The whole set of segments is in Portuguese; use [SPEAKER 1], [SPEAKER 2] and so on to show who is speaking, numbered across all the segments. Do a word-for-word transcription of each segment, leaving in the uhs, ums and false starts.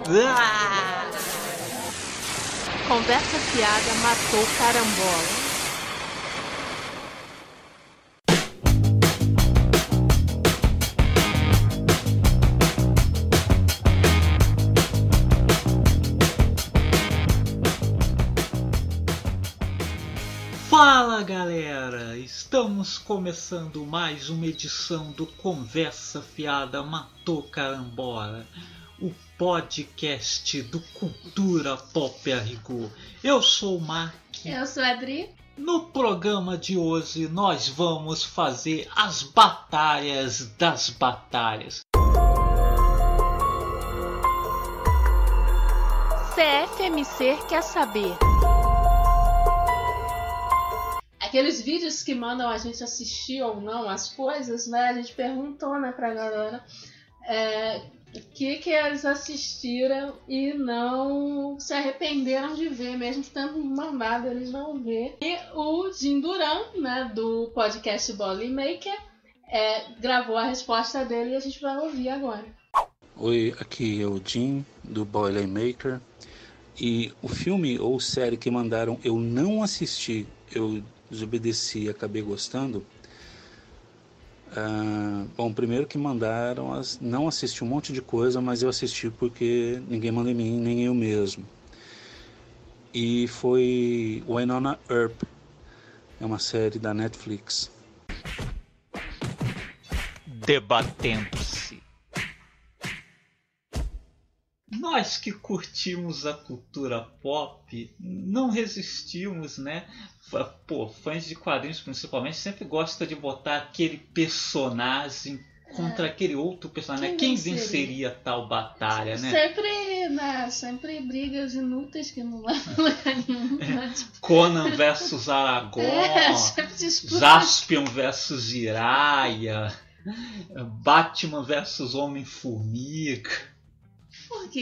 [SPEAKER 1] Ah! Conversa fiada matou carambola.
[SPEAKER 2] Fala galera, estamos começando mais uma edição do Conversa Fiada Matou Carambola, o podcast do Cultura Pop a Rigor. Eu sou o Mark.
[SPEAKER 3] Eu sou a Adri.
[SPEAKER 2] No programa de hoje nós vamos fazer as batalhas das batalhas.
[SPEAKER 1] C F M C quer saber.
[SPEAKER 3] Aqueles vídeos que mandam a gente assistir ou não as coisas, né? A gente perguntou, né, pra galera é, o que que eles assistiram e não se arrependeram de ver, mesmo tendo mandado eles não ver. E o Jim Duran, né, do podcast Boilermaker, é, gravou a resposta dele e a gente vai ouvir agora.
[SPEAKER 4] Oi, aqui é o Jim, do Boilermaker. E o filme ou série que mandaram eu não assisti, eu desobedeci e acabei gostando. Ah, bom, primeiro que mandaram, as, não assisti um monte de coisa, mas eu assisti porque ninguém manda em mim, nem eu mesmo. E foi Wynonna Earp, é uma série da Netflix.
[SPEAKER 2] Debatendo-se. Nós que curtimos a cultura pop não resistimos, né? Pô, fãs de quadrinhos principalmente sempre gostam de botar aquele personagem contra é. aquele outro personagem. Quem, Quem venceria? venceria tal batalha, né?
[SPEAKER 3] Sempre, né? Sempre brigas inúteis que não levam a lugar nenhum.
[SPEAKER 2] É. Conan versus Aragorn,
[SPEAKER 3] é,
[SPEAKER 2] Jaspion versus Jiraiya, Batman versus Homem-Formiga.
[SPEAKER 3] Por quê?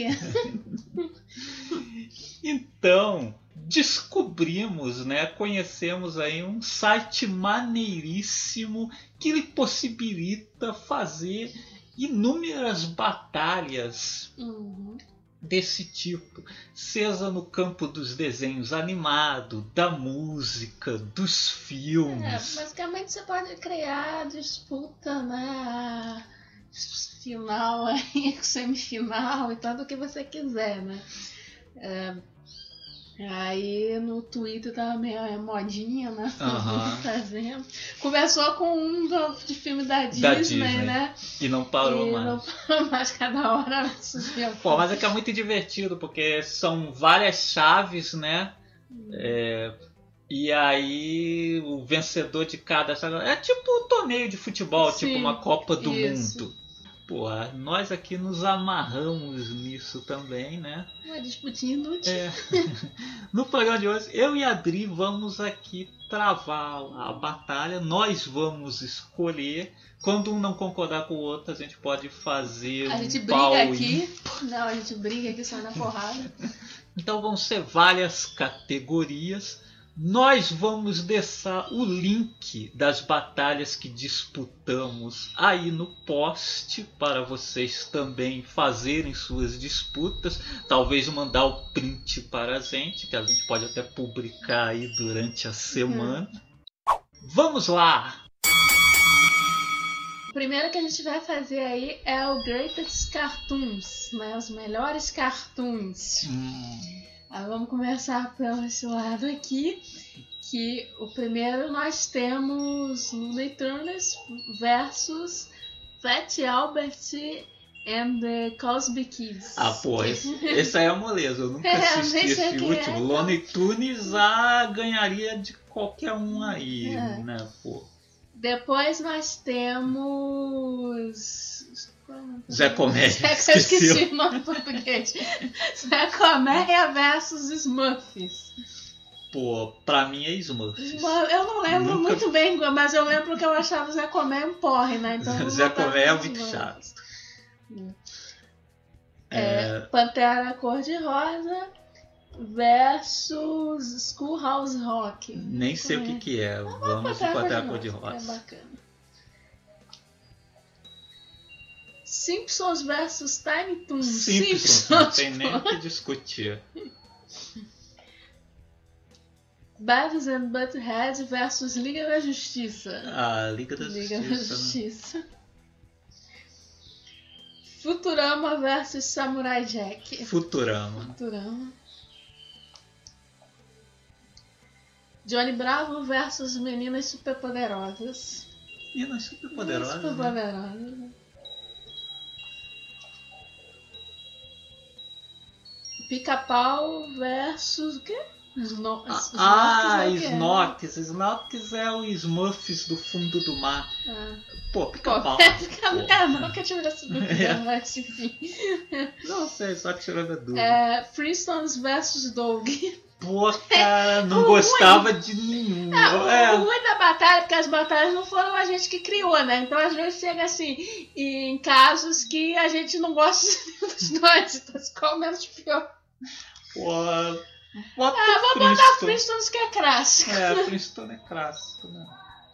[SPEAKER 2] Então, descobrimos, né, conhecemos aí um site maneiríssimo que lhe possibilita fazer inúmeras batalhas
[SPEAKER 3] uhum.
[SPEAKER 2] desse tipo, seja no campo dos desenhos animados, da música, dos filmes.
[SPEAKER 3] É, basicamente você pode criar disputa, né? Final, aí, semifinal e tudo o que você quiser, né? É, aí no Twitter tava meio modinha, né?
[SPEAKER 2] Uhum.
[SPEAKER 3] Fazendo. Começou com um do, de filme da Disney,
[SPEAKER 2] da Disney,
[SPEAKER 3] né?
[SPEAKER 2] E não parou
[SPEAKER 3] e
[SPEAKER 2] mais.
[SPEAKER 3] Não parou mais, cada hora subiu.
[SPEAKER 2] Pô, mas é que é muito divertido, porque são várias chaves, né? Hum. É, e aí o vencedor de cada chave. É tipo um torneio de futebol,
[SPEAKER 3] Sim,
[SPEAKER 2] tipo uma Copa do
[SPEAKER 3] isso.
[SPEAKER 2] Mundo. Pô, nós aqui nos amarramos nisso também, né?
[SPEAKER 3] Uma disputinha inútil.
[SPEAKER 2] É. No programa de hoje, eu e a Adri vamos aqui travar a batalha. Nós vamos escolher. Quando um não concordar com o outro, a gente pode fazer
[SPEAKER 3] a gente
[SPEAKER 2] um
[SPEAKER 3] briga
[SPEAKER 2] pau
[SPEAKER 3] aqui.
[SPEAKER 2] ímpar.
[SPEAKER 3] Não, a gente briga aqui só na porrada.
[SPEAKER 2] Então vão ser várias categorias. Nós vamos deixar o link das batalhas que disputamos aí no post para vocês também fazerem suas disputas. Talvez mandar o print para a gente, que a gente pode até publicar aí durante a semana. Uhum. Vamos lá!
[SPEAKER 3] O primeiro que a gente vai fazer aí é o Greatest Cartoons, né? Os melhores cartoons.
[SPEAKER 2] Hum.
[SPEAKER 3] Ah, vamos começar pelo esse lado aqui, que o primeiro nós temos Looney Tunes versus Fat Albert and the Cosby Kids.
[SPEAKER 2] Ah, pô, esse, esse aí é moleza, eu nunca
[SPEAKER 3] é,
[SPEAKER 2] assisti esse último.
[SPEAKER 3] É, então.
[SPEAKER 2] Looney Tunes ah, ganharia de qualquer um aí,
[SPEAKER 3] é.
[SPEAKER 2] né, pô.
[SPEAKER 3] Depois nós temos...
[SPEAKER 2] Zé Comédia.
[SPEAKER 3] Zé, eu esqueci o nome português. Zé Comédia versus Smurfs.
[SPEAKER 2] Pô, pra mim é Smurfs.
[SPEAKER 3] Eu não lembro
[SPEAKER 2] Nunca...
[SPEAKER 3] muito bem, mas eu lembro que eu achava o Zé Comé um porre, né? Então,
[SPEAKER 2] Zé Comé é muito chato.
[SPEAKER 3] É, é... Pantera Cor-de-Rosa versus Schoolhouse Rock.
[SPEAKER 2] Nem sei é. o que que é. Ah, Vamos de Pantera Cor-de-Rosa.
[SPEAKER 3] É bacana. Simpsons versus Tiny Toons.
[SPEAKER 2] Simpsons, não tem nem o que discutir.
[SPEAKER 3] Beavis and Butthead versus Liga da Justiça.
[SPEAKER 2] Ah, Liga da
[SPEAKER 3] Liga
[SPEAKER 2] Justiça.
[SPEAKER 3] da Justiça. Né? Futurama versus Samurai Jack.
[SPEAKER 2] Futurama.
[SPEAKER 3] Futurama. Johnny Bravo versus Meninas Superpoderosas.
[SPEAKER 2] Meninas Superpoderosas.
[SPEAKER 3] Super poderosas. Né? Pica-Pau versus o quê? Sno
[SPEAKER 2] ah,
[SPEAKER 3] Snorks.
[SPEAKER 2] Snorks. Snorks é o Smurfs do fundo do mar.
[SPEAKER 3] Ah.
[SPEAKER 2] Pô, Pica-Pau.
[SPEAKER 3] Não que eu tivesse dúvida,
[SPEAKER 2] É.
[SPEAKER 3] mas enfim.
[SPEAKER 2] Não sei, só que tirando a dúvida.
[SPEAKER 3] É, Flintstones versus Doug.
[SPEAKER 2] Pô, cara, não
[SPEAKER 3] O
[SPEAKER 2] gostava de nenhum.
[SPEAKER 3] Ah,
[SPEAKER 2] É.
[SPEAKER 3] o ruim da batalha, porque as batalhas não foram a gente que criou, né? Então às vezes chega assim, em casos que a gente não gosta dos dois, então qual o menos pior?
[SPEAKER 2] Pô, bota
[SPEAKER 3] Ah, vou botar
[SPEAKER 2] Flintstone.
[SPEAKER 3] Flintstones que é clássico.
[SPEAKER 2] É, Flintstone é clássico, né?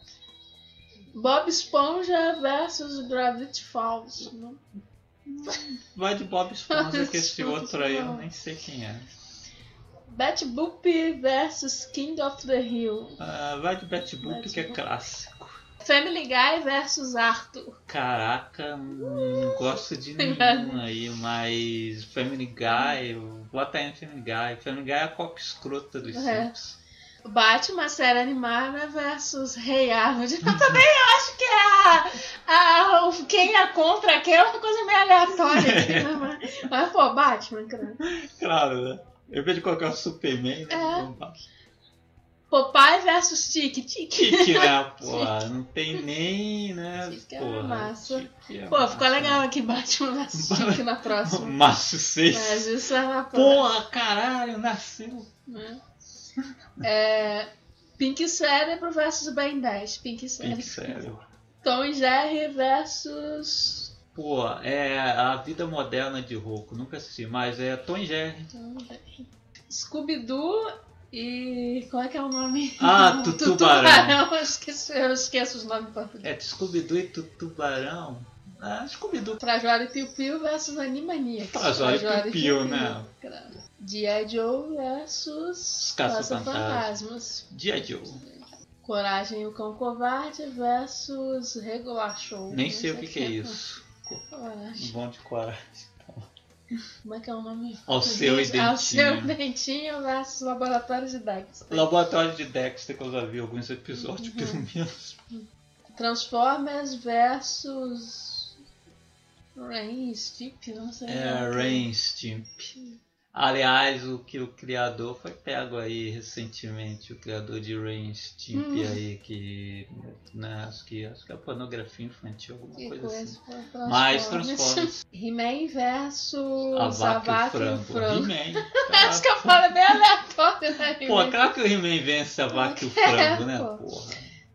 [SPEAKER 3] Bob Esponja versus Gravity Falls. Não?
[SPEAKER 2] Vai de Bob Esponja, que esse
[SPEAKER 3] Esponja,
[SPEAKER 2] outro aí eu
[SPEAKER 3] não.
[SPEAKER 2] nem sei quem é.
[SPEAKER 3] Betty Boop versus King of the Hill.
[SPEAKER 2] Ah, vai de Betty Boop,
[SPEAKER 3] Betty
[SPEAKER 2] que é
[SPEAKER 3] Boop.
[SPEAKER 2] clássico.
[SPEAKER 3] Family Guy versus Arthur.
[SPEAKER 2] Caraca, não gosto de nenhum aí, mas Family Guy, bota aí no Family Guy. Family Guy é a coca escrota dos
[SPEAKER 3] É.
[SPEAKER 2] Simpsons.
[SPEAKER 3] Batman, série animada versus Rei Arnold. Eu também acho que a, a, o- quem é contra aqui é uma coisa meio aleatória. Assim, né? mas, mas, pô, Batman, cara.
[SPEAKER 2] Claro, né? Em vez de colocar o Superman, né?
[SPEAKER 3] É.
[SPEAKER 2] vamos lá.
[SPEAKER 3] Popeye versus Tiki. Tiki.
[SPEAKER 2] Tiki, né? Porra, não tem nem, né?
[SPEAKER 3] Tiki é
[SPEAKER 2] Porra,
[SPEAKER 3] massa.
[SPEAKER 2] Tiki é
[SPEAKER 3] Pô,
[SPEAKER 2] massa.
[SPEAKER 3] ficou legal aqui Batman versus Tiki na próxima.
[SPEAKER 2] Márcio seis.
[SPEAKER 3] Mas isso é na próxima.
[SPEAKER 2] Porra, caralho, nasceu.
[SPEAKER 3] Né? É, Pink Cérebro versus Ben dez. Pink Cérebro.
[SPEAKER 2] Pink Cérebro.
[SPEAKER 3] Tom e Jerry versus...
[SPEAKER 2] Pô, é a vida moderna de Roku, nunca assisti, mas é Tom e Jerry.
[SPEAKER 3] Scooby-Doo e... Como é que é o nome?
[SPEAKER 2] Ah,
[SPEAKER 3] Do
[SPEAKER 2] Tutubarão.
[SPEAKER 3] Eu esqueço, eu esqueço os nomes em português.
[SPEAKER 2] É Scooby-Doo e Tutubarão. Ah, Scooby-Doo.
[SPEAKER 3] Trajora e Piu Piu versus Animaniacs.
[SPEAKER 2] Trajora e Piu Piu, né?
[SPEAKER 3] G I. Joe versus
[SPEAKER 2] Os Caça-Fantasmas.
[SPEAKER 3] Caça-Fantasmas.
[SPEAKER 2] G I. Joe.
[SPEAKER 3] Coragem e o Cão Covarde versus Regular Show.
[SPEAKER 2] Nem
[SPEAKER 3] Não
[SPEAKER 2] sei o que, que é isso.
[SPEAKER 3] Coragem.
[SPEAKER 2] Bom de coragem.
[SPEAKER 3] Como é que é o nome?
[SPEAKER 2] Alceu e
[SPEAKER 3] Alceu e
[SPEAKER 2] Dentinho.
[SPEAKER 3] Dentinho versus Laboratório de Dexter.
[SPEAKER 2] Laboratório de Dexter, que eu já vi alguns episódios,
[SPEAKER 3] Uhum.
[SPEAKER 2] pelo menos.
[SPEAKER 3] Transformers versus Rain Stipp, não sei.
[SPEAKER 2] É, Rain Stimp. Aliás, o que o criador foi pego aí recentemente, o criador de Rain Stimp
[SPEAKER 3] Hum.
[SPEAKER 2] aí, que, né, acho que acho que é pornografia infantil, alguma
[SPEAKER 3] Que
[SPEAKER 2] coisa assim.
[SPEAKER 3] coisa.
[SPEAKER 2] Mas Transformers.
[SPEAKER 3] He-Man versus
[SPEAKER 2] A vaca e o
[SPEAKER 3] e o
[SPEAKER 2] frango. He-Man.
[SPEAKER 3] Acho que eu falo bem aleatório, né?
[SPEAKER 2] Pô, claro que o He-Man vence a vaca e o frango, né,
[SPEAKER 3] pô.
[SPEAKER 2] porra.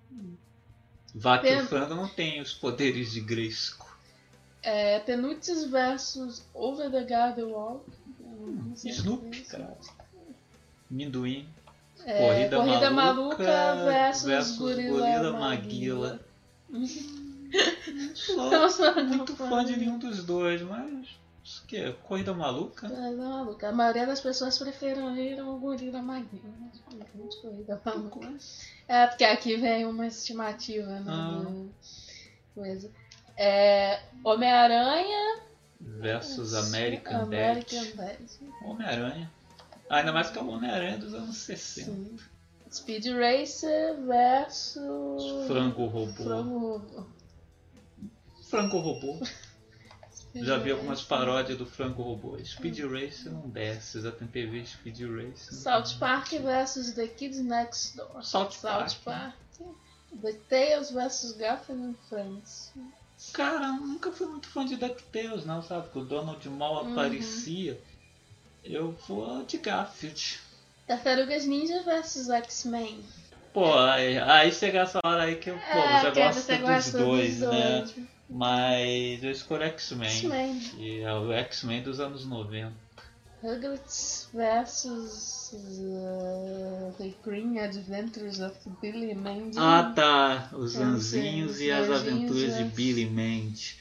[SPEAKER 2] Vaca e
[SPEAKER 3] Pen-
[SPEAKER 2] o frango não tem os poderes de Grayskull.
[SPEAKER 3] É, Penuts versus Over the Garden Wall. Não sei
[SPEAKER 2] Snoopy,
[SPEAKER 3] o que é isso.
[SPEAKER 2] cara. Minduim.
[SPEAKER 3] É,
[SPEAKER 2] Corrida,
[SPEAKER 3] Corrida
[SPEAKER 2] Maluca,
[SPEAKER 3] Maluca versus,
[SPEAKER 2] versus
[SPEAKER 3] Gorila,
[SPEAKER 2] Gorila
[SPEAKER 3] Maguila.
[SPEAKER 2] Maguila. Sou
[SPEAKER 3] Não sou
[SPEAKER 2] muito
[SPEAKER 3] fã
[SPEAKER 2] fã de
[SPEAKER 3] de-
[SPEAKER 2] nenhum dos dois, mas. Isso que é? Corrida Maluca?
[SPEAKER 3] Corrida Maluca. A maioria das pessoas preferiram o Gorila Maguila. Mas Corrida Maluca. É, porque aqui vem uma estimativa, né?
[SPEAKER 2] Ah.
[SPEAKER 3] do- Coisa. É, Homem-Aranha
[SPEAKER 2] Versus American,
[SPEAKER 3] American
[SPEAKER 2] Dad.
[SPEAKER 3] Dad.
[SPEAKER 2] Homem-Aranha. Ainda mais que é o Homem-Aranha dos anos sessenta.
[SPEAKER 3] Sim. Speed Racer versus
[SPEAKER 2] Frango Robô.
[SPEAKER 3] Frango Robô.
[SPEAKER 2] Frango Robô.
[SPEAKER 3] Speed
[SPEAKER 2] Já vi algumas
[SPEAKER 3] Racer.
[SPEAKER 2] paródias do Frango Robô. Speed Racer não desce, já tentei ver Speed Racer.
[SPEAKER 3] South Park versus The Kids Next Door.
[SPEAKER 2] South Park.
[SPEAKER 3] South Park. The Tales versus Garfield and Friends.
[SPEAKER 2] Cara, eu nunca fui muito fã de DuckTales, não, sabe? Porque o Donald mal
[SPEAKER 3] Uhum.
[SPEAKER 2] aparecia. Eu vou de Garfield.
[SPEAKER 3] Tartarugas Ninja versus X-Men.
[SPEAKER 2] Pô, aí, aí chega essa hora aí que eu pô,
[SPEAKER 3] É,
[SPEAKER 2] já
[SPEAKER 3] porque
[SPEAKER 2] gosto
[SPEAKER 3] você
[SPEAKER 2] dos
[SPEAKER 3] gosta
[SPEAKER 2] dois,
[SPEAKER 3] dos
[SPEAKER 2] né?
[SPEAKER 3] dois.
[SPEAKER 2] Mas eu escolho X-Men.
[SPEAKER 3] X-Men.
[SPEAKER 2] Que é o X-Men dos anos noventa.
[SPEAKER 3] Rugrats versus uh, The Green Adventures of Billy Mandy.
[SPEAKER 2] Ah tá, os
[SPEAKER 3] Os
[SPEAKER 2] anzinhos e as
[SPEAKER 3] anjinhos,
[SPEAKER 2] aventuras de
[SPEAKER 3] né?
[SPEAKER 2] Billy Mandy.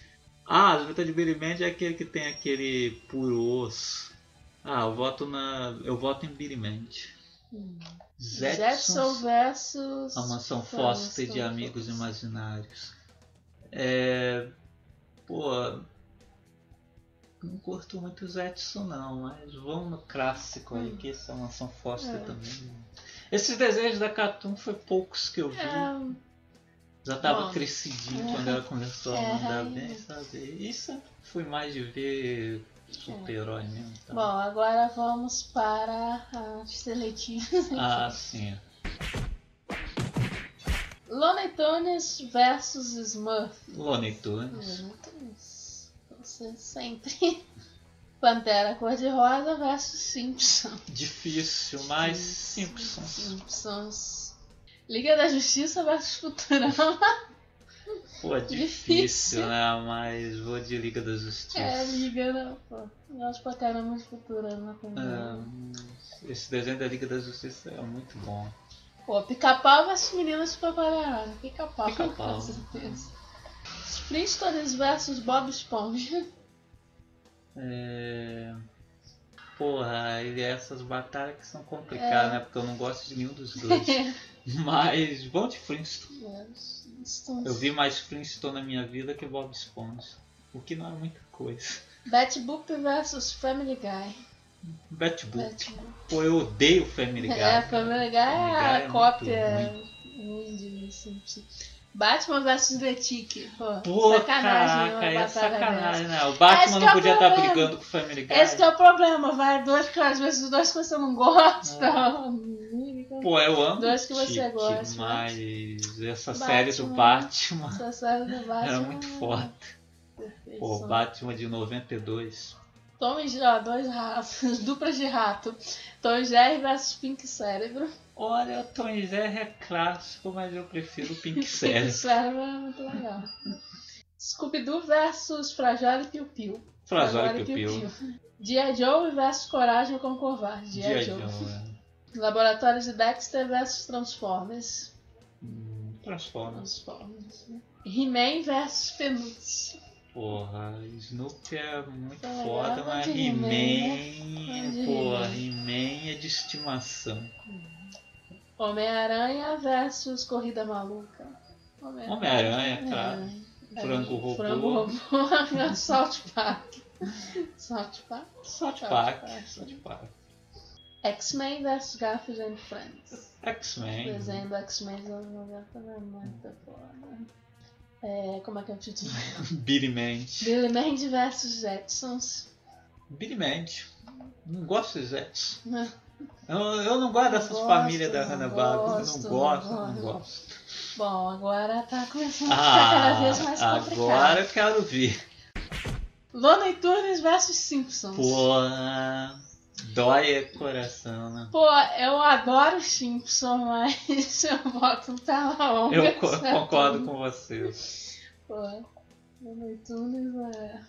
[SPEAKER 2] Ah, as lutas de Billy Mandy é aquele que tem aquele por osso. Ah, eu voto na. Eu voto em Billy Mandy.
[SPEAKER 3] Hum.
[SPEAKER 2] Jetsons,
[SPEAKER 3] Jetson versus
[SPEAKER 2] a mansão Foster de Amigos Imaginários. É. Pô. Não curto muito o Jetson não, mas vamos no clássico aí, que essa mansão Foster
[SPEAKER 3] É.
[SPEAKER 2] também. Esses desenhos da Cartoon foi poucos que eu vi.
[SPEAKER 3] É,
[SPEAKER 2] Já tava
[SPEAKER 3] Bom,
[SPEAKER 2] crescidinho
[SPEAKER 3] é.
[SPEAKER 2] quando ela começou a
[SPEAKER 3] É,
[SPEAKER 2] mandar
[SPEAKER 3] é.
[SPEAKER 2] bem, sabe? Isso foi mais de ver super-herói mesmo. Tá?
[SPEAKER 3] bom, agora vamos para as seletivas.
[SPEAKER 2] Ah, sim.
[SPEAKER 3] Looney Tunes versus Smurf.
[SPEAKER 2] Looney Tunes.
[SPEAKER 3] Looney Tunes. Você sempre. Pantera Cor-de-Rosa versus Simpsons.
[SPEAKER 2] Difícil, mas Simpsons.
[SPEAKER 3] Simpsons. Liga da Justiça versus Futurama.
[SPEAKER 2] Pô, é difícil,
[SPEAKER 3] Difícil.
[SPEAKER 2] né? Mas vou de Liga da Justiça.
[SPEAKER 3] É, Liga, né? Pô, eu gosto pra caramba de Futurama também.
[SPEAKER 2] É, esse desenho da Liga da Justiça é muito bom.
[SPEAKER 3] Pô, Pica-Pau versus Meninas Superpoderosas. Pica-Pau,
[SPEAKER 2] Pica-Pau.
[SPEAKER 3] com certeza. Flintstones versus Bob Esponja.
[SPEAKER 2] É... Porra, e essas batalhas que são complicadas,
[SPEAKER 3] É.
[SPEAKER 2] né? Porque eu não gosto de nenhum dos dois. Mas vamos de Flintstone.
[SPEAKER 3] Flintstones.
[SPEAKER 2] Eu vi mais Flintstone na minha vida que Bob Esponja. O que não é muita coisa.
[SPEAKER 3] Betty Boop versus Family Guy.
[SPEAKER 2] Betty Boop.
[SPEAKER 3] Betty Boop.
[SPEAKER 2] Pô, eu odeio Family Guy.
[SPEAKER 3] É, Family Guy é
[SPEAKER 2] Family Guy
[SPEAKER 3] a
[SPEAKER 2] é muito
[SPEAKER 3] cópia ruim de Simpsons. Batman versus The Tick. Pô,
[SPEAKER 2] Pô,
[SPEAKER 3] sacanagem,
[SPEAKER 2] caraca,
[SPEAKER 3] uma
[SPEAKER 2] é
[SPEAKER 3] batalha
[SPEAKER 2] sacanagem,
[SPEAKER 3] dessa.
[SPEAKER 2] né? O
[SPEAKER 3] Esse
[SPEAKER 2] Batman
[SPEAKER 3] que
[SPEAKER 2] não
[SPEAKER 3] é o
[SPEAKER 2] podia estar
[SPEAKER 3] problema.
[SPEAKER 2] brigando com o Family Guy.
[SPEAKER 3] Esse que é o problema, vai dois que às vezes os dois que você não gosta.
[SPEAKER 2] Pô, eu amo
[SPEAKER 3] Dois que
[SPEAKER 2] o
[SPEAKER 3] você
[SPEAKER 2] Tick,
[SPEAKER 3] gosta.
[SPEAKER 2] mas essa
[SPEAKER 3] Batman.
[SPEAKER 2] série do Batman
[SPEAKER 3] Essa série do Batman
[SPEAKER 2] era muito
[SPEAKER 3] é
[SPEAKER 2] foda.
[SPEAKER 3] perfeição.
[SPEAKER 2] Pô, Batman de noventa e dois.
[SPEAKER 3] Tom e Jerry, ó, dois ratos, duplas de rato. Tom e Jerry versus Pink Cérebro.
[SPEAKER 2] Olha, o Tom e Jerry é clássico, mas eu prefiro o Pink
[SPEAKER 3] Pink
[SPEAKER 2] Cérebro.
[SPEAKER 3] Cérebro é muito legal. Scooby-Doo versus Frajola e Piu Piu.
[SPEAKER 2] Frajola e Piu Piu.
[SPEAKER 3] G I. Joe versus Coragem com Covarde. G I.
[SPEAKER 2] G I.
[SPEAKER 3] Joe.
[SPEAKER 2] Joe, é.
[SPEAKER 3] Laboratórios de Dexter versus Transformers.
[SPEAKER 2] Hum, Transformers.
[SPEAKER 3] Transformers. né? He-Man versus Peanuts.
[SPEAKER 2] Porra, Snoopy é muito
[SPEAKER 3] Ah,
[SPEAKER 2] foda,
[SPEAKER 3] é,
[SPEAKER 2] mas
[SPEAKER 3] de
[SPEAKER 2] He-Man.
[SPEAKER 3] He-Man, né?
[SPEAKER 2] Porra,
[SPEAKER 3] De
[SPEAKER 2] He-Man é de estimação.
[SPEAKER 3] Homem-Aranha versus Corrida Maluca.
[SPEAKER 2] Homem-Aranha, claro.
[SPEAKER 3] É.
[SPEAKER 2] Frango Robô.
[SPEAKER 3] Frango Robô. South Park. South Park.
[SPEAKER 2] South
[SPEAKER 3] South
[SPEAKER 2] Park.
[SPEAKER 3] Park.
[SPEAKER 2] South Park.
[SPEAKER 3] X-Men versus Garfield and Friends. O
[SPEAKER 2] X-Men.
[SPEAKER 3] desenho do X-Men dos anos noventa é muito foda. É, como é que é o título?
[SPEAKER 2] Billy Mandy.
[SPEAKER 3] Billy Mandy versus Jetsons.
[SPEAKER 2] Billy Mandy. Não gosto de Jets.
[SPEAKER 3] Não
[SPEAKER 2] Eu, eu não gosto dessas
[SPEAKER 3] gosto,
[SPEAKER 2] famílias da
[SPEAKER 3] não
[SPEAKER 2] Hanna-Barbera. Eu
[SPEAKER 3] gosto,
[SPEAKER 2] não
[SPEAKER 3] não
[SPEAKER 2] gosto,
[SPEAKER 3] gosto.
[SPEAKER 2] não gosto.
[SPEAKER 3] Bom, agora tá começando a ficar cada vez mais
[SPEAKER 2] Ah,
[SPEAKER 3] complicado.
[SPEAKER 2] agora eu quero ver.
[SPEAKER 3] Looney Tunes versus Simpsons.
[SPEAKER 2] Porra, dói o coração, né?
[SPEAKER 3] Pô, eu adoro os Simpsons, mas eu boto pela longa.
[SPEAKER 2] Eu co-
[SPEAKER 3] certo?
[SPEAKER 2] concordo com você.
[SPEAKER 3] Pô, Looney Tunes é...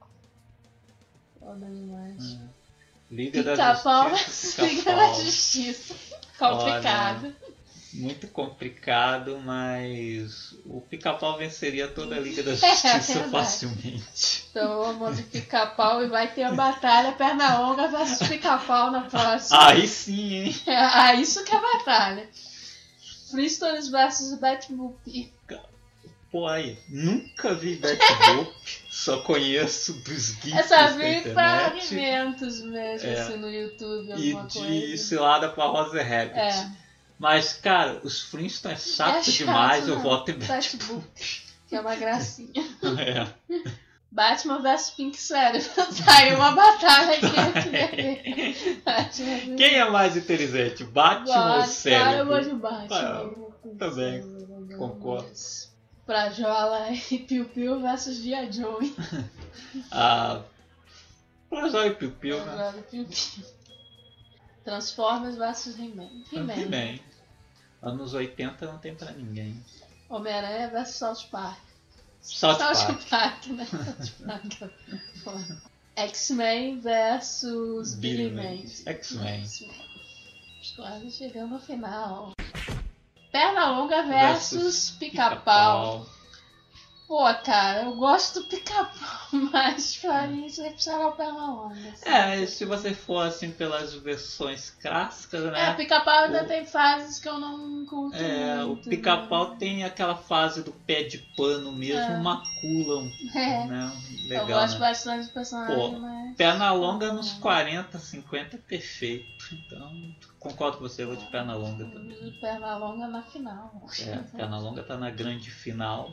[SPEAKER 3] Foda demais.
[SPEAKER 2] Liga da
[SPEAKER 3] Pica-Pau
[SPEAKER 2] Justiça.
[SPEAKER 3] versus Liga da
[SPEAKER 2] Pica-Pau.
[SPEAKER 3] Justiça. Complicado.
[SPEAKER 2] Muito complicado, mas o Pica-Pau venceria toda a Liga da
[SPEAKER 3] É
[SPEAKER 2] Justiça
[SPEAKER 3] verdade.
[SPEAKER 2] facilmente.
[SPEAKER 3] Então vamos de Pica-Pau e vai ter a batalha perna longa versus Pica-Pau na próxima.
[SPEAKER 2] Aí sim, hein?
[SPEAKER 3] Ah, isso que é batalha. Flintstones versus Batmobile.
[SPEAKER 2] Pô, aí, nunca vi Betty Boop, só conheço dos GIFs
[SPEAKER 3] Essa
[SPEAKER 2] da
[SPEAKER 3] vi
[SPEAKER 2] internet
[SPEAKER 3] fragmentos mesmo,
[SPEAKER 2] É.
[SPEAKER 3] assim, no YouTube,
[SPEAKER 2] e
[SPEAKER 3] alguma
[SPEAKER 2] de
[SPEAKER 3] coisa.
[SPEAKER 2] Cilada pra Rosa Rabbit.
[SPEAKER 3] É.
[SPEAKER 2] Mas, cara, os Flintstones é chato,
[SPEAKER 3] É chato,
[SPEAKER 2] demais, eu
[SPEAKER 3] não.
[SPEAKER 2] voto em Betty
[SPEAKER 3] Batmobile, que é uma gracinha.
[SPEAKER 2] É.
[SPEAKER 3] Batman versus Pink Cérebro. Tá aí uma batalha aqui. eu queria ver. Batman
[SPEAKER 2] Quem é mais inteligente, Batman ou
[SPEAKER 3] Cara, eu
[SPEAKER 2] Cérebro?
[SPEAKER 3] vou de Batman.
[SPEAKER 2] Ah,
[SPEAKER 3] eu vou com
[SPEAKER 2] também,
[SPEAKER 3] Cérebro,
[SPEAKER 2] concordo.
[SPEAKER 3] mas- Frajola e Piu Piu versus G I. Joe.
[SPEAKER 2] Ah, Frajola e Piu Piu, né?
[SPEAKER 3] Frajola e Piu Piu. Transformers versus He-Man. He-Man.
[SPEAKER 2] He-Man. Anos oitenta não tem pra ninguém.
[SPEAKER 3] Homem-Aranha versus South Park.
[SPEAKER 2] South
[SPEAKER 3] South
[SPEAKER 2] Park.
[SPEAKER 3] Park, né? South Park. Pô. X-Men versus
[SPEAKER 2] Billy
[SPEAKER 3] Billy
[SPEAKER 2] Mandy.
[SPEAKER 3] Mandy.
[SPEAKER 2] X-Men.
[SPEAKER 3] Quase chegando ao final. Perna longa versus pica-pau. Pô, cara, eu gosto do Pica-Pau, mas pra mim isso é puxar o Pernalonga. Assim.
[SPEAKER 2] É, se você for assim pelas versões clássicas, né?
[SPEAKER 3] É, Pica-Pau ainda
[SPEAKER 2] o...
[SPEAKER 3] tem fases que eu não curto
[SPEAKER 2] É,
[SPEAKER 3] muito.
[SPEAKER 2] o Pica-Pau
[SPEAKER 3] né?
[SPEAKER 2] tem aquela fase do pé de pano mesmo,
[SPEAKER 3] É.
[SPEAKER 2] maculam,
[SPEAKER 3] É.
[SPEAKER 2] né? Legal,
[SPEAKER 3] Eu gosto
[SPEAKER 2] né?
[SPEAKER 3] bastante do personagem,
[SPEAKER 2] Pô,
[SPEAKER 3] mas...
[SPEAKER 2] Pernalonga nos quarenta, cinquenta é perfeito. Então, concordo com você, eu vou de Pernalonga também.
[SPEAKER 3] Pernalonga na final.
[SPEAKER 2] É, Pernalonga tá na grande final.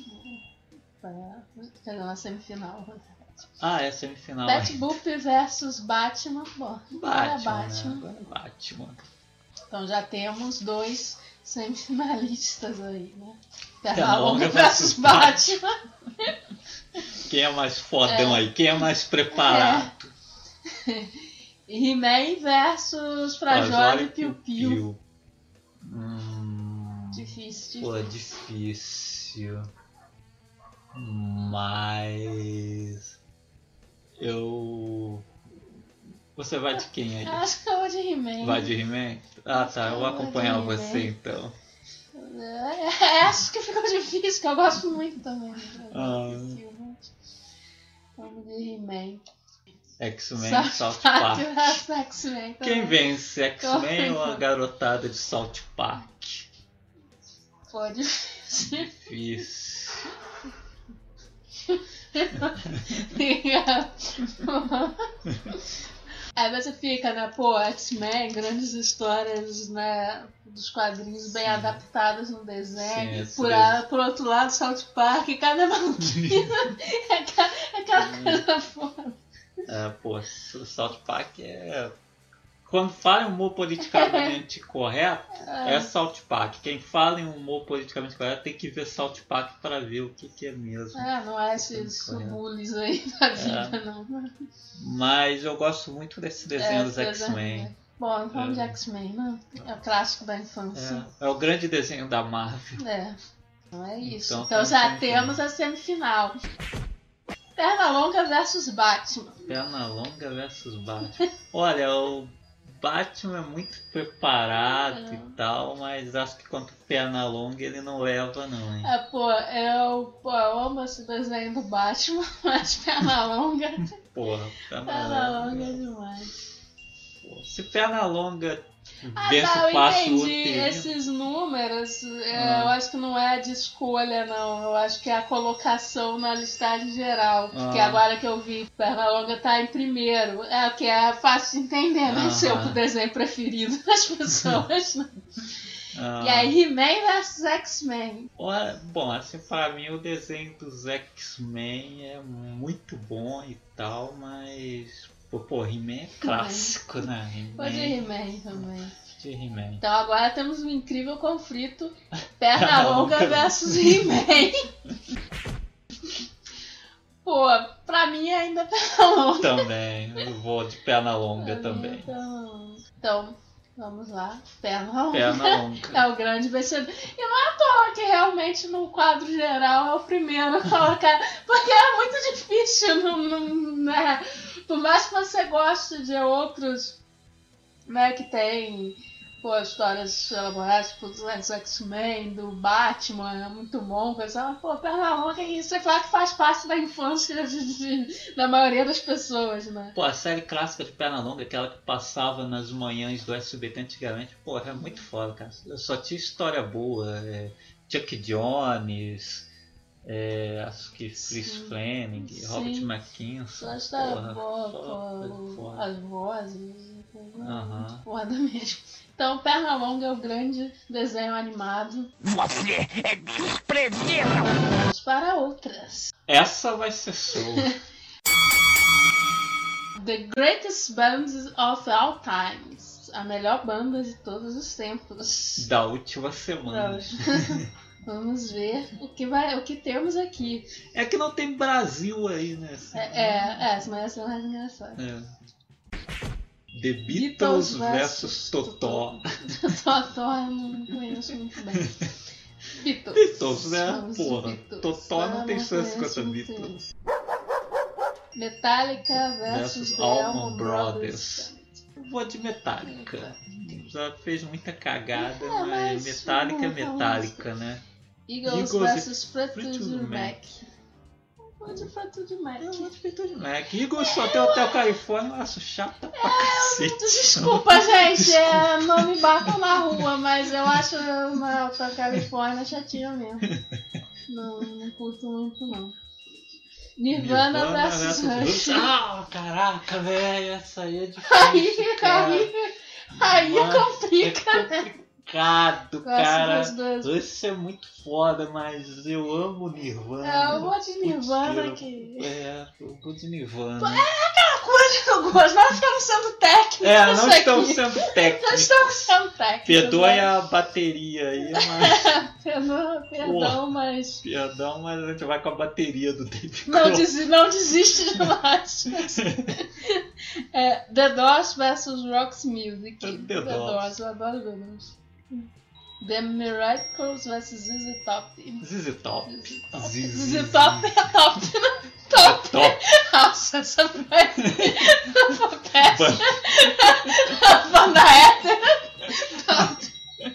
[SPEAKER 3] Quer dizer, na semifinal.
[SPEAKER 2] Ah, é semifinal.
[SPEAKER 3] Betty Boop versus Batman. Bom, agora é
[SPEAKER 2] Batman,
[SPEAKER 3] Batman.
[SPEAKER 2] né? Agora é Batman.
[SPEAKER 3] Então já temos dois semifinalistas aí, né?
[SPEAKER 2] Pernalonga
[SPEAKER 3] Pernalonga versus Batman.
[SPEAKER 2] Quem é mais fodão
[SPEAKER 3] É.
[SPEAKER 2] aí? Quem é mais preparado?
[SPEAKER 3] E He-Man versus Frajola e Piu Piu.
[SPEAKER 2] Hum,
[SPEAKER 3] Difícil,
[SPEAKER 2] pô,
[SPEAKER 3] difícil.
[SPEAKER 2] difícil. Mas eu. Você vai de quem aí?
[SPEAKER 3] Eu acho que eu vou de He-Man.
[SPEAKER 2] Vai de He-Man? Ah tá, eu vou
[SPEAKER 3] Eu vou de
[SPEAKER 2] acompanhar
[SPEAKER 3] He-Man.
[SPEAKER 2] você então.
[SPEAKER 3] É, acho que ficou difícil, que eu gosto muito também.
[SPEAKER 2] Ah.
[SPEAKER 3] Vamos de He-Man.
[SPEAKER 2] X-Men,
[SPEAKER 3] South
[SPEAKER 2] South
[SPEAKER 3] Park
[SPEAKER 2] Park.
[SPEAKER 3] versus X-Men também.
[SPEAKER 2] Quem vence, X-Men ou a garotada de South Park?
[SPEAKER 3] Pô, difícil.
[SPEAKER 2] Difícil.
[SPEAKER 3] Aí você fica, né, pô, X-Men, grandes histórias, né, dos quadrinhos bem
[SPEAKER 2] Sim.
[SPEAKER 3] adaptadas no desenho.
[SPEAKER 2] Sim, esse
[SPEAKER 3] por,
[SPEAKER 2] desenho.
[SPEAKER 3] a, por outro lado, South Park, cada maluquinho é aquela, é aquela
[SPEAKER 2] Hum.
[SPEAKER 3] coisa foda.
[SPEAKER 2] É, pô, o South Park é. Quando fala em humor politicamente correto, é South Park. Quem fala em humor politicamente correto tem que ver South Park para ver o que, que é mesmo.
[SPEAKER 3] É, não é esses bullies aí da vida,
[SPEAKER 2] É.
[SPEAKER 3] não.
[SPEAKER 2] Mas eu gosto muito desse desenho
[SPEAKER 3] É,
[SPEAKER 2] dos
[SPEAKER 3] esse
[SPEAKER 2] X-Men.
[SPEAKER 3] desenho. Bom, vamos
[SPEAKER 2] É.
[SPEAKER 3] de X-Men, né? É o clássico da infância.
[SPEAKER 2] É, é o grande desenho da Marvel.
[SPEAKER 3] É. Então é isso.
[SPEAKER 2] Então,
[SPEAKER 3] Então,
[SPEAKER 2] tá
[SPEAKER 3] já
[SPEAKER 2] semifinal.
[SPEAKER 3] temos a semifinal. Pernalonga versus Batman.
[SPEAKER 2] Pernalonga versus Batman. Olha, o Batman é muito preparado
[SPEAKER 3] É.
[SPEAKER 2] e tal, mas acho que contra o Pernalonga ele não leva não, hein?
[SPEAKER 3] É, pô, eu, pô, eu amo esse desenho do Batman, mas Pernalonga.
[SPEAKER 2] Porra,
[SPEAKER 3] Pernalonga é
[SPEAKER 2] Pernalonga.
[SPEAKER 3] demais.
[SPEAKER 2] Pô, se Pernalonga
[SPEAKER 3] Ah,
[SPEAKER 2] vence
[SPEAKER 3] tá,
[SPEAKER 2] o
[SPEAKER 3] eu
[SPEAKER 2] passo
[SPEAKER 3] entendi.
[SPEAKER 2] roteiro.
[SPEAKER 3] Esses números, é,
[SPEAKER 2] Ah.
[SPEAKER 3] eu acho que não é de escolha, não. Eu acho que é a colocação na listagem geral. Porque
[SPEAKER 2] Ah.
[SPEAKER 3] agora que eu vi, Pernalonga tá em primeiro. É, que é fácil de entender, né?
[SPEAKER 2] Aham.
[SPEAKER 3] Seu desenho preferido das pessoas. Né?
[SPEAKER 2] Ah,
[SPEAKER 3] E aí, He-Man versus X-Men.
[SPEAKER 2] olha, bom, assim, pra mim o desenho dos X-Men é muito bom e tal, mas pô, pô He-Man é clássico, né?
[SPEAKER 3] Vou de
[SPEAKER 2] He-Man,
[SPEAKER 3] He-Man também.
[SPEAKER 2] de He-Man.
[SPEAKER 3] Então agora temos um incrível conflito Pernalonga versus He-Man. Pô, pra mim é ainda Pernalonga.
[SPEAKER 2] Também, eu vou de Pernalonga
[SPEAKER 3] Pra mim é
[SPEAKER 2] também.
[SPEAKER 3] Pernalonga. Então, vamos lá. Pernalonga.
[SPEAKER 2] Pernalonga.
[SPEAKER 3] É o grande vencedor. E não é à toa que realmente no quadro geral é o primeiro a colocar. Porque é muito difícil, não, não, né? Por mais que você goste de outros, né, que tem, pô, histórias elaboradas, tipo do X-Men, do Batman, é muito bom, coisa, mas, pô, Pernalonga, isso é claro que faz parte da infância de, de, da maioria das pessoas, né?
[SPEAKER 2] Pô, a série clássica de Pernalonga, aquela que passava nas manhãs do S B T antigamente, pô, é muito foda, cara. Só tinha história boa, é, Chuck Jones, é, acho que Chris
[SPEAKER 3] Sim.
[SPEAKER 2] Fleming,
[SPEAKER 3] Sim.
[SPEAKER 2] Robert McKinson.
[SPEAKER 3] Só história
[SPEAKER 2] porra,
[SPEAKER 3] boa,
[SPEAKER 2] foda,
[SPEAKER 3] pô,
[SPEAKER 2] foda.
[SPEAKER 3] as vozes,
[SPEAKER 2] Aham.
[SPEAKER 3] muito foda mesmo. Então, Pernalonga é o grande desenho animado.
[SPEAKER 5] Você é desprezível!
[SPEAKER 3] Vamos para outras.
[SPEAKER 2] Essa vai ser show.
[SPEAKER 3] The Greatest Bands of All Times. A melhor banda de todos os tempos.
[SPEAKER 2] Da última semana.
[SPEAKER 3] Vamos ver o que, vai, o que temos aqui.
[SPEAKER 2] É que não tem Brasil aí, né? Assim,
[SPEAKER 3] É, é, é, essa vai ser mais engraçada.
[SPEAKER 2] é. The Beatles, versus Totó.
[SPEAKER 3] Totó eu não conheço muito bem. Beatles.
[SPEAKER 2] Beatles, né?
[SPEAKER 3] Vamos de
[SPEAKER 2] Porra.
[SPEAKER 3] Beatles.
[SPEAKER 2] Totó não
[SPEAKER 3] Eu
[SPEAKER 2] tem chance
[SPEAKER 3] conheço
[SPEAKER 2] contra
[SPEAKER 3] muito
[SPEAKER 2] Beatles.
[SPEAKER 3] Metallica versus
[SPEAKER 2] Versus
[SPEAKER 3] The
[SPEAKER 2] Allman
[SPEAKER 3] Allman
[SPEAKER 2] Brothers.
[SPEAKER 3] Brothers.
[SPEAKER 2] Eu vou de Metallica. Já fez muita cagada,
[SPEAKER 3] É,
[SPEAKER 2] mas
[SPEAKER 3] mas
[SPEAKER 2] Metallica é
[SPEAKER 3] não, não.
[SPEAKER 2] Metallica, né?
[SPEAKER 3] Eagles,
[SPEAKER 2] Eagles
[SPEAKER 3] versus Fleetwood
[SPEAKER 2] Fleetwood
[SPEAKER 3] Mac. Eu vou de Fleetwood Mac.
[SPEAKER 2] Eu vou de Fleetwood Mac. Eagles só tem Hotel Califórnia, eu acho chata pra cacete.
[SPEAKER 3] Desculpa, gente, é, não me batam na rua, mas eu acho na Hotel Califórnia chatinha mesmo. Não, não curto muito, não. Nirvana,
[SPEAKER 2] Nirvana
[SPEAKER 3] versus
[SPEAKER 2] versus
[SPEAKER 3] Rush.
[SPEAKER 2] Ah, caraca, velho, essa aí é difícil.
[SPEAKER 3] Aí,
[SPEAKER 2] cara.
[SPEAKER 3] aí, aí
[SPEAKER 2] Mano,
[SPEAKER 3] complica,
[SPEAKER 2] é
[SPEAKER 3] né?
[SPEAKER 2] complicado,
[SPEAKER 3] Gosto
[SPEAKER 2] cara.
[SPEAKER 3] dos dois.
[SPEAKER 2] Esse é muito foda, mas eu amo Nirvana.
[SPEAKER 3] É, eu vou de Nirvana
[SPEAKER 2] Putz,
[SPEAKER 3] aqui.
[SPEAKER 2] É, eu vou de Nirvana.
[SPEAKER 3] Aquela coisa que eu gosto, nós estamos sendo técnicos.
[SPEAKER 2] É, não
[SPEAKER 3] isso
[SPEAKER 2] estamos
[SPEAKER 3] aqui.
[SPEAKER 2] sendo
[SPEAKER 3] Nós
[SPEAKER 2] técnicos.
[SPEAKER 3] estamos sendo técnicos.
[SPEAKER 2] Perdoe
[SPEAKER 3] né?
[SPEAKER 2] a bateria aí, mas.
[SPEAKER 3] Perdão, perdão,
[SPEAKER 2] Porra.
[SPEAKER 3] mas.
[SPEAKER 2] Perdão, mas a gente vai com a bateria do David
[SPEAKER 3] Não,
[SPEAKER 2] Grohl.
[SPEAKER 3] desi não desiste de nós. É, The Doors versus Roxy Music.
[SPEAKER 2] The Doors.
[SPEAKER 3] Eu adoro The Doors. The Miracles versus Z Z Top.
[SPEAKER 2] Z Z Top.
[SPEAKER 3] Z Z Top é top, né? Top.
[SPEAKER 2] Top.
[SPEAKER 3] Nossa, essa foi foi péssima. A banda hétero. Top.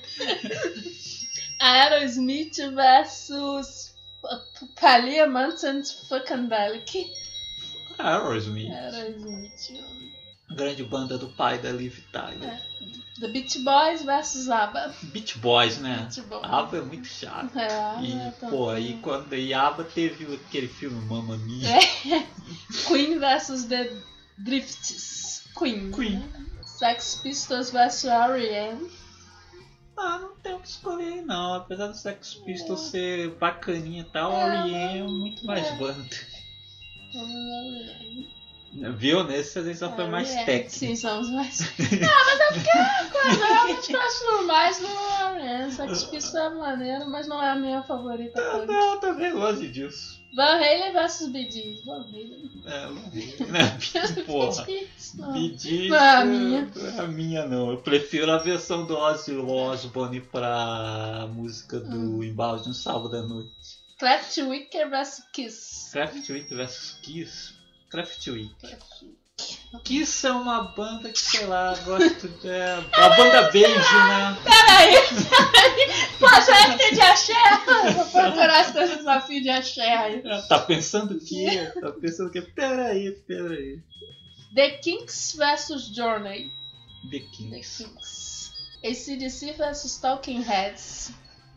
[SPEAKER 3] Aerosmith versus Parliament and Funkadelic.
[SPEAKER 2] Aerosmith.
[SPEAKER 3] Aerosmith.
[SPEAKER 2] Grande banda do pai da Liv Tyler.
[SPEAKER 3] É. The Beach Boys versus ABBA.
[SPEAKER 2] Beach Boys, né?
[SPEAKER 3] Beach Boys.
[SPEAKER 2] ABBA é muito chato.
[SPEAKER 3] É, ABBA
[SPEAKER 2] E,
[SPEAKER 3] também.
[SPEAKER 2] pô, aí quando e ABBA teve aquele filme Mamma Mia.
[SPEAKER 3] É. Queen versus The Drifts. Queen.
[SPEAKER 2] Queen.
[SPEAKER 3] Né? Sex Pistols versus R E M.
[SPEAKER 2] Ah, não tem o que escolher aí não. Apesar do Sex Pistols ser bacaninha e tal,
[SPEAKER 3] É,
[SPEAKER 2] R E M é muito mais
[SPEAKER 3] é.
[SPEAKER 2] banda.
[SPEAKER 3] Vamos R E M.
[SPEAKER 2] Viu? Nesse a gente só foi mais
[SPEAKER 3] R E M.
[SPEAKER 2] técnico.
[SPEAKER 3] Sim, somos mais. Ah, mas é porque quando eu realmente gosto mais do R E M. Sex Pistols é maneiro, mas não é a minha favorita.
[SPEAKER 2] Eu,
[SPEAKER 3] toda.
[SPEAKER 2] não, eu também gosto disso.
[SPEAKER 3] Van Halen versus Bee Gees. Van Halen.
[SPEAKER 2] É, eu não vi, né? Porra.
[SPEAKER 3] Bee Gees, não.
[SPEAKER 2] Bee Gees
[SPEAKER 3] Não é a minha.
[SPEAKER 2] Não é a minha, não. Eu prefiro a versão do Ozzy Osbourne pra música do
[SPEAKER 3] Hum.
[SPEAKER 2] Embalo de um Sábado à Noite.
[SPEAKER 3] Kraftwerk versus Kiss.
[SPEAKER 2] Kraftwerk versus Kiss. Kraftwerk. Kiss é uma banda que, sei lá, gosto de... É a banda beijo, né?
[SPEAKER 3] Peraí, peraí. Pô, será que tem de axé? Vou procurar esse desafio de axé aí.
[SPEAKER 2] Tá pensando o quê? Tá pensando o quê? Peraí, peraí.
[SPEAKER 3] The Kinks versus Journey.
[SPEAKER 2] The
[SPEAKER 3] The
[SPEAKER 2] Kings.
[SPEAKER 3] Kinks. A C D C versus Talking Heads.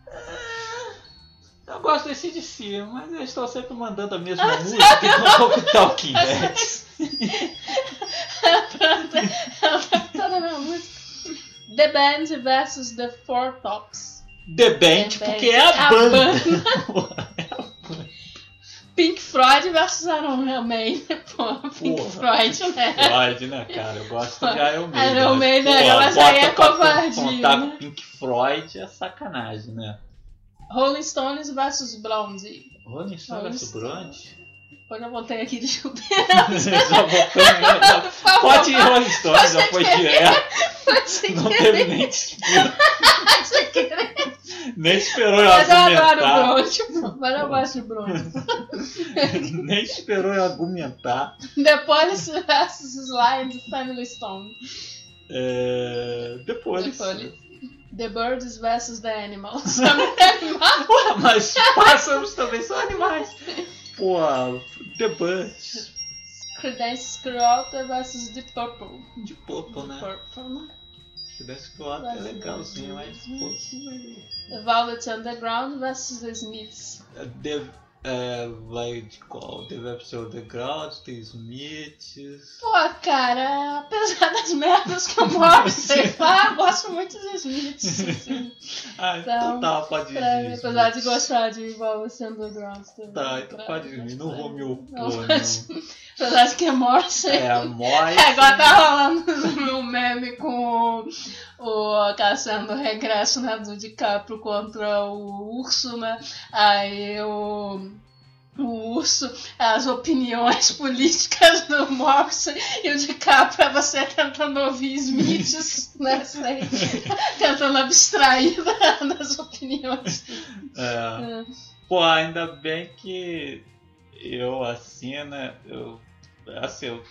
[SPEAKER 2] Eu gosto desse de si, mas eu estou sempre mandando a mesma música que um pouco Talking Heads.
[SPEAKER 3] Ela tá cantando a mesma música. The Band versus The Four Tops.
[SPEAKER 2] The Band,
[SPEAKER 3] The Band.
[SPEAKER 2] porque é a,
[SPEAKER 3] A
[SPEAKER 2] banda.
[SPEAKER 3] Pink Floyd versus Iron Maiden. Pô, Pink
[SPEAKER 2] Porra.
[SPEAKER 3] Floyd, né?
[SPEAKER 2] Pode, né, cara? Eu gosto de Iron Maiden.
[SPEAKER 3] Iron
[SPEAKER 2] mas,
[SPEAKER 3] Maiden,
[SPEAKER 2] pô,
[SPEAKER 3] mas aí é
[SPEAKER 2] bota pra
[SPEAKER 3] covardia,
[SPEAKER 2] contar
[SPEAKER 3] né?
[SPEAKER 2] com Pink Floyd é sacanagem, né?
[SPEAKER 3] Rolling Stones versus Blondie.
[SPEAKER 2] Rolling Stone
[SPEAKER 3] Rolling
[SPEAKER 2] versus Blonde?
[SPEAKER 3] Depois eu voltei aqui, desculpa.
[SPEAKER 2] Já botou, já-
[SPEAKER 3] Por favor.
[SPEAKER 2] Pode ir Rolling Stone, já foi direto.
[SPEAKER 3] Foi sem
[SPEAKER 2] Não
[SPEAKER 3] querer,
[SPEAKER 2] teve nem, espero-
[SPEAKER 3] sem querer.
[SPEAKER 2] nem esperou eu
[SPEAKER 3] Mas eu adoro
[SPEAKER 2] argumentar.
[SPEAKER 3] Blondie. Mas eu gosto de Blondie.
[SPEAKER 2] Nem esperou eu argumentar.
[SPEAKER 3] The Police versus Sly and Family Stone.
[SPEAKER 2] É... Depois.
[SPEAKER 3] The Police. The Birds versus The Animals. Animal?
[SPEAKER 2] Pô, mas pássaros também são animais. Pô, The Birds.
[SPEAKER 3] Creedence Clearwater versus The Purple.
[SPEAKER 2] De Purple, né?
[SPEAKER 3] Purple, né?
[SPEAKER 2] Desse que eu acho é legalzinho, mas pô.
[SPEAKER 3] The Velvet Underground versus The Smiths.
[SPEAKER 2] The, é, vai de qual? The Velvet Underground, The Smiths.
[SPEAKER 3] Pô, cara, apesar das merdas que eu moro, sei lá, eu gosto muito dos Smiths. Assim.
[SPEAKER 2] Ah, então,
[SPEAKER 3] Então,
[SPEAKER 2] tá, pode ir.
[SPEAKER 3] Pra mim, apesar de
[SPEAKER 2] Smiths.
[SPEAKER 3] gostar de Velvet Underground também.
[SPEAKER 2] Tá, então
[SPEAKER 3] pra-
[SPEAKER 2] pode ir. Não vou me opor,
[SPEAKER 3] Não,
[SPEAKER 2] não.
[SPEAKER 3] mas- Apesar de que é morte.
[SPEAKER 2] É, a Moy.
[SPEAKER 3] É, igual tá rolando no meme com o caçando o regresso, né, do DiCaprio contra o urso, né? Aí o, o urso, as opiniões políticas do Morrison e o DiCaprio é você tentando ouvir Smiths, né? Sei, tentando abstrair das opiniões.
[SPEAKER 2] É. Pô, ainda bem que eu, assim, né? Eu, assim, eu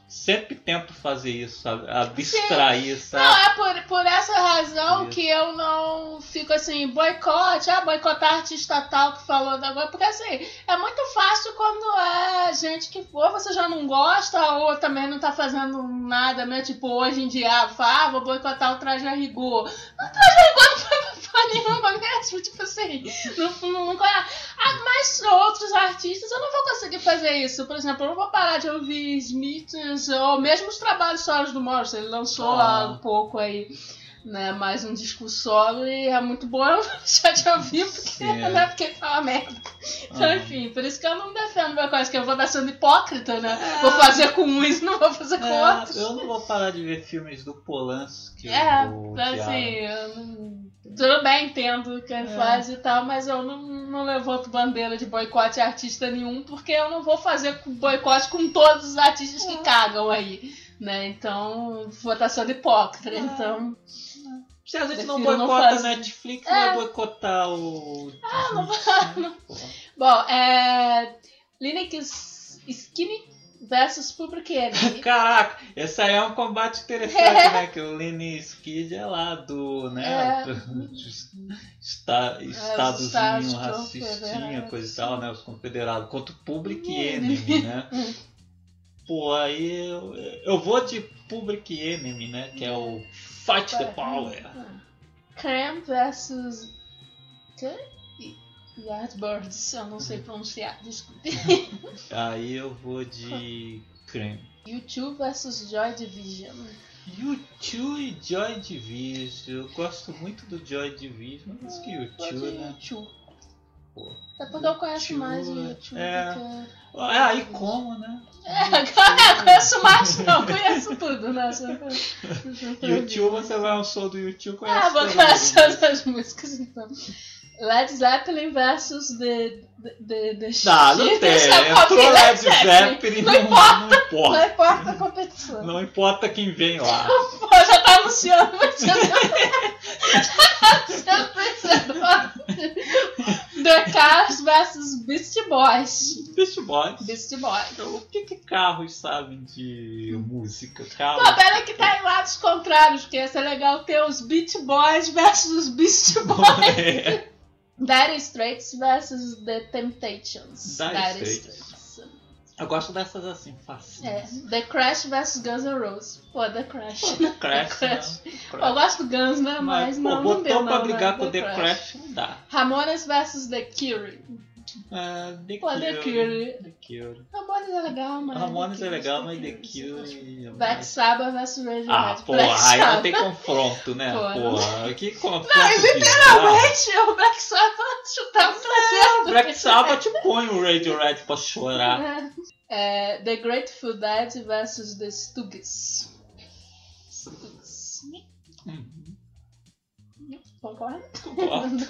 [SPEAKER 2] sempre tento fazer isso, sabe? Abstrair, sabe?
[SPEAKER 3] Não, é por, por essa razão
[SPEAKER 2] Isso.
[SPEAKER 3] que eu não fico assim, boicote, ah, boicotar artista tal que falou da agora, porque assim, é muito fácil quando é gente que ou você já não gosta, ou também não tá fazendo nada, né? Tipo, hoje em dia, ah, fala, ah, vou boicotar o Traje a Rigor. O Traje a Rigor não foi pra nenhuma mesmo, tipo assim, não, não, não, ah, mas outros artistas eu não vou conseguir fazer isso. Por exemplo, eu não vou parar de ouvir Smiths, ou mesmo os trabalhos solos do Morrison, ele lançou
[SPEAKER 2] Ah.
[SPEAKER 3] há um pouco aí, né, mais um disco solo e é muito bom, eu já te ouvi porque,
[SPEAKER 2] Sim, é.
[SPEAKER 3] né, porque fala merda. Então,
[SPEAKER 2] Ah.
[SPEAKER 3] enfim, por isso que eu não defendo uma coisa, que eu vou estar sendo hipócrita, né?
[SPEAKER 2] É.
[SPEAKER 3] Vou fazer com uns e não vou fazer com
[SPEAKER 2] É,
[SPEAKER 3] outros.
[SPEAKER 2] eu não vou parar de ver filmes do Polanski.
[SPEAKER 3] É,
[SPEAKER 2] do
[SPEAKER 3] assim,
[SPEAKER 2] Diário.
[SPEAKER 3] eu não... tudo bem, entendo quem
[SPEAKER 2] É.
[SPEAKER 3] faz e tal, mas eu não, não levanto bandeira de boicote a artista nenhum, porque eu não vou fazer boicote com todos os artistas
[SPEAKER 2] É.
[SPEAKER 3] que cagam aí, né? Então, vou estar sendo hipócrita,
[SPEAKER 2] É.
[SPEAKER 3] então...
[SPEAKER 2] Se a gente não
[SPEAKER 3] Prefiro não
[SPEAKER 2] boicota a
[SPEAKER 3] fazer.
[SPEAKER 2] Netflix,
[SPEAKER 3] É.
[SPEAKER 2] vai boicotar o.
[SPEAKER 3] Ah, não
[SPEAKER 2] Disney, porra.
[SPEAKER 3] Bom, é... Linux Skinny versus Public Enemy.
[SPEAKER 2] Caraca, esse aí é um combate interessante, né? Que o Lenny Skid é lá do, né?
[SPEAKER 3] É.
[SPEAKER 2] Está,
[SPEAKER 3] Estados
[SPEAKER 2] Estadozinho racistinha,
[SPEAKER 3] confederados.
[SPEAKER 2] coisa e tal, né? Os confederados contra o Public Enemy, né? Pô, aí eu, eu vou de Public Enemy, né? Que é o Fight the Power.
[SPEAKER 3] Cream versus... Que? Yardbirds, eu não sei pronunciar, desculpe.
[SPEAKER 2] Aí eu vou de Cream.
[SPEAKER 3] YouTube versus Joy Division.
[SPEAKER 2] U dois e Joy Division. Eu gosto muito do Joy Division, mas que U
[SPEAKER 3] Vou de
[SPEAKER 2] dois, né?
[SPEAKER 3] YouTube.
[SPEAKER 2] Pô.
[SPEAKER 3] É porque eu conheço
[SPEAKER 2] YouTube,
[SPEAKER 3] mais o YouTube
[SPEAKER 2] é.
[SPEAKER 3] do que...
[SPEAKER 2] É aí como, né?
[SPEAKER 3] É, eu conheço mais, não, conheço tudo, né?
[SPEAKER 2] YouTube, você vai ao som do YouTube, conhece
[SPEAKER 3] Ah, vou
[SPEAKER 2] todo
[SPEAKER 3] conhecer
[SPEAKER 2] mundo.
[SPEAKER 3] essas músicas então. Led Zeppelin versus The... the, the, the
[SPEAKER 2] Não, não tem. Entrou Led Zeppelin,
[SPEAKER 3] Não
[SPEAKER 2] não,
[SPEAKER 3] importa.
[SPEAKER 2] não
[SPEAKER 3] Não
[SPEAKER 2] importa.
[SPEAKER 3] importa a competição.
[SPEAKER 2] Não importa quem vem lá.
[SPEAKER 3] Pô, já tá anunciando vencedor. Já tá anunciando vencedor. The Cars versus Beastie Boys.
[SPEAKER 2] Beast Boys.
[SPEAKER 3] Beastie Boys.
[SPEAKER 2] O que que carros sabem de música? Carros...
[SPEAKER 3] Pô, pera que tá em lados contrários, porque ia ser legal ter os Beach Boys versus os Beastie Boys.
[SPEAKER 2] É.
[SPEAKER 3] Dire Straits versus The Temptations.
[SPEAKER 2] Dire Straits. Eu gosto dessas assim, fácil.
[SPEAKER 3] É. The Crash versus Guns N' Roses. Pô, The Crash.
[SPEAKER 2] The Crash,
[SPEAKER 3] The Crash.
[SPEAKER 2] não.
[SPEAKER 3] Pô, eu gosto do Guns, né? Mas,
[SPEAKER 2] Mas, pô,
[SPEAKER 3] não, não
[SPEAKER 2] botou
[SPEAKER 3] deu,
[SPEAKER 2] pra
[SPEAKER 3] não,
[SPEAKER 2] brigar
[SPEAKER 3] né?
[SPEAKER 2] com The Crash, não dá.
[SPEAKER 3] Ramones versus The Cure.
[SPEAKER 2] Ah, The
[SPEAKER 3] Pô, The
[SPEAKER 2] Cure.
[SPEAKER 3] Cure.
[SPEAKER 2] The Cure.
[SPEAKER 3] Ramones é legal, mas...
[SPEAKER 2] Ramones
[SPEAKER 3] The
[SPEAKER 2] é
[SPEAKER 3] Cure,
[SPEAKER 2] legal,
[SPEAKER 3] The
[SPEAKER 2] mas The
[SPEAKER 3] Cure.
[SPEAKER 2] Cure... é
[SPEAKER 3] Black
[SPEAKER 2] mais-
[SPEAKER 3] Sabbath versus Radiohead.
[SPEAKER 2] Ah,
[SPEAKER 3] Black
[SPEAKER 2] porra, aí não
[SPEAKER 3] Sabbath.
[SPEAKER 2] tem confronto, né?
[SPEAKER 3] Pô,
[SPEAKER 2] Porra, que confronto
[SPEAKER 3] Não,
[SPEAKER 2] bizarro.
[SPEAKER 3] literalmente, o Black Sabbath chutava o traseiro.
[SPEAKER 2] O Black Sabbath põe o Radiohead pra chorar.
[SPEAKER 3] É, The Grateful Dead versus The Stooges. Stooges.
[SPEAKER 2] Uhum.
[SPEAKER 3] Concorda?
[SPEAKER 2] Concordo.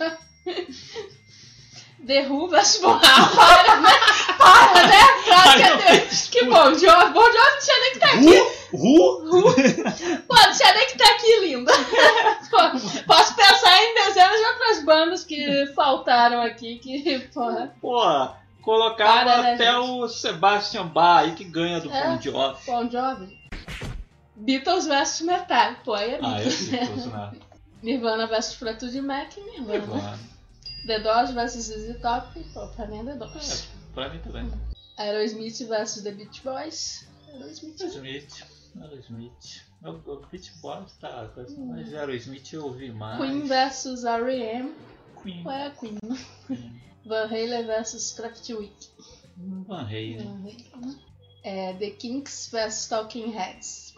[SPEAKER 3] The Who versus Bon Jovi. Para, né? Para, né? Claro
[SPEAKER 2] Ai,
[SPEAKER 3] que
[SPEAKER 2] não,
[SPEAKER 3] é The... Que Bon Jovi. Bon Jovi não tinha nem que estar aqui.
[SPEAKER 2] Ru?
[SPEAKER 3] Pô, não tinha nem que estar aqui, linda. Pô, posso pensar em dezenas de outras bandas que faltaram aqui, que, porra...
[SPEAKER 2] Porra, colocava
[SPEAKER 3] Para, né,
[SPEAKER 2] até
[SPEAKER 3] gente?
[SPEAKER 2] o Sebastian Bach aí que ganha do
[SPEAKER 3] É.
[SPEAKER 2] Bon Jovi.
[SPEAKER 3] Bon Jovi. Beatles versus Metallica. Pô, aí é
[SPEAKER 2] Ah, é
[SPEAKER 3] Beatles.
[SPEAKER 2] Beatles, né?
[SPEAKER 3] Nirvana versus Fleetwood Mac, Nirvana.
[SPEAKER 2] Nirvana.
[SPEAKER 3] The Doors versus Z Z Top. Pô, pra mim é The Doors.
[SPEAKER 2] É, pra mim também.
[SPEAKER 3] Aerosmith versus The Beach Boys. Aerosmith.
[SPEAKER 2] Aerosmith. Aerosmith. O, o Beach Boys tá, mas Aerosmith eu ouvi mais.
[SPEAKER 3] Queen versus R E M.
[SPEAKER 2] Queen.
[SPEAKER 3] Ué, Queen.
[SPEAKER 2] Queen.
[SPEAKER 3] Van Halen versus Kraftwerk.
[SPEAKER 2] Van Halen.
[SPEAKER 3] Van Halen. É, The Kinks versus Talking Heads.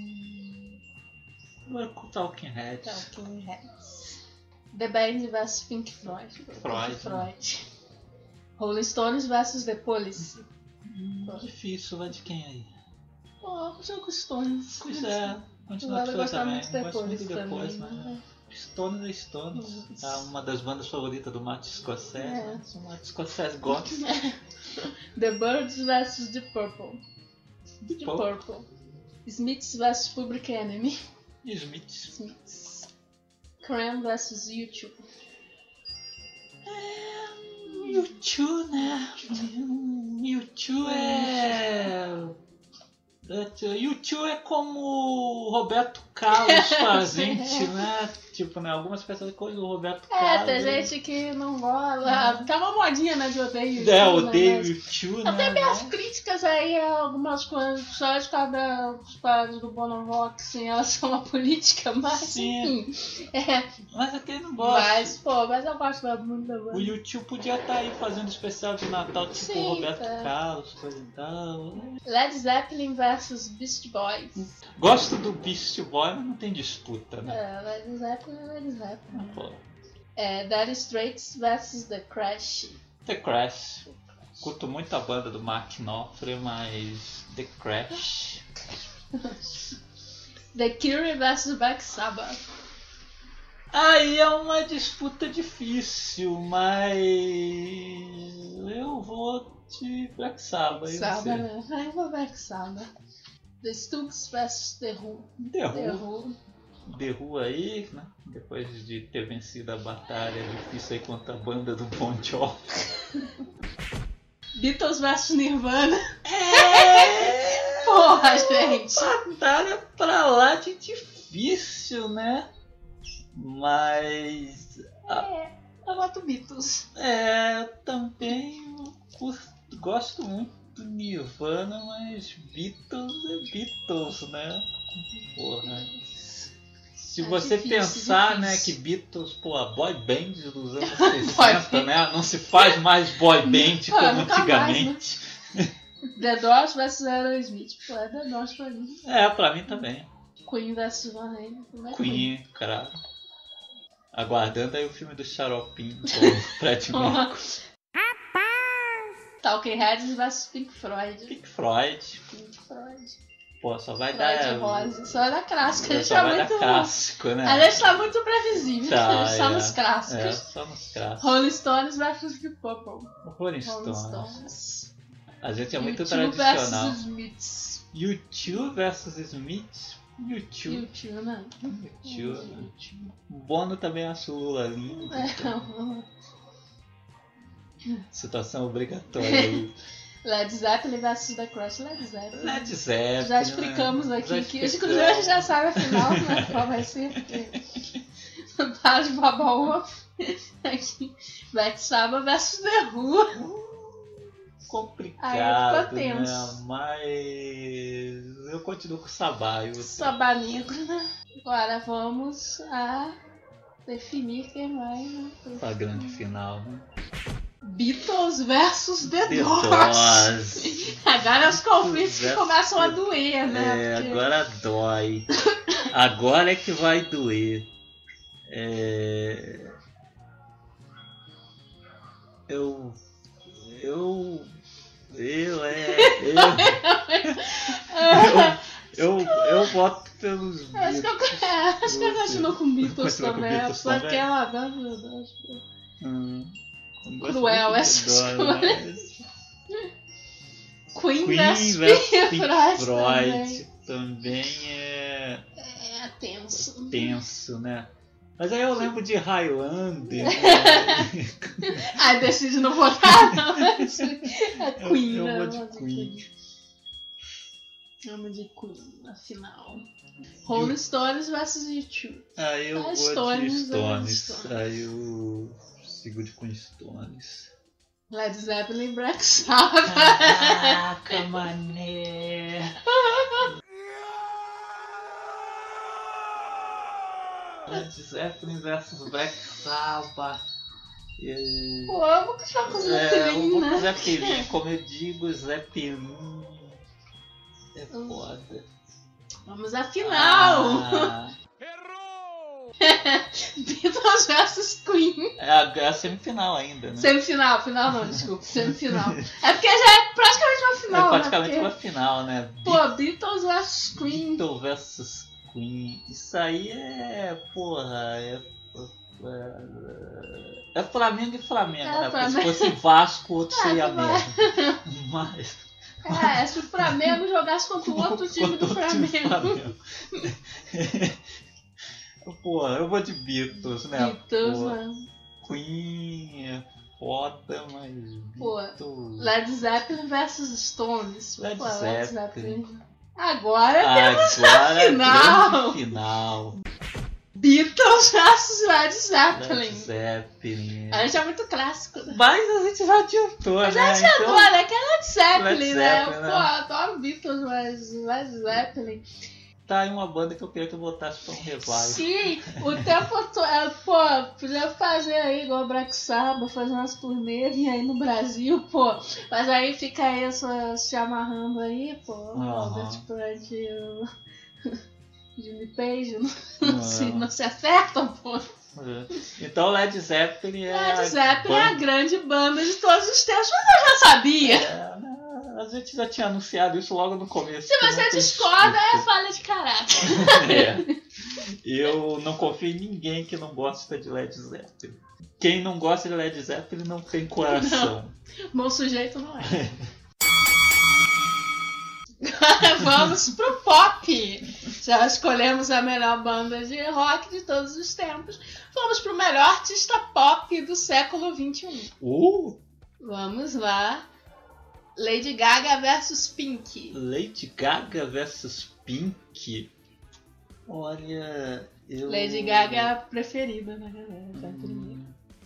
[SPEAKER 2] Vai com Talking Heads.
[SPEAKER 3] Talking Heads. The Band versus Pink Floyd.
[SPEAKER 2] Freud.
[SPEAKER 3] Freud. Rolling Stones versus The Police.
[SPEAKER 2] Hum, difícil, vai de quem aí?
[SPEAKER 3] Pô, eu jogo Stones.
[SPEAKER 2] Pois é,
[SPEAKER 3] Eu
[SPEAKER 2] continua
[SPEAKER 3] gosto
[SPEAKER 2] também.
[SPEAKER 3] muito de The
[SPEAKER 2] Gosto muito
[SPEAKER 3] Police
[SPEAKER 2] depois,
[SPEAKER 3] também.
[SPEAKER 2] mas Stones é Stones.
[SPEAKER 3] Isso.
[SPEAKER 2] É uma das bandas favoritas do Martin Scorsese.
[SPEAKER 3] É.
[SPEAKER 2] Né? O Martin Scorsese gosta.
[SPEAKER 3] The Birds versus The Purple.
[SPEAKER 2] The
[SPEAKER 3] The
[SPEAKER 2] Purple.
[SPEAKER 3] Purple. Smiths versus Public Enemy.
[SPEAKER 2] Smith.
[SPEAKER 3] Smiths. Cream versus U dois.
[SPEAKER 2] U dois, né? U dois é... E o tio é como o Roberto Carlos pra gente, né? Tipo, né? Algumas pessoas coisam o Roberto
[SPEAKER 3] É,
[SPEAKER 2] Carlos.
[SPEAKER 3] tem gente que não gosta. Tá uma modinha, né, de odeio o tio.
[SPEAKER 2] É, odeio
[SPEAKER 3] né?
[SPEAKER 2] o tio,
[SPEAKER 3] Mas... Até
[SPEAKER 2] né?
[SPEAKER 3] minhas críticas aí a algumas coisas, só de cada os padres do Bonovox em relação à política, mas
[SPEAKER 2] Sim.
[SPEAKER 3] enfim. É,
[SPEAKER 2] Mas aquele não gosta.
[SPEAKER 3] mas, pô, mas eu gosto muito da
[SPEAKER 2] O
[SPEAKER 3] banda.
[SPEAKER 2] YouTube podia estar aí fazendo especial de Natal, tipo
[SPEAKER 3] Sim,
[SPEAKER 2] o Roberto
[SPEAKER 3] tá.
[SPEAKER 2] Carlos, coisa e tal.
[SPEAKER 3] Led Zeppelin versus Beast Boys.
[SPEAKER 2] Gosto do Beast Boy, mas não tem disputa, né?
[SPEAKER 3] É, Led Zeppelin é Led Zeppelin.
[SPEAKER 2] Pô,
[SPEAKER 3] É, Dire Straits versus The Crash.
[SPEAKER 2] The Crash. Curto muito a banda do Mark Knopfler, mas The Crash.
[SPEAKER 3] The Cure versus Black Sabbath.
[SPEAKER 2] Aí é uma disputa difícil, mas eu vou de Black Sabbath. e
[SPEAKER 3] Sabbath,
[SPEAKER 2] você?
[SPEAKER 3] né? Ai, eu vou Black Sabbath. The Stooges versus The Who.
[SPEAKER 2] The
[SPEAKER 3] The
[SPEAKER 2] Who.
[SPEAKER 3] Who.
[SPEAKER 2] The Who aí, né? Depois de ter vencido a batalha difícil aí contra a banda do Bon Jovi.
[SPEAKER 3] Beatles versus Nirvana.
[SPEAKER 2] É!
[SPEAKER 3] Porra, gente.
[SPEAKER 2] Batalha pra lá de difícil, né? Mas
[SPEAKER 3] É, eu boto Beatles.
[SPEAKER 2] é, também curto, gosto muito do Nirvana, mas Beatles é Beatles, né? Porra. Se
[SPEAKER 3] É
[SPEAKER 2] você
[SPEAKER 3] difícil,
[SPEAKER 2] pensar, né,
[SPEAKER 3] difícil.
[SPEAKER 2] que Beatles, pô, a boy band dos anos sessenta, né? Não se faz mais boy band
[SPEAKER 3] Pô,
[SPEAKER 2] como
[SPEAKER 3] nunca
[SPEAKER 2] antigamente.
[SPEAKER 3] The Doors versus Aerosmith. Pô, é The Doors pra mim.
[SPEAKER 2] É, pra mim também.
[SPEAKER 3] Queen versus Van Halen. Como é que
[SPEAKER 2] Queen, cara. Aguardando aí o filme do Xaropinho com o Fred
[SPEAKER 3] Porra.
[SPEAKER 2] Mercury.
[SPEAKER 3] Talking Heads versus Pink Floyd.
[SPEAKER 2] Pink Floyd.
[SPEAKER 3] Pink Floyd.
[SPEAKER 2] Pô, só vai
[SPEAKER 3] Floyd
[SPEAKER 2] dar.
[SPEAKER 3] Rose. Só da clássica. A gente
[SPEAKER 2] Só
[SPEAKER 3] tá
[SPEAKER 2] vai dar
[SPEAKER 3] muito.
[SPEAKER 2] clássico, né?
[SPEAKER 3] A gente tá muito previsível.
[SPEAKER 2] Tá,
[SPEAKER 3] só
[SPEAKER 2] é.
[SPEAKER 3] nos clássicos.
[SPEAKER 2] É, só nos clássicos.
[SPEAKER 3] Rolling Stones versus Deep Purple.
[SPEAKER 2] Rolling
[SPEAKER 3] Rolling
[SPEAKER 2] Stones.
[SPEAKER 3] Stones.
[SPEAKER 2] A gente é muito
[SPEAKER 3] U dois
[SPEAKER 2] tradicional.
[SPEAKER 3] versus Smiths.
[SPEAKER 2] U dois versus Smith. U dois.
[SPEAKER 3] U dois, né?
[SPEAKER 2] U dois. O Bono também acha o Lula lindo. Situação obrigatória aí.
[SPEAKER 3] Led Zeppelin versus The Crash. Led Zeppelin.
[SPEAKER 2] Led Zeppelin.
[SPEAKER 3] Já explicamos
[SPEAKER 2] né?
[SPEAKER 3] aqui
[SPEAKER 2] Já
[SPEAKER 3] que
[SPEAKER 2] explicamos.
[SPEAKER 3] inclusive a gente já sabe a final, né? Qual vai ser, porque para de babar ovo. Aqui. Black Sabbath versus The Who.
[SPEAKER 2] Complicado,
[SPEAKER 3] Aí ficou
[SPEAKER 2] né?
[SPEAKER 3] tenso.
[SPEAKER 2] Mas eu continuo com o Sabá. Eu...
[SPEAKER 3] Sabá negro, né? Agora vamos a definir quem vai, né?
[SPEAKER 2] A grande final, né?
[SPEAKER 3] Beatles versus The,
[SPEAKER 2] The
[SPEAKER 3] Doors.
[SPEAKER 2] Doors.
[SPEAKER 3] Agora os conflitos que
[SPEAKER 2] Versus-
[SPEAKER 3] começam a doer, né?
[SPEAKER 2] É,
[SPEAKER 3] Porque-
[SPEAKER 2] agora dói. Agora é que vai doer. É... Eu. Eu. Eu, é. Eu. Eu, eu voto pelos
[SPEAKER 3] Acho que eu,
[SPEAKER 2] Beatles.
[SPEAKER 3] é, acho que eu continuo com Beatles
[SPEAKER 2] Continua com
[SPEAKER 3] também.
[SPEAKER 2] Beatles
[SPEAKER 3] Só
[SPEAKER 2] também?
[SPEAKER 3] que ela, meu Deus.
[SPEAKER 2] Hum, eu gosto
[SPEAKER 3] Cruel
[SPEAKER 2] muito
[SPEAKER 3] essa
[SPEAKER 2] de Doors,
[SPEAKER 3] escolha.
[SPEAKER 2] mas-
[SPEAKER 3] Queen,
[SPEAKER 2] Queen
[SPEAKER 3] versus
[SPEAKER 2] versus
[SPEAKER 3] Pink
[SPEAKER 2] Pink
[SPEAKER 3] Floyd
[SPEAKER 2] Floyd
[SPEAKER 3] também.
[SPEAKER 2] também é
[SPEAKER 3] É tenso.
[SPEAKER 2] tenso, né? Mas aí eu lembro de Highlander. Né?
[SPEAKER 3] Ai, decide não votar, não. mas É Queen,
[SPEAKER 2] eu,
[SPEAKER 3] né?
[SPEAKER 2] eu vou de
[SPEAKER 3] Vamos
[SPEAKER 2] Queen.
[SPEAKER 3] Vamos de Queen, na final. Rolling Stones versus U dois.
[SPEAKER 2] Aí eu
[SPEAKER 3] Ah,
[SPEAKER 2] vou
[SPEAKER 3] Stones,
[SPEAKER 2] de
[SPEAKER 3] né?
[SPEAKER 2] Stones.
[SPEAKER 3] Stones.
[SPEAKER 2] Aí eu sigo de com Stones.
[SPEAKER 3] Led Zeppelin, Black Sabbath.
[SPEAKER 2] Caraca, mané! Led Zeppelin versus Black Sabbath. E-
[SPEAKER 3] Pô, eu vou continuar com o
[SPEAKER 2] É, eu
[SPEAKER 3] Zeppelin,
[SPEAKER 2] vou com
[SPEAKER 3] né?
[SPEAKER 2] Zeppelin, como eu digo, Zeppelin é foda.
[SPEAKER 3] Vamos à final.
[SPEAKER 2] Ah,
[SPEAKER 3] Beatles versus Queen.
[SPEAKER 2] é a, é a semifinal ainda, né?
[SPEAKER 3] Semifinal, final não, desculpa, semifinal. É porque já é praticamente uma final,
[SPEAKER 2] é praticamente
[SPEAKER 3] né?
[SPEAKER 2] uma
[SPEAKER 3] Porque,
[SPEAKER 2] final, né?
[SPEAKER 3] pô, Beatles versus Queen.
[SPEAKER 2] Beatles versus Queen. Isso aí é. Porra, é. É, é Flamengo e Flamengo,
[SPEAKER 3] É,
[SPEAKER 2] né? Porque
[SPEAKER 3] Flamengo.
[SPEAKER 2] se fosse Vasco, outro
[SPEAKER 3] É,
[SPEAKER 2] seria
[SPEAKER 3] tu vai.
[SPEAKER 2] merda. Mas.
[SPEAKER 3] É, se o Flamengo jogasse contra o outro time do
[SPEAKER 2] Contra o time
[SPEAKER 3] Flamengo.
[SPEAKER 2] Porra, eu vou de Beatles, né?
[SPEAKER 3] Beatles,
[SPEAKER 2] Porra,
[SPEAKER 3] mano.
[SPEAKER 2] Queen é foda, mas.
[SPEAKER 3] Pô,
[SPEAKER 2] Beatles.
[SPEAKER 3] Led Zeppelin versus Stones.
[SPEAKER 2] Led
[SPEAKER 3] Pô,
[SPEAKER 2] Zeppelin.
[SPEAKER 3] Agora temos
[SPEAKER 2] Agora
[SPEAKER 3] a final.
[SPEAKER 2] grande final.
[SPEAKER 3] Beatles versus Led Zeppelin.
[SPEAKER 2] Led Zeppelin.
[SPEAKER 3] A gente é muito clássico, né?
[SPEAKER 2] Mas a gente já adiantou,
[SPEAKER 3] Mas
[SPEAKER 2] né?
[SPEAKER 3] já adiantou,
[SPEAKER 2] Então,
[SPEAKER 3] né? Que é Led Zeppelin,
[SPEAKER 2] Led
[SPEAKER 3] né?
[SPEAKER 2] Zeppelin, né?
[SPEAKER 3] Pô, eu adoro Beatles, mas Led Zeppelin.
[SPEAKER 2] tá aí uma banda que eu queria que eu botasse pra um revival.
[SPEAKER 3] Sim, o tempo todo. É, pô, podia fazer aí igual o Black Sabbath, fazer umas turnês aí no Brasil, pô. Mas aí fica aí só se amarrando aí, pô.
[SPEAKER 2] Aham.
[SPEAKER 3] Robert Plant e o Jimmy Page não,
[SPEAKER 2] Não.
[SPEAKER 3] se, não se acertam, pô.
[SPEAKER 2] Então Led Zeppelin é.
[SPEAKER 3] Led
[SPEAKER 2] a
[SPEAKER 3] Zeppelin é a
[SPEAKER 2] banda-
[SPEAKER 3] grande banda de todos os tempos, mas eu já sabia.
[SPEAKER 2] É, né? A gente já tinha anunciado isso logo no começo.
[SPEAKER 3] Se
[SPEAKER 2] que
[SPEAKER 3] você
[SPEAKER 2] não tem
[SPEAKER 3] discorda, é
[SPEAKER 2] disputa.
[SPEAKER 3] falha de caráter.
[SPEAKER 2] É. Eu não confio em ninguém que não gosta de Led Zeppelin. Quem não gosta de Led Zeppelin não tem coração.
[SPEAKER 3] Bom sujeito não é. Agora vamos pro pop. Já escolhemos a melhor banda de rock de todos os tempos. Vamos pro melhor artista pop do século vinte e um.
[SPEAKER 2] Uh,
[SPEAKER 3] Vamos lá. Lady Gaga versus Pink.
[SPEAKER 2] Lady Gaga versus Pink. Olha, eu...
[SPEAKER 3] Lady Gaga é a preferida, né, galera? É a primeira.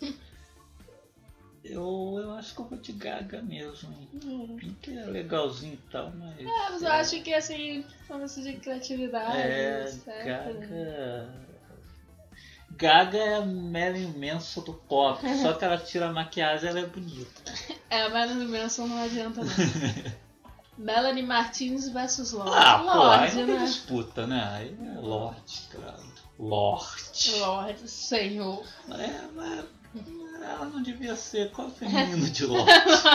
[SPEAKER 2] Eu, eu acho que eu vou de Gaga mesmo.
[SPEAKER 3] Hum.
[SPEAKER 2] Pink é legalzinho e tal, mas...
[SPEAKER 3] É, mas eu acho que assim, força de criatividade,
[SPEAKER 2] É,
[SPEAKER 3] etcétera.
[SPEAKER 2] Gaga... Gaga é a Marilyn Manson do pop, só que ela tira a maquiagem, ela é bonita.
[SPEAKER 3] É, a Marilyn Manson não adianta não. Melanie Martinez versus Lorde.
[SPEAKER 2] Ah, pô, aí
[SPEAKER 3] Lorde,
[SPEAKER 2] não tem
[SPEAKER 3] né?
[SPEAKER 2] disputa, né? Aí é Lorde, claro. Lorde.
[SPEAKER 3] Lorde, senhor.
[SPEAKER 2] É, mas ela não devia ser. Qual é o feminino de Lorde?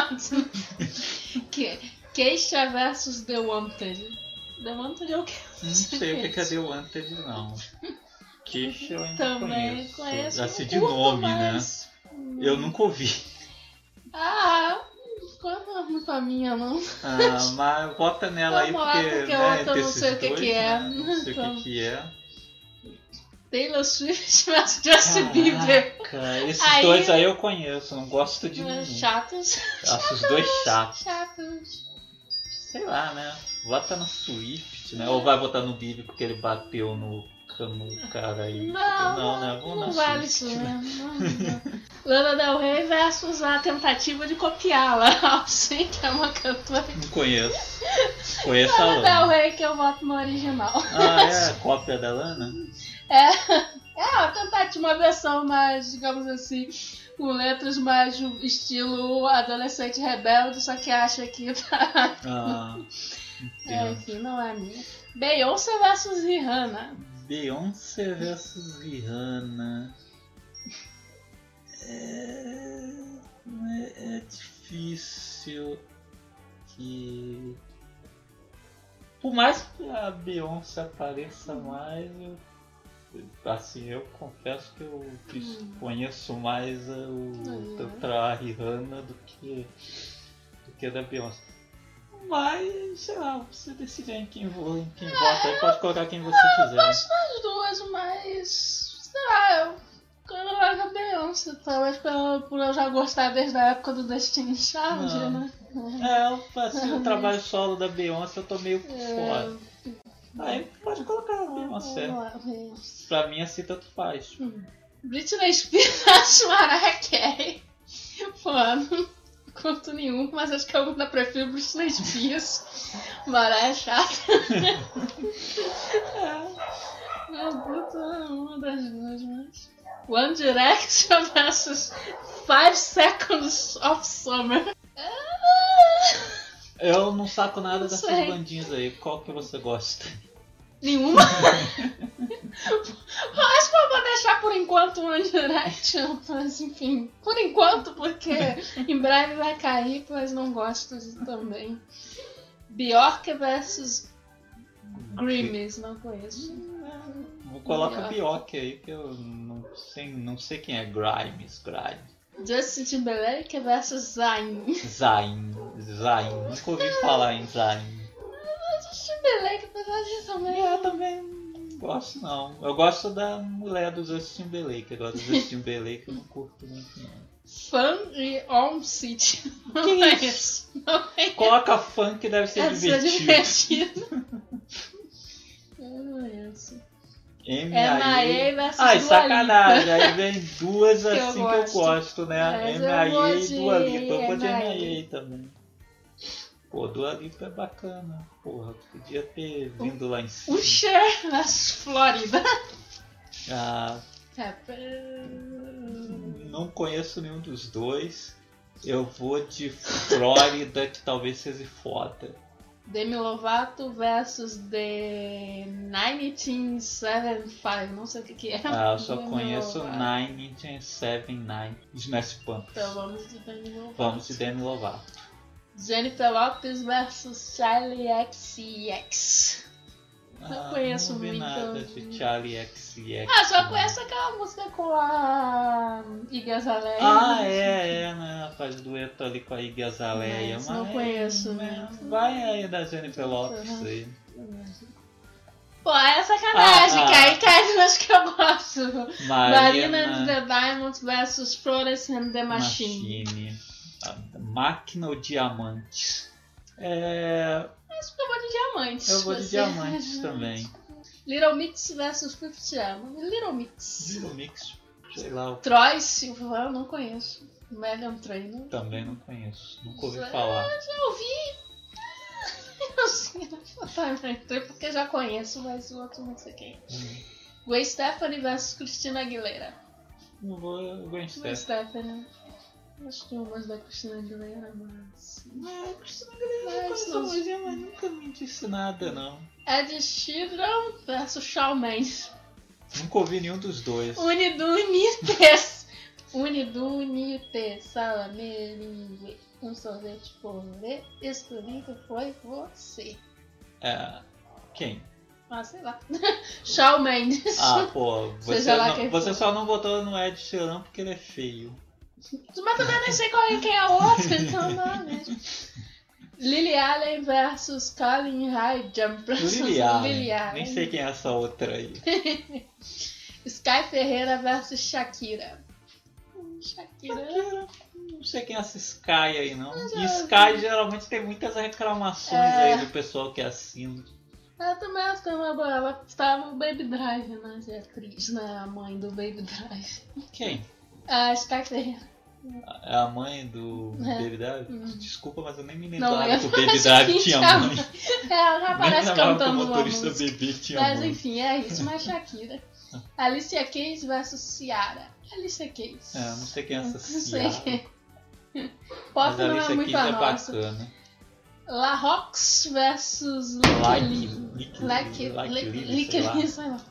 [SPEAKER 3] que, Keisha versus The Wanted. The Wanted é o quê?
[SPEAKER 2] Não sei o que é The Wanted, não. Keisha eu ainda
[SPEAKER 3] Também
[SPEAKER 2] conheço.
[SPEAKER 3] conheço.
[SPEAKER 2] Assim
[SPEAKER 3] não
[SPEAKER 2] de
[SPEAKER 3] curto,
[SPEAKER 2] nome,
[SPEAKER 3] mas-
[SPEAKER 2] né? Eu nunca ouvi.
[SPEAKER 3] Ah, não é muito a minha, não.
[SPEAKER 2] Ah, mas bota nela aí,
[SPEAKER 3] Vamos lá,
[SPEAKER 2] porque,
[SPEAKER 3] porque
[SPEAKER 2] né,
[SPEAKER 3] outra eu
[SPEAKER 2] entre
[SPEAKER 3] não
[SPEAKER 2] esses
[SPEAKER 3] sei o que
[SPEAKER 2] dois,
[SPEAKER 3] que é.
[SPEAKER 2] né, não sei
[SPEAKER 3] Então.
[SPEAKER 2] o que que é.
[SPEAKER 3] Taylor Swift versus Justin Bieber.
[SPEAKER 2] Caraca, esses
[SPEAKER 3] Aí-
[SPEAKER 2] dois aí eu conheço, não gosto de
[SPEAKER 3] É,
[SPEAKER 2] nenhum.
[SPEAKER 3] Chatos.
[SPEAKER 2] Acho os dois chatos.
[SPEAKER 3] Chatos.
[SPEAKER 2] Sei lá, né? Vota no Swift, né? Ou vai votar no Bieber porque ele bateu no, no cara aí.
[SPEAKER 3] Não,
[SPEAKER 2] não, né? Vamos
[SPEAKER 3] não
[SPEAKER 2] na
[SPEAKER 3] vale
[SPEAKER 2] Swift.
[SPEAKER 3] isso mesmo. Não, não. Lana Del Rey versus a tentativa de copiá-la. Sim, que é uma cantora.
[SPEAKER 2] Não conheço. Conheço a
[SPEAKER 3] Lana Del
[SPEAKER 2] Lana.
[SPEAKER 3] Rey que eu voto no original.
[SPEAKER 2] Ah, é a cópia da Lana?
[SPEAKER 3] É, é uma tentativa, uma versão mais, digamos assim, com letras mais do estilo adolescente rebelde, só que acha que tá.
[SPEAKER 2] Ah,
[SPEAKER 3] É,
[SPEAKER 2] entendo.
[SPEAKER 3] enfim, não é minha. Beyoncé versus Rihanna.
[SPEAKER 2] Beyoncé versus Rihanna. É, é, é difícil que. Por mais que a Beyoncé apareça mais, eu, assim, eu confesso que eu
[SPEAKER 3] Hum.
[SPEAKER 2] conheço mais o,
[SPEAKER 3] Uhum.
[SPEAKER 2] pra Rihanna do que, do que a da Beyoncé. Mas, sei lá, você decide em quem, vo- em quem vota aí, pode colocar quem você
[SPEAKER 3] Eu
[SPEAKER 2] quiser.
[SPEAKER 3] gosto das duas, mas. Sei lá, eu. Eu gosto da Beyoncé, talvez pela- por eu já gostar desde a época do Destiny Child,
[SPEAKER 2] Não.
[SPEAKER 3] né?
[SPEAKER 2] É, eu, assim, o trabalho solo da Beyoncé eu tô meio por
[SPEAKER 3] É.
[SPEAKER 2] fora. Aí pode colocar a Beyoncé.
[SPEAKER 3] Vamos lá, Beyoncé.
[SPEAKER 2] Pra mim assim tanto faz.
[SPEAKER 3] Britney Spears versus Mariah Carey. Pô, não curto nenhum, mas acho que eu ainda prefiro Britney Spears. Mariah é chata. É, eu curto uma das duas, mas... One Direction versus Five Seconds of Summer.
[SPEAKER 2] Eu não saco nada
[SPEAKER 3] Não
[SPEAKER 2] dessas
[SPEAKER 3] sei.
[SPEAKER 2] bandinhas aí. Qual que você gosta?
[SPEAKER 3] Nenhuma. Eu acho que eu vou deixar por enquanto o One Direction, mas enfim, por enquanto, porque em breve vai cair, mas não gosto de- também. Bjork versus Grimes, não conheço.
[SPEAKER 2] Vou colocar
[SPEAKER 3] Bjork.
[SPEAKER 2] Bjork aí, que eu não sei, não sei quem é Grimes. Grimes.
[SPEAKER 3] Justin Timberlake versus Zayn.
[SPEAKER 2] Zayn. Zayn. Nunca ouvi falar em Zayn.
[SPEAKER 3] Justin Timberlake, apesar de também.
[SPEAKER 2] Eu também não gosto não. Eu gosto da mulher do Justin Timberlake. Agora do Justin Timberlake eu não curto muito não.
[SPEAKER 3] Fun e Home City. Não
[SPEAKER 2] Que
[SPEAKER 3] conheço. Não conheço.
[SPEAKER 2] Coloca funk, deve ser
[SPEAKER 3] Deve ser
[SPEAKER 2] divertido.
[SPEAKER 3] divertido.
[SPEAKER 2] M
[SPEAKER 3] M
[SPEAKER 2] A
[SPEAKER 3] A
[SPEAKER 2] E.
[SPEAKER 3] E versus
[SPEAKER 2] Ai,
[SPEAKER 3] Dua
[SPEAKER 2] sacanagem.
[SPEAKER 3] Lipa.
[SPEAKER 2] Aí vem duas
[SPEAKER 3] Que eu
[SPEAKER 2] assim que eu
[SPEAKER 3] gosto.
[SPEAKER 2] gosto, né?
[SPEAKER 3] Mas
[SPEAKER 2] M A
[SPEAKER 3] eu vou
[SPEAKER 2] E e
[SPEAKER 3] de
[SPEAKER 2] Dua Lipa. Eu vou de
[SPEAKER 3] M A E.
[SPEAKER 2] M A E também. Pô, Dua Lipa é bacana. Porra, podia ter vindo lá em cima.
[SPEAKER 3] Usher versus Flórida.
[SPEAKER 2] Ah,
[SPEAKER 3] Rapper.
[SPEAKER 2] não conheço nenhum dos dois. Eu vou de Flórida, que talvez seja foda.
[SPEAKER 3] Demi Lovato versus The nineteen seventy-five. Não sei o que que é.
[SPEAKER 2] Ah, eu só
[SPEAKER 3] Demi
[SPEAKER 2] conheço
[SPEAKER 3] Lovato.
[SPEAKER 2] nove setenta e nove, Smash Pumpkins.
[SPEAKER 3] Então vamos de Demi Lovato.
[SPEAKER 2] Vamos de Demi Lovato.
[SPEAKER 3] Jennifer Lopez versus Charlie X C X. Não
[SPEAKER 2] Ah,
[SPEAKER 3] conheço
[SPEAKER 2] não vi
[SPEAKER 3] muito.
[SPEAKER 2] nada de Charlie X X.
[SPEAKER 3] Ah, só conheço aquela música com a Iggy Azalea.
[SPEAKER 2] Ah, é, é, né? Faz dueto ali com a Iggy Azalea.
[SPEAKER 3] Mas
[SPEAKER 2] Mas
[SPEAKER 3] não conheço,
[SPEAKER 2] né?
[SPEAKER 3] né?
[SPEAKER 2] Vai aí da Jennifer Lopez
[SPEAKER 3] Uhum.
[SPEAKER 2] aí.
[SPEAKER 3] Pô, é sacanagem,
[SPEAKER 2] Ah, ah.
[SPEAKER 3] cai, cai nas que eu gosto. Marina
[SPEAKER 2] Marina
[SPEAKER 3] and the Diamonds versus Florence and the Machine.
[SPEAKER 2] Machine. A Máquina ou Diamantes? É,
[SPEAKER 3] Acho que eu vou de diamantes.
[SPEAKER 2] eu vou de
[SPEAKER 3] Você-
[SPEAKER 2] Diamantes também.
[SPEAKER 3] Little Mix versus Fifth Jam. Little Mix.
[SPEAKER 2] Little Mix, sei lá, eu
[SPEAKER 3] Troy Silva, eu não conheço. Megan Trainor.
[SPEAKER 2] também não conheço. Nunca ouvi
[SPEAKER 3] Já-
[SPEAKER 2] falar.
[SPEAKER 3] Já ouvi. Eu sei, porque já conheço, mas o outro não sei quem.
[SPEAKER 2] Hum.
[SPEAKER 3] Gwen Stefani versus Christina Aguilera.
[SPEAKER 2] Não vou, eu vou em
[SPEAKER 3] Gwen
[SPEAKER 2] Steph.
[SPEAKER 3] Stefani. Acho que eu gosto da Christina Aguilera, mas...
[SPEAKER 2] Não, Cristina Aguilera, eu
[SPEAKER 3] Mas
[SPEAKER 2] conheço
[SPEAKER 3] não-
[SPEAKER 2] a música, mas nunca me disse nada, não.
[SPEAKER 3] Ed Sheeran versus Shawn Mendes.
[SPEAKER 2] Nunca ouvi nenhum dos dois.
[SPEAKER 3] Unidunites. Unidunite. Salameringue. Um sorvete por ver. Escolhido foi você.
[SPEAKER 2] É, quem?
[SPEAKER 3] Ah, sei lá. Shawn Mendes.
[SPEAKER 2] Ah, pô, você,
[SPEAKER 3] Seja lá
[SPEAKER 2] não-
[SPEAKER 3] quem
[SPEAKER 2] você
[SPEAKER 3] for.
[SPEAKER 2] só não votou no Ed Sheeran porque ele é feio.
[SPEAKER 3] Mas também nem sei qual é, quem é o outro, então não, né? Lily Allen versus Colin High Jumper.
[SPEAKER 2] Lily Allen.
[SPEAKER 3] Lily Allen.
[SPEAKER 2] Nem sei quem é essa outra aí.
[SPEAKER 3] Sky Ferreira versus Shakira. Hum, Shakira.
[SPEAKER 2] Shakira, Não sei quem é essa Sky aí, não.
[SPEAKER 3] Mas
[SPEAKER 2] E
[SPEAKER 3] eu-
[SPEAKER 2] Sky geralmente tem muitas reclamações
[SPEAKER 3] É.
[SPEAKER 2] aí do pessoal que assina.
[SPEAKER 3] Ela também acho que ela, ela estava no Baby Drive, né? De atriz, né? A mãe do Baby Drive.
[SPEAKER 2] Quem?
[SPEAKER 3] A Sky Ferreira.
[SPEAKER 2] É a mãe do
[SPEAKER 3] É.
[SPEAKER 2] Baby Drive?
[SPEAKER 3] Hum.
[SPEAKER 2] Desculpa, mas eu nem me
[SPEAKER 3] Não
[SPEAKER 2] lembrava que o
[SPEAKER 3] lembro.
[SPEAKER 2] Baby
[SPEAKER 3] Mas
[SPEAKER 2] Drive
[SPEAKER 3] enfim,
[SPEAKER 2] tinha
[SPEAKER 3] tinha
[SPEAKER 2] mãe.
[SPEAKER 3] É, ela já
[SPEAKER 2] Nem
[SPEAKER 3] aparece
[SPEAKER 2] lembrava que o
[SPEAKER 3] cantando uma
[SPEAKER 2] motorista
[SPEAKER 3] música.
[SPEAKER 2] bebê tinha
[SPEAKER 3] Mas
[SPEAKER 2] mãe.
[SPEAKER 3] enfim, é isso. Mas Shakira. Alicia Keys versus Ciara. Alicia Keys.
[SPEAKER 2] É, não sei quem é essa
[SPEAKER 3] Não sei
[SPEAKER 2] Ciara.
[SPEAKER 3] quem.
[SPEAKER 2] Mas
[SPEAKER 3] Pop
[SPEAKER 2] a
[SPEAKER 3] não é
[SPEAKER 2] Alicia
[SPEAKER 3] muito
[SPEAKER 2] Keys
[SPEAKER 3] a
[SPEAKER 2] é
[SPEAKER 3] nossa.
[SPEAKER 2] bacana.
[SPEAKER 3] La Rox versus
[SPEAKER 2] Like,
[SPEAKER 3] Lick
[SPEAKER 2] Lick,
[SPEAKER 3] Like
[SPEAKER 2] Like
[SPEAKER 3] Lick
[SPEAKER 2] Lily, sei lá.
[SPEAKER 3] Lick sei lá.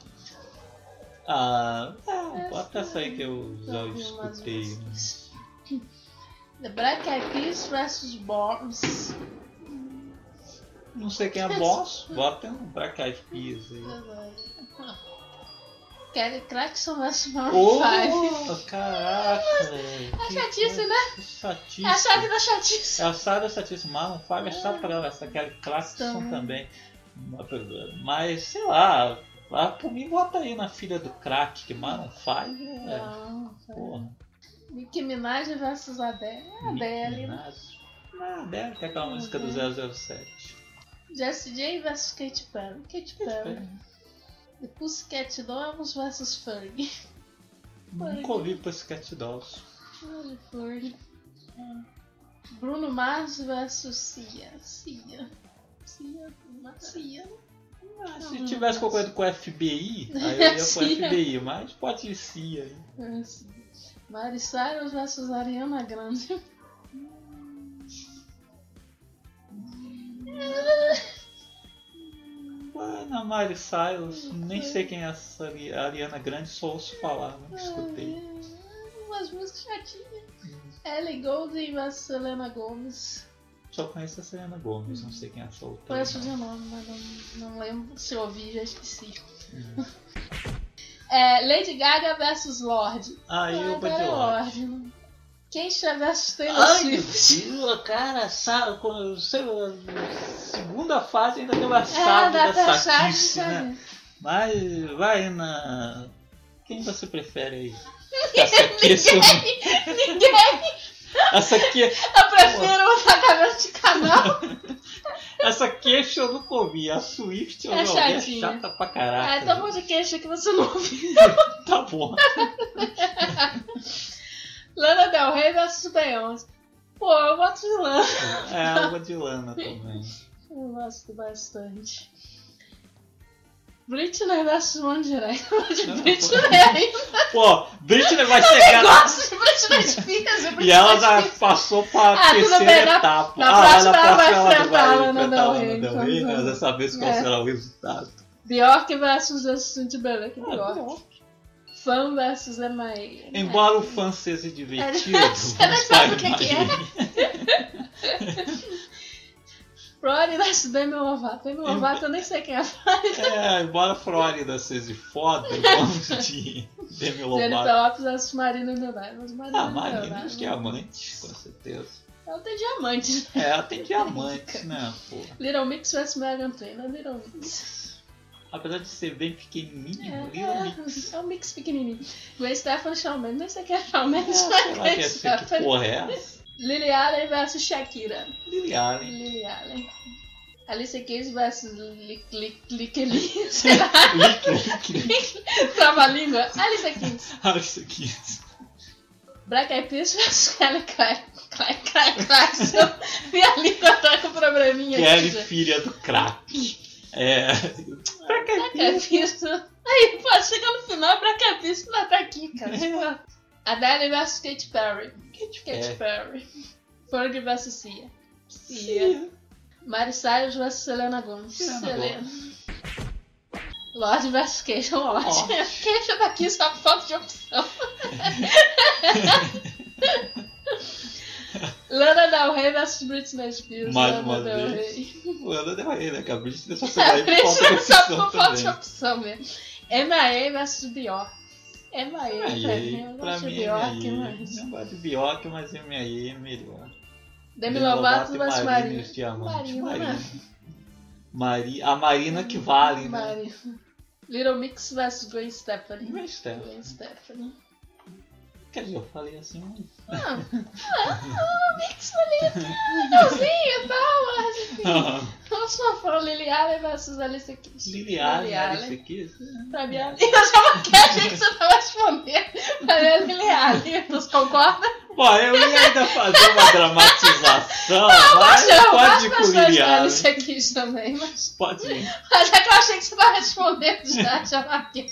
[SPEAKER 2] Ah, é,
[SPEAKER 3] Essa
[SPEAKER 2] bota essa aí que eu já
[SPEAKER 3] já vi umas
[SPEAKER 2] escutei.
[SPEAKER 3] vezes. The Black Eyed Peas versus Bombs.
[SPEAKER 2] Não sei quem é Boss, bota um Black Eyed Peas aí.
[SPEAKER 3] Kelly Clarkson versus Maroon five.
[SPEAKER 2] Oh, caraca, velho.
[SPEAKER 3] É
[SPEAKER 2] Que
[SPEAKER 3] chatice,
[SPEAKER 2] coisa-
[SPEAKER 3] né?
[SPEAKER 2] que chatice.
[SPEAKER 3] É a chave da chatice.
[SPEAKER 2] É a chave da chatice. Marlon five é chato pra ela, essa Kelly Clarkson
[SPEAKER 3] Então.
[SPEAKER 2] também. Mas, sei lá, ah, por mim bota aí na filha do crack, que Marlon five é...
[SPEAKER 3] Não,
[SPEAKER 2] Porra.
[SPEAKER 3] Nicki Minaj versus Adele. Adele.
[SPEAKER 2] Minaj. Ah, Adele, que é aquela música do zero zero sete.
[SPEAKER 3] Jessie J versus Katy Perry. Katy Perry. The Pussycat Dolls versus Fergie.
[SPEAKER 2] Nunca ouvi Pussycat Dolls.
[SPEAKER 3] Olha, Fergie. Bruno Mars versus Cia. Cia. Cia. Cia.
[SPEAKER 2] Ah, se tivesse qualquer coisa com o F B I, aí eu ia pro
[SPEAKER 3] Cia.
[SPEAKER 2] F B I, mas pode ir sim aí.
[SPEAKER 3] Miley Cyrus versus Ariana Grande.
[SPEAKER 2] Vai na Miley Cyrus, nem sei quem é essa Ari- Ariana Grande, só ouço falar, nunca escutei.
[SPEAKER 3] Umas músicas chatinhas. Ellie Goulding versus Selena Gomez.
[SPEAKER 2] Só conheço a Selena Gomez, não sei quem é essa outra.
[SPEAKER 3] Conheço de
[SPEAKER 2] não.
[SPEAKER 3] nome, mas não, não lembro se eu ouvi, já esqueci.
[SPEAKER 2] Hum.
[SPEAKER 3] É, Lady Gaga versus Lorde.
[SPEAKER 2] Aí eu vou de
[SPEAKER 3] Agora é
[SPEAKER 2] Lorde.
[SPEAKER 3] né? Keisha versus Taylor
[SPEAKER 2] Ai, meu
[SPEAKER 3] Swift.
[SPEAKER 2] Deus, cara, sabe, quando, sei lá, segunda fase ainda tem uma
[SPEAKER 3] É,
[SPEAKER 2] chave
[SPEAKER 3] dá
[SPEAKER 2] da
[SPEAKER 3] pra chave,
[SPEAKER 2] chatice, né?
[SPEAKER 3] sabe?
[SPEAKER 2] Mas vai na... Quem você prefere aí? Essa aqui, esse
[SPEAKER 3] Ninguém!
[SPEAKER 2] Essa aqui...
[SPEAKER 3] Eu prefiro usar cabelo de canal.
[SPEAKER 2] Essa queixa eu nunca ouvi. A Swift eu
[SPEAKER 3] É
[SPEAKER 2] não ouvi. É
[SPEAKER 3] chatinha.
[SPEAKER 2] chata pra caraca.
[SPEAKER 3] Ah, então vou de queixa que você não ouviu.
[SPEAKER 2] Tá bom.
[SPEAKER 3] Lana Del Rey versus Beyoncé. Pô, eu gosto de Lana.
[SPEAKER 2] É, eu vou de Lana também.
[SPEAKER 3] Eu gosto bastante. Britney versus One Direction. Eu vou de
[SPEAKER 2] Não,
[SPEAKER 3] Britney ainda.
[SPEAKER 2] Pô, Britney vai
[SPEAKER 3] Eu
[SPEAKER 2] chegar...
[SPEAKER 3] gosto de Britney Spears.
[SPEAKER 2] E ela já passou pra
[SPEAKER 3] Ah, tudo
[SPEAKER 2] terceira
[SPEAKER 3] bem, na-
[SPEAKER 2] etapa.
[SPEAKER 3] na
[SPEAKER 2] ah,
[SPEAKER 3] próxima
[SPEAKER 2] na
[SPEAKER 3] ela vai
[SPEAKER 2] próxima
[SPEAKER 3] enfrentar a Lana
[SPEAKER 2] enfrentar
[SPEAKER 3] Del
[SPEAKER 2] a
[SPEAKER 3] Rey,
[SPEAKER 2] Lana Del Rey,
[SPEAKER 3] então,
[SPEAKER 2] né? Dessa vez qual
[SPEAKER 3] é.
[SPEAKER 2] será o resultado?
[SPEAKER 3] Bjork versus Justin Timberlake.
[SPEAKER 2] Ah,
[SPEAKER 3] Bjork.
[SPEAKER 2] bom.
[SPEAKER 3] Fã versus M I A.
[SPEAKER 2] Embora o fã seja divertido,
[SPEAKER 3] É, você não
[SPEAKER 2] vamos
[SPEAKER 3] sabe
[SPEAKER 2] para
[SPEAKER 3] o que que
[SPEAKER 2] é.
[SPEAKER 3] Rory versus Demi Lovato. Demi Lovato eu nem sei quem é.
[SPEAKER 2] É, embora a Flórida seja foda, vamos de Demi
[SPEAKER 3] Jennifer
[SPEAKER 2] Lovato.
[SPEAKER 3] Lopez versus Marina Del Rey. Mas Marina
[SPEAKER 2] Ah,
[SPEAKER 3] Del
[SPEAKER 2] Marina,
[SPEAKER 3] Rey,
[SPEAKER 2] os diamantes, com certeza.
[SPEAKER 3] Ela tem diamante.
[SPEAKER 2] É, ela tem diamantes, né, pô.
[SPEAKER 3] Little Mix versus Megan Trainor. Little Mix.
[SPEAKER 2] Apesar de ser bem pequenininho,
[SPEAKER 3] É,
[SPEAKER 2] Little Mix.
[SPEAKER 3] é, é um mix pequenininho. Gwen Stefani, Shawn Mendes. Nem sei quem é Shawn Mendes,
[SPEAKER 2] Sei
[SPEAKER 3] mas
[SPEAKER 2] lá,
[SPEAKER 3] Gwen
[SPEAKER 2] quer dizer, que
[SPEAKER 3] Stefani.
[SPEAKER 2] porra é essa?
[SPEAKER 3] Lily Allen versus Shakira.
[SPEAKER 2] Lily Allen.
[SPEAKER 3] Lily Allen. Alicia Keys versus Lick Lick Lick Lick. Sei lá.
[SPEAKER 2] Lick, lick,
[SPEAKER 3] Trava-língua. Alicia Keys.
[SPEAKER 2] Olha isso aqui.
[SPEAKER 3] Black Eyed Peas versus Kelly Clarkson. Minha língua tá com probleminha
[SPEAKER 2] Kelly,
[SPEAKER 3] aqui.
[SPEAKER 2] filha do crack. É. Pra que
[SPEAKER 3] Black Eyed Peas. Aí, pô, chega no final, Black Eyed Peas não tá aqui, cara. Adele versus Katy Perry.
[SPEAKER 2] Katy
[SPEAKER 3] Katy
[SPEAKER 2] Perry.
[SPEAKER 3] Perry. Fergie versus Sia. Sia. Miley Cyrus versus Selena Gomez.
[SPEAKER 2] Selena
[SPEAKER 3] Selena. Lorde versus Keisha. Lorde.
[SPEAKER 2] Lorde.
[SPEAKER 3] Keisha daqui só por falta de opção. Lana Del Rey versus Britney Spears.
[SPEAKER 2] Mais
[SPEAKER 3] Lana
[SPEAKER 2] uma
[SPEAKER 3] Del
[SPEAKER 2] vez.
[SPEAKER 3] Rey.
[SPEAKER 2] Lana Del Rey, né? Que a Britney só
[SPEAKER 3] A
[SPEAKER 2] saiu por falta de
[SPEAKER 3] Britney só
[SPEAKER 2] opção
[SPEAKER 3] por falta de
[SPEAKER 2] também.
[SPEAKER 3] opção mesmo. M I A versus Bjork. M I A, pra mim,
[SPEAKER 2] M I
[SPEAKER 3] eu
[SPEAKER 2] A, pra
[SPEAKER 3] gosto de
[SPEAKER 2] mim,
[SPEAKER 3] Bjork,
[SPEAKER 2] M I A.
[SPEAKER 3] mas...
[SPEAKER 2] Eu gosto de Bjork, mas M I A é melhor.
[SPEAKER 3] Demi Lovato
[SPEAKER 2] e
[SPEAKER 3] versus
[SPEAKER 2] Marina e
[SPEAKER 3] Marina.
[SPEAKER 2] os Diamantes.
[SPEAKER 3] Marina,
[SPEAKER 2] Marina.
[SPEAKER 3] né?
[SPEAKER 2] Mari... A Marina que vale, né?
[SPEAKER 3] Marina. Little Mix versus Gwen Stefani.
[SPEAKER 2] Gwen Stefani.
[SPEAKER 3] Gwen Stefani.
[SPEAKER 2] Quer dizer, eu falei assim, mas...
[SPEAKER 3] Ah, ah, o Mix ali, legalzinho e tal, mas enfim. Eu sou fã. Lily Allen versus Alicia Keys.
[SPEAKER 2] Lily Allen, Alicia Keys.
[SPEAKER 3] Pra mim, eu já não quero achei que você tava respondendo. Pra mim é Lily Allen. Você concorda?
[SPEAKER 2] Bom, eu ia ainda fazer uma dramatização,
[SPEAKER 3] Eu
[SPEAKER 2] mas
[SPEAKER 3] gosto, eu
[SPEAKER 2] pode
[SPEAKER 3] gosto
[SPEAKER 2] ir com
[SPEAKER 3] bastante
[SPEAKER 2] Lily
[SPEAKER 3] da
[SPEAKER 2] Allen.
[SPEAKER 3] Alicia Keys também, mas...
[SPEAKER 2] Pode ir.
[SPEAKER 3] Mas é que eu achei que você tava respondendo já, já marquei.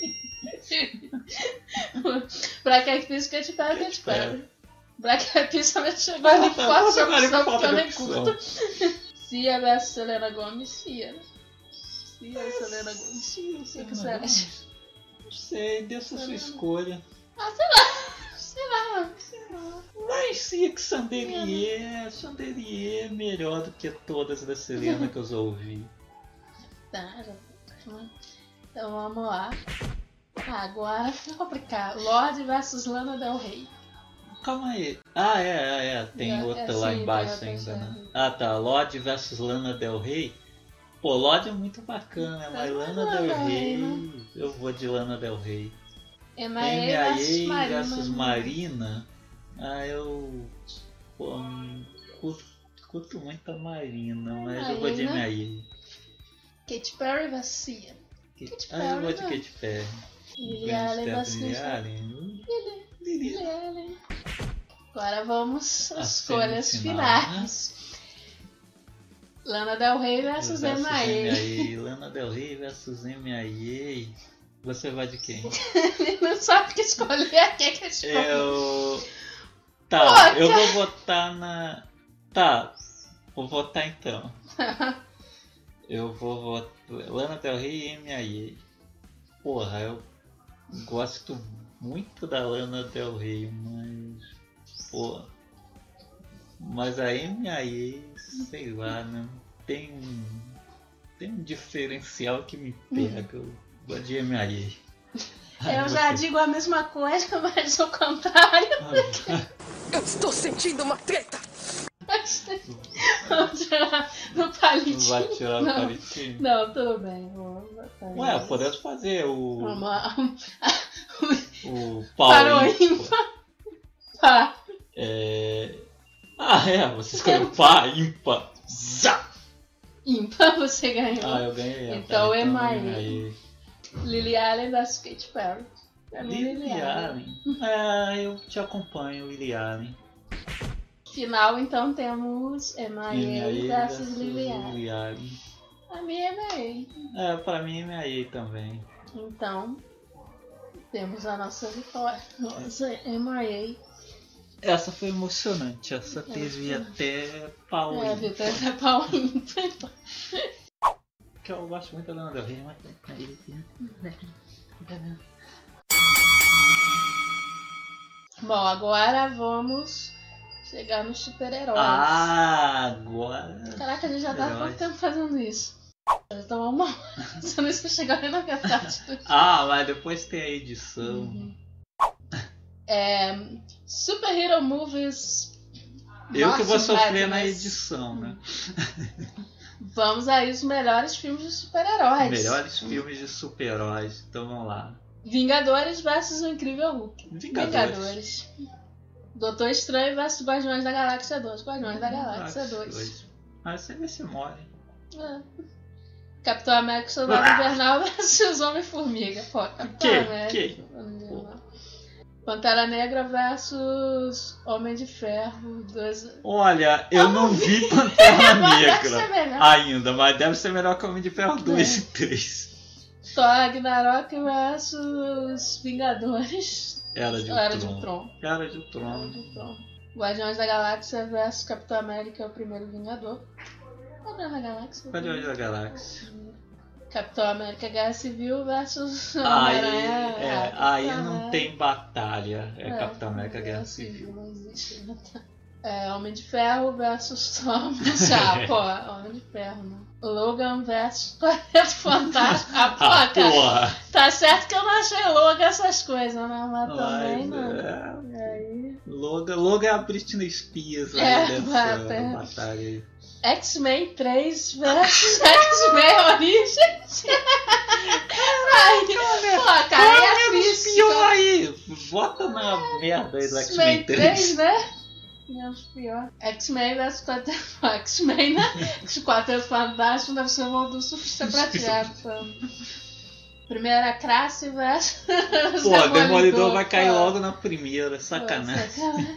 [SPEAKER 3] Black Eyed Peas, Katy Perry, Katy Perry. Black Eyed Peas também chegou ali com
[SPEAKER 2] Tá,
[SPEAKER 3] quatro
[SPEAKER 2] tá, agora
[SPEAKER 3] opções,
[SPEAKER 2] com
[SPEAKER 3] porque eu
[SPEAKER 2] falta
[SPEAKER 3] nem
[SPEAKER 2] de
[SPEAKER 3] curto.
[SPEAKER 2] opção.
[SPEAKER 3] Cia versus Selena Gomez, Cia. Cia e Selena Gomez.
[SPEAKER 2] Sim,
[SPEAKER 3] O que que você acha?
[SPEAKER 2] Não sei, dê essa sua escolha.
[SPEAKER 3] Ah, sei lá. Sei lá. Sei lá.
[SPEAKER 2] Mas sim, que Chandelier, Chandelier é melhor do que todas da Selena que eu já ouvi.
[SPEAKER 3] Tá, já tô. Então vamos lá. Ah, agora foi complicado. Lorde versus Lana Del Rey.
[SPEAKER 2] Calma aí. Ah, é, é, é. Tem
[SPEAKER 3] É,
[SPEAKER 2] outra
[SPEAKER 3] é,
[SPEAKER 2] lá
[SPEAKER 3] sim,
[SPEAKER 2] embaixo
[SPEAKER 3] tem outra,
[SPEAKER 2] ainda, né?
[SPEAKER 3] sim.
[SPEAKER 2] Ah, tá. Lorde versus Lana Del Rey. Pô, Lorde é muito bacana, mas
[SPEAKER 3] Mas
[SPEAKER 2] Lana
[SPEAKER 3] Lana
[SPEAKER 2] Del
[SPEAKER 3] Del Rey,
[SPEAKER 2] Rey...
[SPEAKER 3] né?
[SPEAKER 2] Eu vou de Lana Del Rey.
[SPEAKER 3] M
[SPEAKER 2] M
[SPEAKER 3] I A
[SPEAKER 2] I
[SPEAKER 3] versus
[SPEAKER 2] A
[SPEAKER 3] Marina.
[SPEAKER 2] versus Marina. Ah, eu... Pô, curto, curto muito a Marina, mas eu vou de M
[SPEAKER 3] Marina.
[SPEAKER 2] I
[SPEAKER 3] Katy Perry versus Cia.
[SPEAKER 2] A.
[SPEAKER 3] Katy
[SPEAKER 2] Ah, eu vou de
[SPEAKER 3] Perry, né?
[SPEAKER 2] Katy Perry.
[SPEAKER 3] Lily
[SPEAKER 2] Gwen
[SPEAKER 3] Allen versus
[SPEAKER 2] Stefani,
[SPEAKER 3] Gwen Stefani.
[SPEAKER 2] Allen.
[SPEAKER 3] Lily.
[SPEAKER 2] Lily.
[SPEAKER 3] Lily Allen. Agora vamos às
[SPEAKER 2] A
[SPEAKER 3] escolhas
[SPEAKER 2] semifinal,
[SPEAKER 3] finais. Lana Del Rey versus M
[SPEAKER 2] versus
[SPEAKER 3] I A.
[SPEAKER 2] M I A. Lana Del Rey versus M I A. Você vai de quem?
[SPEAKER 3] Ele não sabe o que escolher. Quem que escolhe?
[SPEAKER 2] Eu... Tá,
[SPEAKER 3] Pô,
[SPEAKER 2] eu
[SPEAKER 3] cara.
[SPEAKER 2] vou votar na... Tá, vou votar então. Eu vou votar... Lana Del Rey e M I A. Porra, eu gosto muito da Lana Del Rey, mas... Pô... Mas a M I A, sei lá, né? Tem um... Tem um diferencial que me pega. Eu gosto de M I A.
[SPEAKER 3] Eu já digo a mesma coisa, mas o contrário.
[SPEAKER 6] Eu estou sentindo uma treta!
[SPEAKER 3] Vamos tirar no palitinho.
[SPEAKER 2] Vai tirar o
[SPEAKER 3] Não.
[SPEAKER 2] palitinho?
[SPEAKER 3] Não, tudo bem. Vou botar
[SPEAKER 2] Ué,
[SPEAKER 3] isso.
[SPEAKER 2] podemos fazer o...
[SPEAKER 3] Vamos lá.
[SPEAKER 2] O
[SPEAKER 3] Parou
[SPEAKER 2] Paulo.
[SPEAKER 3] ímpar. Tá.
[SPEAKER 2] É... Ah, é? Você escolheu par, ímpar. Zá!
[SPEAKER 3] Ímpar você ganhou.
[SPEAKER 2] Ah, eu ganhei.
[SPEAKER 3] Então,
[SPEAKER 2] é
[SPEAKER 3] M I A. Lily Allen versus Katy Perry. Pra mim,
[SPEAKER 2] Lily
[SPEAKER 3] Lily Allen.
[SPEAKER 2] Allen. É, eu te acompanho, Lily Allen.
[SPEAKER 3] Final, então, temos M I A
[SPEAKER 2] M I A
[SPEAKER 3] versus Lily Allen.
[SPEAKER 2] Lily Allen.
[SPEAKER 3] A minha é M I
[SPEAKER 2] É, pra mim M I A também.
[SPEAKER 3] A. Então, temos a nossa vitória. Nossa M I
[SPEAKER 2] Essa foi emocionante. Essa teve até pau.
[SPEAKER 3] A. É, a vitória da pau ímpar.
[SPEAKER 2] Que eu gosto muito da Lana Del Rey, mas...
[SPEAKER 3] Bom, agora vamos chegar nos super-heróis.
[SPEAKER 2] Ah, agora...
[SPEAKER 3] Caraca, a gente já tá há quanto tempo fazendo isso? Já estamos uma hora. Você não chegou nem na metade do...
[SPEAKER 2] Ah, mas depois tem a edição.
[SPEAKER 3] Uhum. É, Super Hero Movies.
[SPEAKER 2] Eu que vou
[SPEAKER 3] Nossa,
[SPEAKER 2] sofrer
[SPEAKER 3] mas-
[SPEAKER 2] na edição, né?
[SPEAKER 3] Vamos aí os melhores filmes de super-heróis.
[SPEAKER 2] Melhores filmes de super-heróis. Então vamos lá.
[SPEAKER 3] Vingadores versus o Incrível Hulk.
[SPEAKER 2] Vingadores.
[SPEAKER 3] Doutor Estranho versus Guardiões da Galáxia dois. Guardiões da Galáxia dois.
[SPEAKER 2] Mas você vê se morre.
[SPEAKER 3] É. Capitão América e Soldado
[SPEAKER 2] Ah!
[SPEAKER 3] Invernal versus Homem-Formiga. Pô, Capitão
[SPEAKER 2] Que?
[SPEAKER 3] América.
[SPEAKER 2] Que?
[SPEAKER 3] Invernal. Pantera Negra versus Homem de Ferro. Dois...
[SPEAKER 2] Olha, eu não vi Pantera
[SPEAKER 3] Deve ser
[SPEAKER 2] Negra
[SPEAKER 3] melhor.
[SPEAKER 2] ainda, mas deve ser melhor que Homem de Ferro dois
[SPEAKER 3] É.
[SPEAKER 2] e três.
[SPEAKER 3] Thor Ragnarok versus Vingadores.
[SPEAKER 2] Era de
[SPEAKER 3] Era de
[SPEAKER 2] Ultron.
[SPEAKER 3] Ultron.
[SPEAKER 2] Era de
[SPEAKER 3] Era
[SPEAKER 2] Ultron.
[SPEAKER 3] de Ultron. Guardiões da Galáxia versus Capitão América, o primeiro Vingador. Guardiões da Galáxia.
[SPEAKER 2] Guardiões da Galáxia.
[SPEAKER 3] Capitão América Guerra Civil versus
[SPEAKER 2] Aí,
[SPEAKER 3] Homem-Aranha.
[SPEAKER 2] é,
[SPEAKER 3] Ah,
[SPEAKER 2] aí
[SPEAKER 3] Capitão
[SPEAKER 2] não
[SPEAKER 3] América.
[SPEAKER 2] tem batalha. É,
[SPEAKER 3] É,
[SPEAKER 2] Capitão América Guerra Civil.
[SPEAKER 3] Não existe. É, Homem de Ferro versus Thor. Ah, pô, Homem de Ferro, né? Logan versus Quarteto Fantástico. Ah, pô,
[SPEAKER 2] Ah,
[SPEAKER 3] cara.
[SPEAKER 2] porra!
[SPEAKER 3] Tá certo que eu não achei Logan essas coisas, né? Mas também
[SPEAKER 2] Mas,
[SPEAKER 3] não.
[SPEAKER 2] é,
[SPEAKER 3] E aí...
[SPEAKER 2] Logan, Logan é a Britney Spears aí
[SPEAKER 3] É,
[SPEAKER 2] dessa
[SPEAKER 3] bata.
[SPEAKER 2] batalha aí.
[SPEAKER 3] X-Men três versus X-Men Origins. Ai, pô, cara, é
[SPEAKER 2] Menos
[SPEAKER 3] triste.
[SPEAKER 2] pior aí! Bota na merda aí do X-Men três.
[SPEAKER 3] né? Menos pior. X-Men versus Quarteto X-Men, né? Os Quarteto Fantástico deve ser o do Surfista Prateado. pô. Primeira classe versus
[SPEAKER 2] Pô, Demolidor vai cair
[SPEAKER 3] pô.
[SPEAKER 2] logo na primeira,
[SPEAKER 3] Pô,
[SPEAKER 2] sacanagem.
[SPEAKER 3] sacanagem.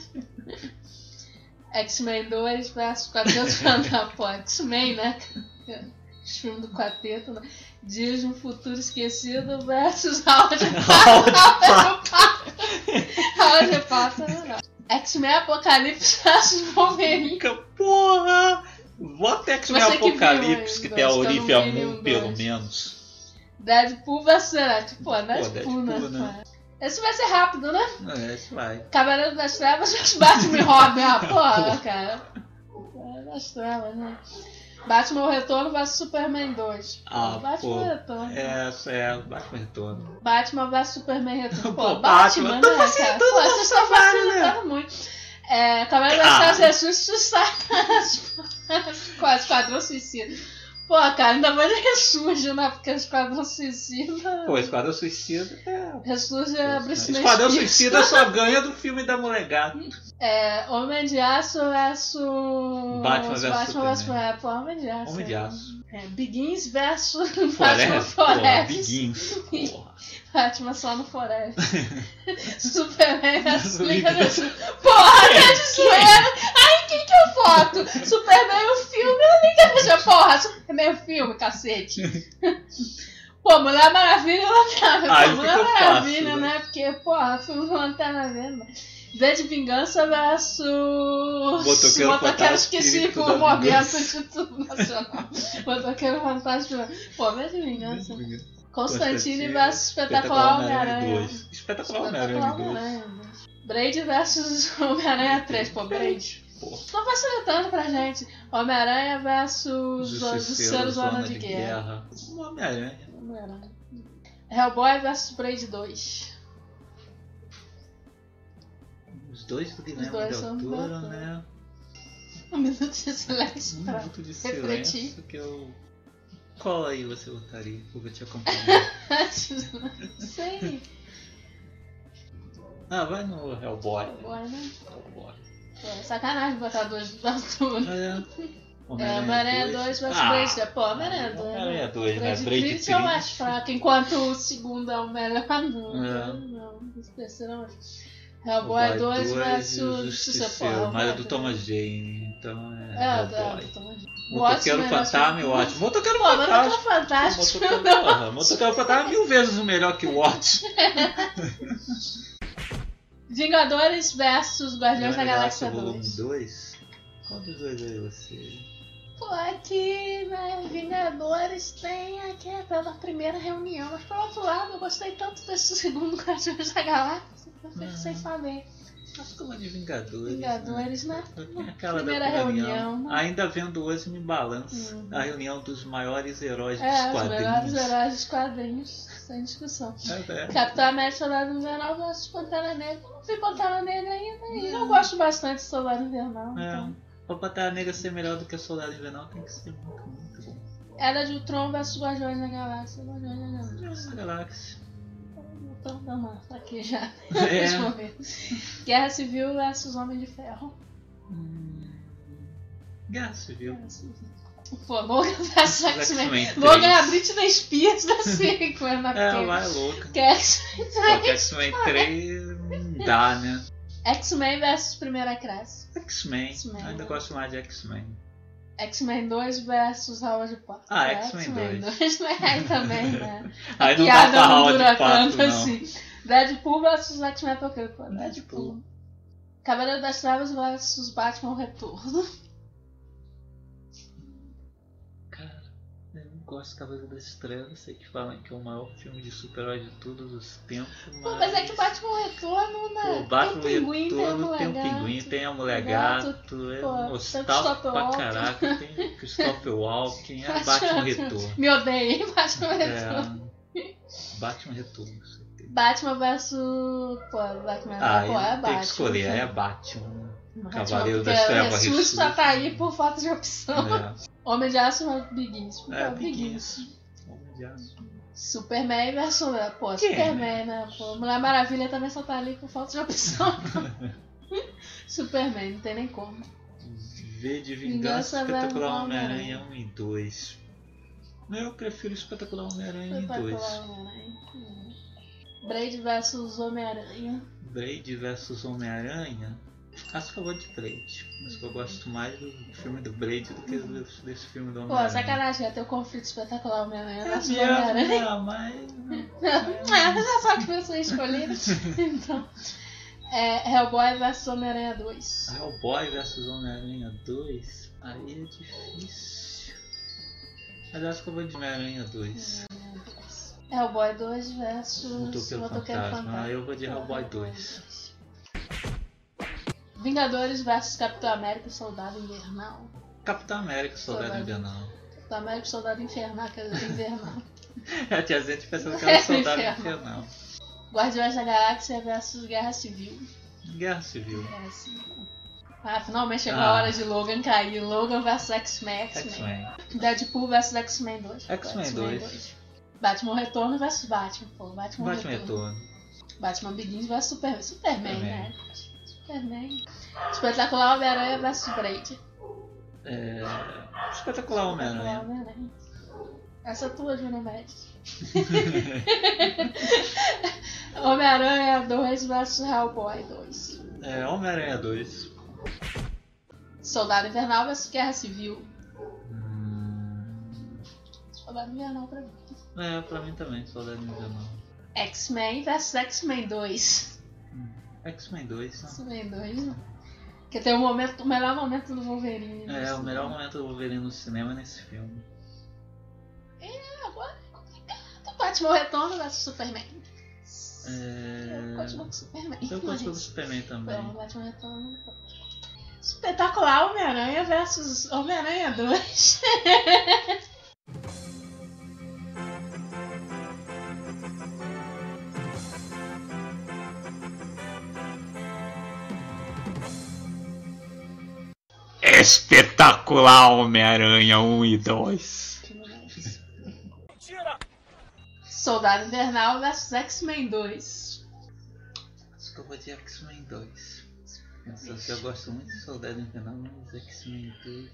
[SPEAKER 3] X-Men dois versus Quarteto Fantástico. Pô, X-Men, né? Os filmes do Quarteto, né? Dias de um Futuro Esquecido versus Aula de Pata. Aula de Pata, não. X-Men Apocalipse versus Wolverine.
[SPEAKER 2] Fica, porra! Bota X-Men
[SPEAKER 3] Você que viu,
[SPEAKER 2] Apocalipse, que
[SPEAKER 3] hein,
[SPEAKER 2] tem a
[SPEAKER 3] dois, que eu não
[SPEAKER 2] Olivia
[SPEAKER 3] vi
[SPEAKER 2] Munn,
[SPEAKER 3] nenhum
[SPEAKER 2] pelo
[SPEAKER 3] dois.
[SPEAKER 2] menos.
[SPEAKER 3] Deadpool versus Electro. Pô, Deadpool,
[SPEAKER 2] Deadpool,
[SPEAKER 3] né?
[SPEAKER 2] né?
[SPEAKER 3] Esse vai ser rápido, né?
[SPEAKER 2] É, isso vai.
[SPEAKER 3] Cavaleiro das Trevas versus Batman e Robin. Ah, porra, cara. Cavaleiro das Trevas, né? Batman o Retorno versus Superman dois.
[SPEAKER 2] Ah,
[SPEAKER 3] Batman
[SPEAKER 2] pô.
[SPEAKER 3] o Retorno.
[SPEAKER 2] É, é, Batman Retorno.
[SPEAKER 3] Batman versus Superman Retorno. Pô,
[SPEAKER 2] Pô,
[SPEAKER 3] Batman,
[SPEAKER 2] Batman, tô
[SPEAKER 3] né, cara?
[SPEAKER 2] facilitando
[SPEAKER 3] Pô,
[SPEAKER 2] nosso
[SPEAKER 3] vocês estão
[SPEAKER 2] trabalho,
[SPEAKER 3] facilitando muito. É, Cavaleiro das
[SPEAKER 2] Ah.
[SPEAKER 3] Trevas ressuscita com a Esquadrão Suicida. Pô, cara, ainda mais ressurge, né? Porque o Esquadrão Suicida...
[SPEAKER 2] Pô, Esquadrão Suicida é.
[SPEAKER 3] Ressurge a Britney
[SPEAKER 2] Esquadrão
[SPEAKER 3] Spears.
[SPEAKER 2] Suicida só ganha do filme da Molegata.
[SPEAKER 3] É, Homem de Aço versus...
[SPEAKER 2] Batman versus
[SPEAKER 3] Batman versus...
[SPEAKER 2] Superman.
[SPEAKER 3] É, pô, Homem de Aço.
[SPEAKER 2] Homem de Aço.
[SPEAKER 3] É, Begins versus Batman
[SPEAKER 2] Forest, porra,
[SPEAKER 3] Forest.
[SPEAKER 2] Begins. Porra.
[SPEAKER 3] Batman só no Forest. Superman versus
[SPEAKER 2] Liga
[SPEAKER 3] Liga
[SPEAKER 2] da-
[SPEAKER 3] da... Porra, tá de zoeira. Ai, quem que eu voto? Superman o filme ou Liga da... Porra, Superman o filme, cacete. Pô, Mulher Maravilha ou Lanterna.
[SPEAKER 2] Aí
[SPEAKER 3] Pô, Mulher
[SPEAKER 2] ficou
[SPEAKER 3] Maravilha,
[SPEAKER 2] fácil, né?
[SPEAKER 3] né? Porque, porra, filme do Lanterna Verde. V de Vingança versus...
[SPEAKER 2] Motoqueiro
[SPEAKER 3] Motoqueiro
[SPEAKER 2] Fantástico,
[SPEAKER 3] Esquecido
[SPEAKER 2] Espírito
[SPEAKER 3] o
[SPEAKER 2] da
[SPEAKER 3] momento
[SPEAKER 2] Vingança.
[SPEAKER 3] de tudo nacional. Motoqueiro Fantástico. Pô, V de Vingança. Constantine versus Espetacular Homem-Aranha.
[SPEAKER 2] dois. Espetacular Homem-Aranha dois.
[SPEAKER 3] Homem-Aranha. Brady versus Homem-Aranha três. Pô, Brady.
[SPEAKER 2] Porra.
[SPEAKER 3] Tô facilitando pra gente. Homem-Aranha versus Justiceiro Zona de Guerra.
[SPEAKER 2] Homem-Aranha.
[SPEAKER 3] Homem-Aranha. Hellboy versus Brady dois.
[SPEAKER 2] Os dois do Guilherme
[SPEAKER 3] dois
[SPEAKER 2] Del
[SPEAKER 3] são
[SPEAKER 2] Toro,
[SPEAKER 3] bons.
[SPEAKER 2] né?
[SPEAKER 3] Um minuto de silêncio
[SPEAKER 2] Um
[SPEAKER 3] pra
[SPEAKER 2] minuto de
[SPEAKER 3] refletir.
[SPEAKER 2] silêncio que eu... Qual aí você votaria? Porque eu te acompanho.
[SPEAKER 3] Sei.
[SPEAKER 2] Ah, vai no Hellboy.
[SPEAKER 3] Hellboy, né?
[SPEAKER 2] Hellboy.
[SPEAKER 3] Pô, é sacanagem botar dois do tudo.
[SPEAKER 2] É.
[SPEAKER 3] É, Homem-Aranha dois versus Blade. É, pô, Homem-Aranha dois.
[SPEAKER 2] Homem-Aranha dois, né?
[SPEAKER 3] Blade
[SPEAKER 2] Blade
[SPEAKER 3] Trinity é o mais
[SPEAKER 2] Trinity.
[SPEAKER 3] fraco, enquanto o segundo é o melhor. Não,
[SPEAKER 2] É.
[SPEAKER 3] não, esse terceiro é o mais. Hellboy dois versus
[SPEAKER 2] Justiceiro, mas é do Thomas Jane, então é,
[SPEAKER 3] É,
[SPEAKER 2] Hellboy.
[SPEAKER 3] do Thomas Jane.
[SPEAKER 2] Motoqueiro
[SPEAKER 3] Watchmen
[SPEAKER 2] Fantasma e Watchmen. Motoqueiro
[SPEAKER 3] Pô, mas não é
[SPEAKER 2] Fantasma.
[SPEAKER 3] fantástico.
[SPEAKER 2] Motoqueiro, porra, Motoqueiro Fantasma é mil vezes o melhor que o Watchmen.
[SPEAKER 3] Vingadores versus Guardiões da Galáxia
[SPEAKER 2] Volume
[SPEAKER 3] dois.
[SPEAKER 2] dois? Qual dos dois aí você?
[SPEAKER 3] Pô, aqui, né, Vingadores tem aqui pela primeira reunião, mas por outro lado, eu gostei tanto desse segundo Guardiões da Galáxia que eu fico
[SPEAKER 2] Ah.
[SPEAKER 3] sem saber.
[SPEAKER 2] Acho que eu vou de Vingadores.
[SPEAKER 3] Vingadores, né?
[SPEAKER 2] né? Tem aquela
[SPEAKER 3] Primeira
[SPEAKER 2] da reunião.
[SPEAKER 3] reunião, né?
[SPEAKER 2] Ainda vendo hoje me balança.
[SPEAKER 3] Uhum.
[SPEAKER 2] A reunião dos maiores heróis
[SPEAKER 3] É,
[SPEAKER 2] dos
[SPEAKER 3] os melhores
[SPEAKER 2] quadrinhos.
[SPEAKER 3] heróis dos quadrinhos, sem discussão.
[SPEAKER 2] É, é.
[SPEAKER 3] Capitão América, Soldado Invernal versus Pantera Negra. Eu não vi Pantera Negra ainda e eu gosto bastante de Soldado Invernal.
[SPEAKER 2] É.
[SPEAKER 3] Então.
[SPEAKER 2] Pra Pantera Negra ser melhor do que o Soldado Invernal tem que ser muito, muito bom.
[SPEAKER 3] Era de Ultron versus Guardiões da Galáxia. Guardiões da Galáxia.
[SPEAKER 2] Nossa, Galáxia.
[SPEAKER 3] Então dá uma fraquejada
[SPEAKER 2] É.
[SPEAKER 3] nesse momento. Guerra Civil versus Homem de Ferro.
[SPEAKER 2] Hum... Guerra Civil.
[SPEAKER 3] Guerra Civil. Pô, Logan versus X-Men.
[SPEAKER 2] X-Men
[SPEAKER 3] Logan é a
[SPEAKER 2] três.
[SPEAKER 3] Britney Spears da sequel, na
[SPEAKER 2] É, ela é louca.
[SPEAKER 3] que é X-Men
[SPEAKER 2] Só que X-Men três não dá, né?
[SPEAKER 3] X-Men versus Primeira Classe.
[SPEAKER 2] X-Men.
[SPEAKER 3] X-Men,
[SPEAKER 2] Ainda
[SPEAKER 3] né?
[SPEAKER 2] gosto mais de X-Men.
[SPEAKER 3] X-Men dois versus Howard Park.
[SPEAKER 2] Ah,
[SPEAKER 3] É,
[SPEAKER 2] X-Men
[SPEAKER 3] dois. né? Aí também, né?
[SPEAKER 2] Aí não dá
[SPEAKER 3] Piada
[SPEAKER 2] pra
[SPEAKER 3] não
[SPEAKER 2] Howard
[SPEAKER 3] dura
[SPEAKER 2] Pato,
[SPEAKER 3] tanto
[SPEAKER 2] não.
[SPEAKER 3] assim. Deadpool versus X-Men Apocalipse. Deadpool.
[SPEAKER 2] Deadpool.
[SPEAKER 3] Cavaleiro das Trevas versus Batman o Retorno.
[SPEAKER 2] Cara, eu não gosto de Cavaleiro das Trevas. Sei que falam que é o maior filme de super-herói de todos os tempos. Mas,
[SPEAKER 3] Pô, mas é que o Batman o Retorno, né?
[SPEAKER 2] Pô, o Batman
[SPEAKER 3] tem o pinguim, tem a
[SPEAKER 2] Retorno
[SPEAKER 3] mulher
[SPEAKER 2] tem o
[SPEAKER 3] gato.
[SPEAKER 2] pinguim, tem a mulher
[SPEAKER 3] gato,
[SPEAKER 2] gato, é
[SPEAKER 3] pô, tem o
[SPEAKER 2] nostálgico
[SPEAKER 3] Christopher
[SPEAKER 2] pra
[SPEAKER 3] Walken.
[SPEAKER 2] caraca, tem o Christopher Walken, é Batman Retorno.
[SPEAKER 3] Me odeiem, Batman o Retorno.
[SPEAKER 2] É, Batman Retorno. isso aqui.
[SPEAKER 3] Batman versus. Pô, Batman
[SPEAKER 2] Ah,
[SPEAKER 3] pô, é
[SPEAKER 2] aí
[SPEAKER 3] Batman.
[SPEAKER 2] tem que escolher, aí é Batman. Cavaleiro
[SPEAKER 3] porque
[SPEAKER 2] das Trevas
[SPEAKER 3] Jesus
[SPEAKER 2] ressurge.
[SPEAKER 3] tá aí por falta de opção.
[SPEAKER 2] É,
[SPEAKER 3] Homem de Aço ou Biguins?
[SPEAKER 2] é
[SPEAKER 3] Pô,
[SPEAKER 2] Biguins. Homem de Aço.
[SPEAKER 3] Superman versus. Pô,
[SPEAKER 2] Quem?
[SPEAKER 3] Superman, né? Pô, Mulher Maravilha também só tá ali por falta de opção. Superman, não tem nem como.
[SPEAKER 2] V de
[SPEAKER 3] Vingança
[SPEAKER 2] Vingança, Espetacular
[SPEAKER 3] vai
[SPEAKER 2] Homem-Aranha um e dois. Eu prefiro Espetacular Homem-Aranha em dois.
[SPEAKER 3] Espetacular Homem-Aranha. Hum. Blade versus Homem-Aranha.
[SPEAKER 2] Blade versus Homem-Aranha. Acho que eu vou de Blade. Mas que eu gosto mais do filme do Blade do que desse, desse filme do
[SPEAKER 3] Pô,
[SPEAKER 2] Homem-Aranha.
[SPEAKER 3] sacanagem, ia ter o conflito espetacular Homem-Aranha
[SPEAKER 2] É
[SPEAKER 3] versus
[SPEAKER 2] mesmo,
[SPEAKER 3] Homem-Aranha.
[SPEAKER 2] não, mas...
[SPEAKER 3] É, mas é só que você escolher. Então. É, Hellboy versus Homem-Aranha dois.
[SPEAKER 2] Hellboy versus Homem-Aranha dois. Aí é difícil. Mas acho que eu vou de Homem-Aranha dois.
[SPEAKER 3] Hellboy dois versus
[SPEAKER 2] Motoqueiro
[SPEAKER 3] Motoqueiro
[SPEAKER 2] Fantasma. Aí eu vou de
[SPEAKER 3] Pô,
[SPEAKER 2] Hellboy dois.
[SPEAKER 3] Vingadores versus Capitão América e Soldado Invernal.
[SPEAKER 2] Capitão América, Soldado
[SPEAKER 3] Soldado.
[SPEAKER 2] Invernal.
[SPEAKER 3] Capitão América e Soldado Infernal, quer dizer, Invernal.
[SPEAKER 2] A tia gente pensando que era Soldado
[SPEAKER 3] Inferno.
[SPEAKER 2] Infernal.
[SPEAKER 3] Guardiões da Galáxia versus Guerra Civil.
[SPEAKER 2] Guerra Civil.
[SPEAKER 3] Guerra Civil. Ah, finalmente chegou
[SPEAKER 2] Ah.
[SPEAKER 3] a hora de Logan cair. Logan versus X-Men. X-Men.
[SPEAKER 2] X-Men.
[SPEAKER 3] Deadpool versus X-Men dois.
[SPEAKER 2] X-Men dois.
[SPEAKER 3] Batman Retorno versus Batman. Pô, Batman,
[SPEAKER 2] Batman
[SPEAKER 3] Retorno.
[SPEAKER 2] Retorno.
[SPEAKER 3] Batman Begins versus Superman. Superman,
[SPEAKER 2] Superman.
[SPEAKER 3] né? Superman. Espetacular Homem-Aranha versus Blade.
[SPEAKER 2] É... Espetacular Homem-Aranha.
[SPEAKER 3] Homem-Aranha. Essa é tua, Júnior Mendes. Homem-Aranha dois versus Hellboy dois.
[SPEAKER 2] É, Homem-Aranha dois.
[SPEAKER 3] Soldado Invernal versus Guerra Civil.
[SPEAKER 2] Hum...
[SPEAKER 3] Soldado Invernal pra mim.
[SPEAKER 2] É, pra mim também, Soldado Invernal.
[SPEAKER 3] X-Men versus X-Men dois.
[SPEAKER 2] Hum. X-Men dois, né?
[SPEAKER 3] X-Men dois. Que tem o, momento, o melhor momento do Wolverine.
[SPEAKER 2] É, o melhor momento do Wolverine no cinema é nesse filme.
[SPEAKER 3] É, agora é complicado. Batman Retorno versus Superman.
[SPEAKER 2] É...
[SPEAKER 3] Eu continuo com Superman.
[SPEAKER 2] Eu gosto do
[SPEAKER 3] mas-
[SPEAKER 2] Superman também.
[SPEAKER 3] Bom, Batman Retorno. Espetacular Homem-Aranha versus Homem-Aranha dois.
[SPEAKER 2] Espetacular Homem-Aranha um e dois.
[SPEAKER 3] Soldado Invernal versus X-Men dois.
[SPEAKER 2] Acho que eu vou de X-Men dois. Essa que eu gosto muito de Soldado Invernal, mas X-Men dois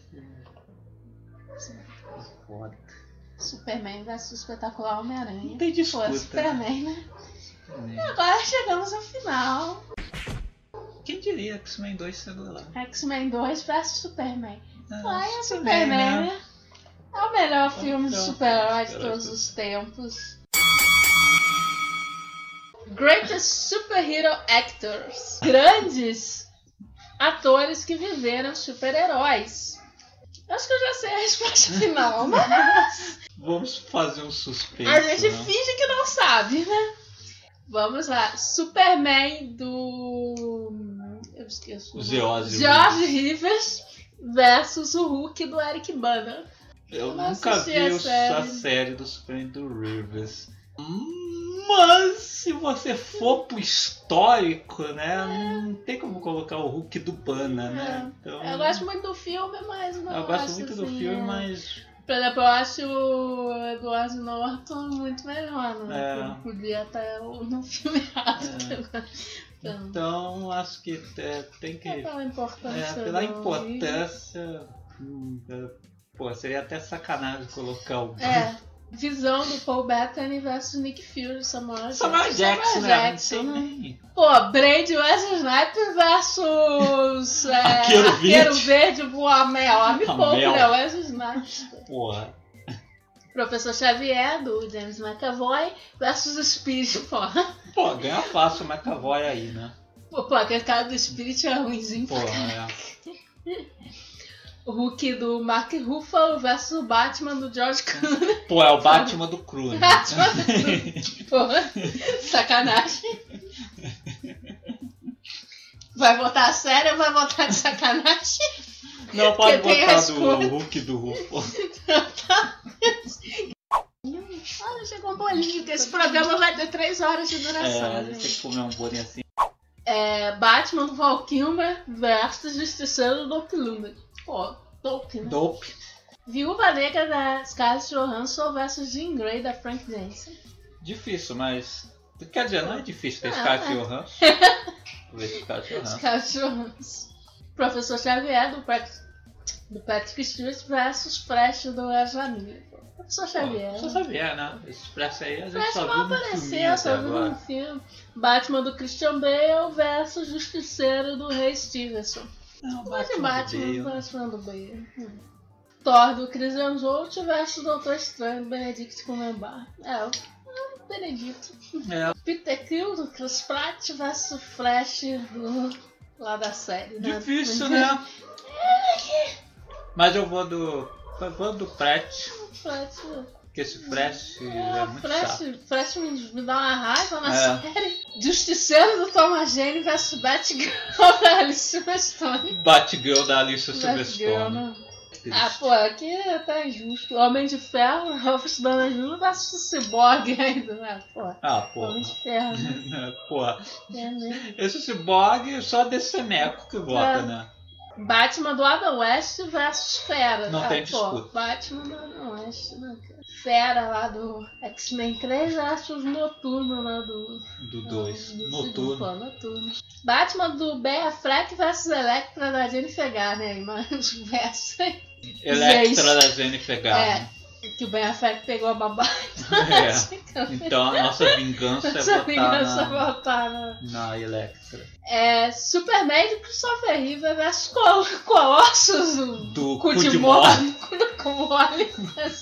[SPEAKER 2] é foda.
[SPEAKER 3] Superman versus Espetacular Homem-Aranha.
[SPEAKER 2] Não tem disputa.
[SPEAKER 3] Pô, Superman, né?
[SPEAKER 2] Superman.
[SPEAKER 3] E agora chegamos ao final.
[SPEAKER 2] Quem diria X-Men dois chegou lá?
[SPEAKER 3] X-Men dois versus Superman.
[SPEAKER 2] Ah,
[SPEAKER 3] Pô, é
[SPEAKER 2] Superman,
[SPEAKER 3] Superman,
[SPEAKER 2] né?
[SPEAKER 3] né? É o melhor
[SPEAKER 2] É
[SPEAKER 3] filme de
[SPEAKER 2] melhor
[SPEAKER 3] super-herói de
[SPEAKER 2] filme de
[SPEAKER 3] todos
[SPEAKER 2] super-herói.
[SPEAKER 3] os tempos. Greatest Superhero Actors. Grandes atores que viveram super-heróis. Acho que eu já sei a resposta final, mas
[SPEAKER 2] Vamos fazer um suspense.
[SPEAKER 3] a gente
[SPEAKER 2] né?
[SPEAKER 3] finge que não sabe, né? Vamos lá. Superman do... Eu esqueço. o nome.
[SPEAKER 2] George
[SPEAKER 3] George Rivers versus o Hulk do Eric Bana.
[SPEAKER 2] Eu
[SPEAKER 3] não
[SPEAKER 2] nunca
[SPEAKER 3] assisti
[SPEAKER 2] vi
[SPEAKER 3] a
[SPEAKER 2] o-
[SPEAKER 3] série.
[SPEAKER 2] a série do Superman do Rivers. Mas se você for pro histórico, né? Não tem como colocar o Hulk do Bana, né? Então,
[SPEAKER 3] Eu gosto muito do filme, mas não
[SPEAKER 2] eu gosto
[SPEAKER 3] acho,
[SPEAKER 2] muito
[SPEAKER 3] assim,
[SPEAKER 2] do filme,
[SPEAKER 3] é.
[SPEAKER 2] mas
[SPEAKER 3] Por exemplo, eu acho o Edward Norton muito melhor, né?
[SPEAKER 2] É.
[SPEAKER 3] Ele podia estar no filme errado. Então,
[SPEAKER 2] então acho que é, tem que.
[SPEAKER 3] é pela importância.
[SPEAKER 2] É, pela
[SPEAKER 3] do-
[SPEAKER 2] importância. hum, é, Pô, seria até sacanagem colocar o.
[SPEAKER 3] É. Visão do Paul Bettany versus Nick Fury, Samuel
[SPEAKER 2] Samuel
[SPEAKER 3] Jackson.
[SPEAKER 2] Jackson,
[SPEAKER 3] Samuel
[SPEAKER 2] né?
[SPEAKER 3] Jackson,
[SPEAKER 2] Não
[SPEAKER 3] né?
[SPEAKER 2] tem nem-
[SPEAKER 3] Pô, Brady Wesley Snipes versus é,
[SPEAKER 2] Arqueiro
[SPEAKER 3] Arqueiro
[SPEAKER 2] Verde.
[SPEAKER 3] Verde, o homem
[SPEAKER 2] A
[SPEAKER 3] pouco,
[SPEAKER 2] Mel.
[SPEAKER 3] né? Wesley Snipes.
[SPEAKER 2] Porra.
[SPEAKER 3] Professor Xavier, do James McAvoy, versus Spirit, pô.
[SPEAKER 2] Pô, ganha fácil o McAvoy aí, né?
[SPEAKER 3] Pô, pô, aquele cara do Spirit é ruimzinho.
[SPEAKER 2] Pô, é.
[SPEAKER 3] O Hulk do Mark Ruffalo versus o Batman do George Clooney.
[SPEAKER 2] Pô, é o Batman do Cru, né?
[SPEAKER 3] Batman do Pô, sacanagem. Vai votar a sério ou vai votar de sacanagem?
[SPEAKER 2] Não pode
[SPEAKER 3] Porque tem
[SPEAKER 2] botar
[SPEAKER 3] as
[SPEAKER 2] do
[SPEAKER 3] cores.
[SPEAKER 2] Hulk do Ruffalo.
[SPEAKER 3] Olha, chegou um bolinho, que esse programa vai ter três horas de duração.
[SPEAKER 2] É, a
[SPEAKER 3] gente.
[SPEAKER 2] gente tem que comer um bolinho assim.
[SPEAKER 3] É, Batman do Val Kilmer versus Justiceiro do Dope Lundgren. Pô, Dope, né?
[SPEAKER 2] Dope.
[SPEAKER 3] Viúva Negra da Scarlett Johansson versus Jean Grey da Frank Jensen.
[SPEAKER 2] Difícil, mas. Quer dizer, não é difícil ter
[SPEAKER 3] Ah,
[SPEAKER 2] Scarlett
[SPEAKER 3] é.
[SPEAKER 2] Johansson. Vou ver Scarlett Johansson.
[SPEAKER 3] Scarlett Johansson. Professor Xavier do, Pat... do Patrick Stewart versus Flash do Ezra Miller. Professor Xavier.
[SPEAKER 2] Só sabia, né? Esse Expresso aí a gente
[SPEAKER 3] Flash
[SPEAKER 2] só
[SPEAKER 3] não
[SPEAKER 2] viu no
[SPEAKER 3] apareceu,
[SPEAKER 2] filminho
[SPEAKER 3] só
[SPEAKER 2] até
[SPEAKER 3] viu
[SPEAKER 2] agora.
[SPEAKER 3] no filme. Batman do Christian Bale versus Justiceiro do Ray Stevenson.
[SPEAKER 2] Não,
[SPEAKER 3] Gosto de
[SPEAKER 2] Batman
[SPEAKER 3] Batman,
[SPEAKER 2] do
[SPEAKER 3] não
[SPEAKER 2] Bale.
[SPEAKER 3] Batman do Bale. Hum. Thor do Chris Hemsworth versus Doutor Estranho do Benedict Cumberbatch. É, o o Benedito.
[SPEAKER 2] É,
[SPEAKER 3] Peter Quill do Chris Pratt versus o Flash do... lá da série, né?
[SPEAKER 2] difícil, né? Mas eu vou do. Eu vou do Pratt,
[SPEAKER 3] Flash...
[SPEAKER 2] porque esse Flash é,
[SPEAKER 3] É,
[SPEAKER 2] muito
[SPEAKER 3] Flash,
[SPEAKER 2] chato.
[SPEAKER 3] Flash me, me dá uma raiva na
[SPEAKER 2] É.
[SPEAKER 3] série. Justiceiro do Thomas Jane versus Batgirl da Alice Silverstone.
[SPEAKER 2] Batgirl da Alicia
[SPEAKER 3] Batgirl,
[SPEAKER 2] Silverstone.
[SPEAKER 3] né? Ah, pô, aqui tá injusto. Homem de Ferro, Ralph Donald júnior versus Cyborg ainda, né? Pô,
[SPEAKER 2] Ah, porra.
[SPEAKER 3] Homem de Ferro, né?
[SPEAKER 2] Porra.
[SPEAKER 3] É, né?
[SPEAKER 2] Esse cyborg só desse Semeco que vota,
[SPEAKER 3] É.
[SPEAKER 2] né?
[SPEAKER 3] Batman do Adam West versus Fera.
[SPEAKER 2] Não
[SPEAKER 3] ah,
[SPEAKER 2] tem
[SPEAKER 3] pô,
[SPEAKER 2] disputa.
[SPEAKER 3] Batman do Adam West, né? cara? Fera lá do X-Men três versus Noturno lá do...
[SPEAKER 2] Do dois.
[SPEAKER 3] do
[SPEAKER 2] Noturno.
[SPEAKER 3] Pô, Noturno. Batman do Ben Affleck versus Electra da Jennifer Garner, mas o verso
[SPEAKER 2] Electra da Jennifer Garner.
[SPEAKER 3] é que o Ben Affleck pegou a babá.
[SPEAKER 2] É. Então a nossa vingança é
[SPEAKER 3] Essa
[SPEAKER 2] votar
[SPEAKER 3] vingança
[SPEAKER 2] na,
[SPEAKER 3] voltar na...
[SPEAKER 2] na Electra.
[SPEAKER 3] É, Superman do Christopher Reeve versus Col Colossus do,
[SPEAKER 2] Do
[SPEAKER 3] cu
[SPEAKER 2] cu
[SPEAKER 3] de
[SPEAKER 2] de
[SPEAKER 3] mole. Cu de mole.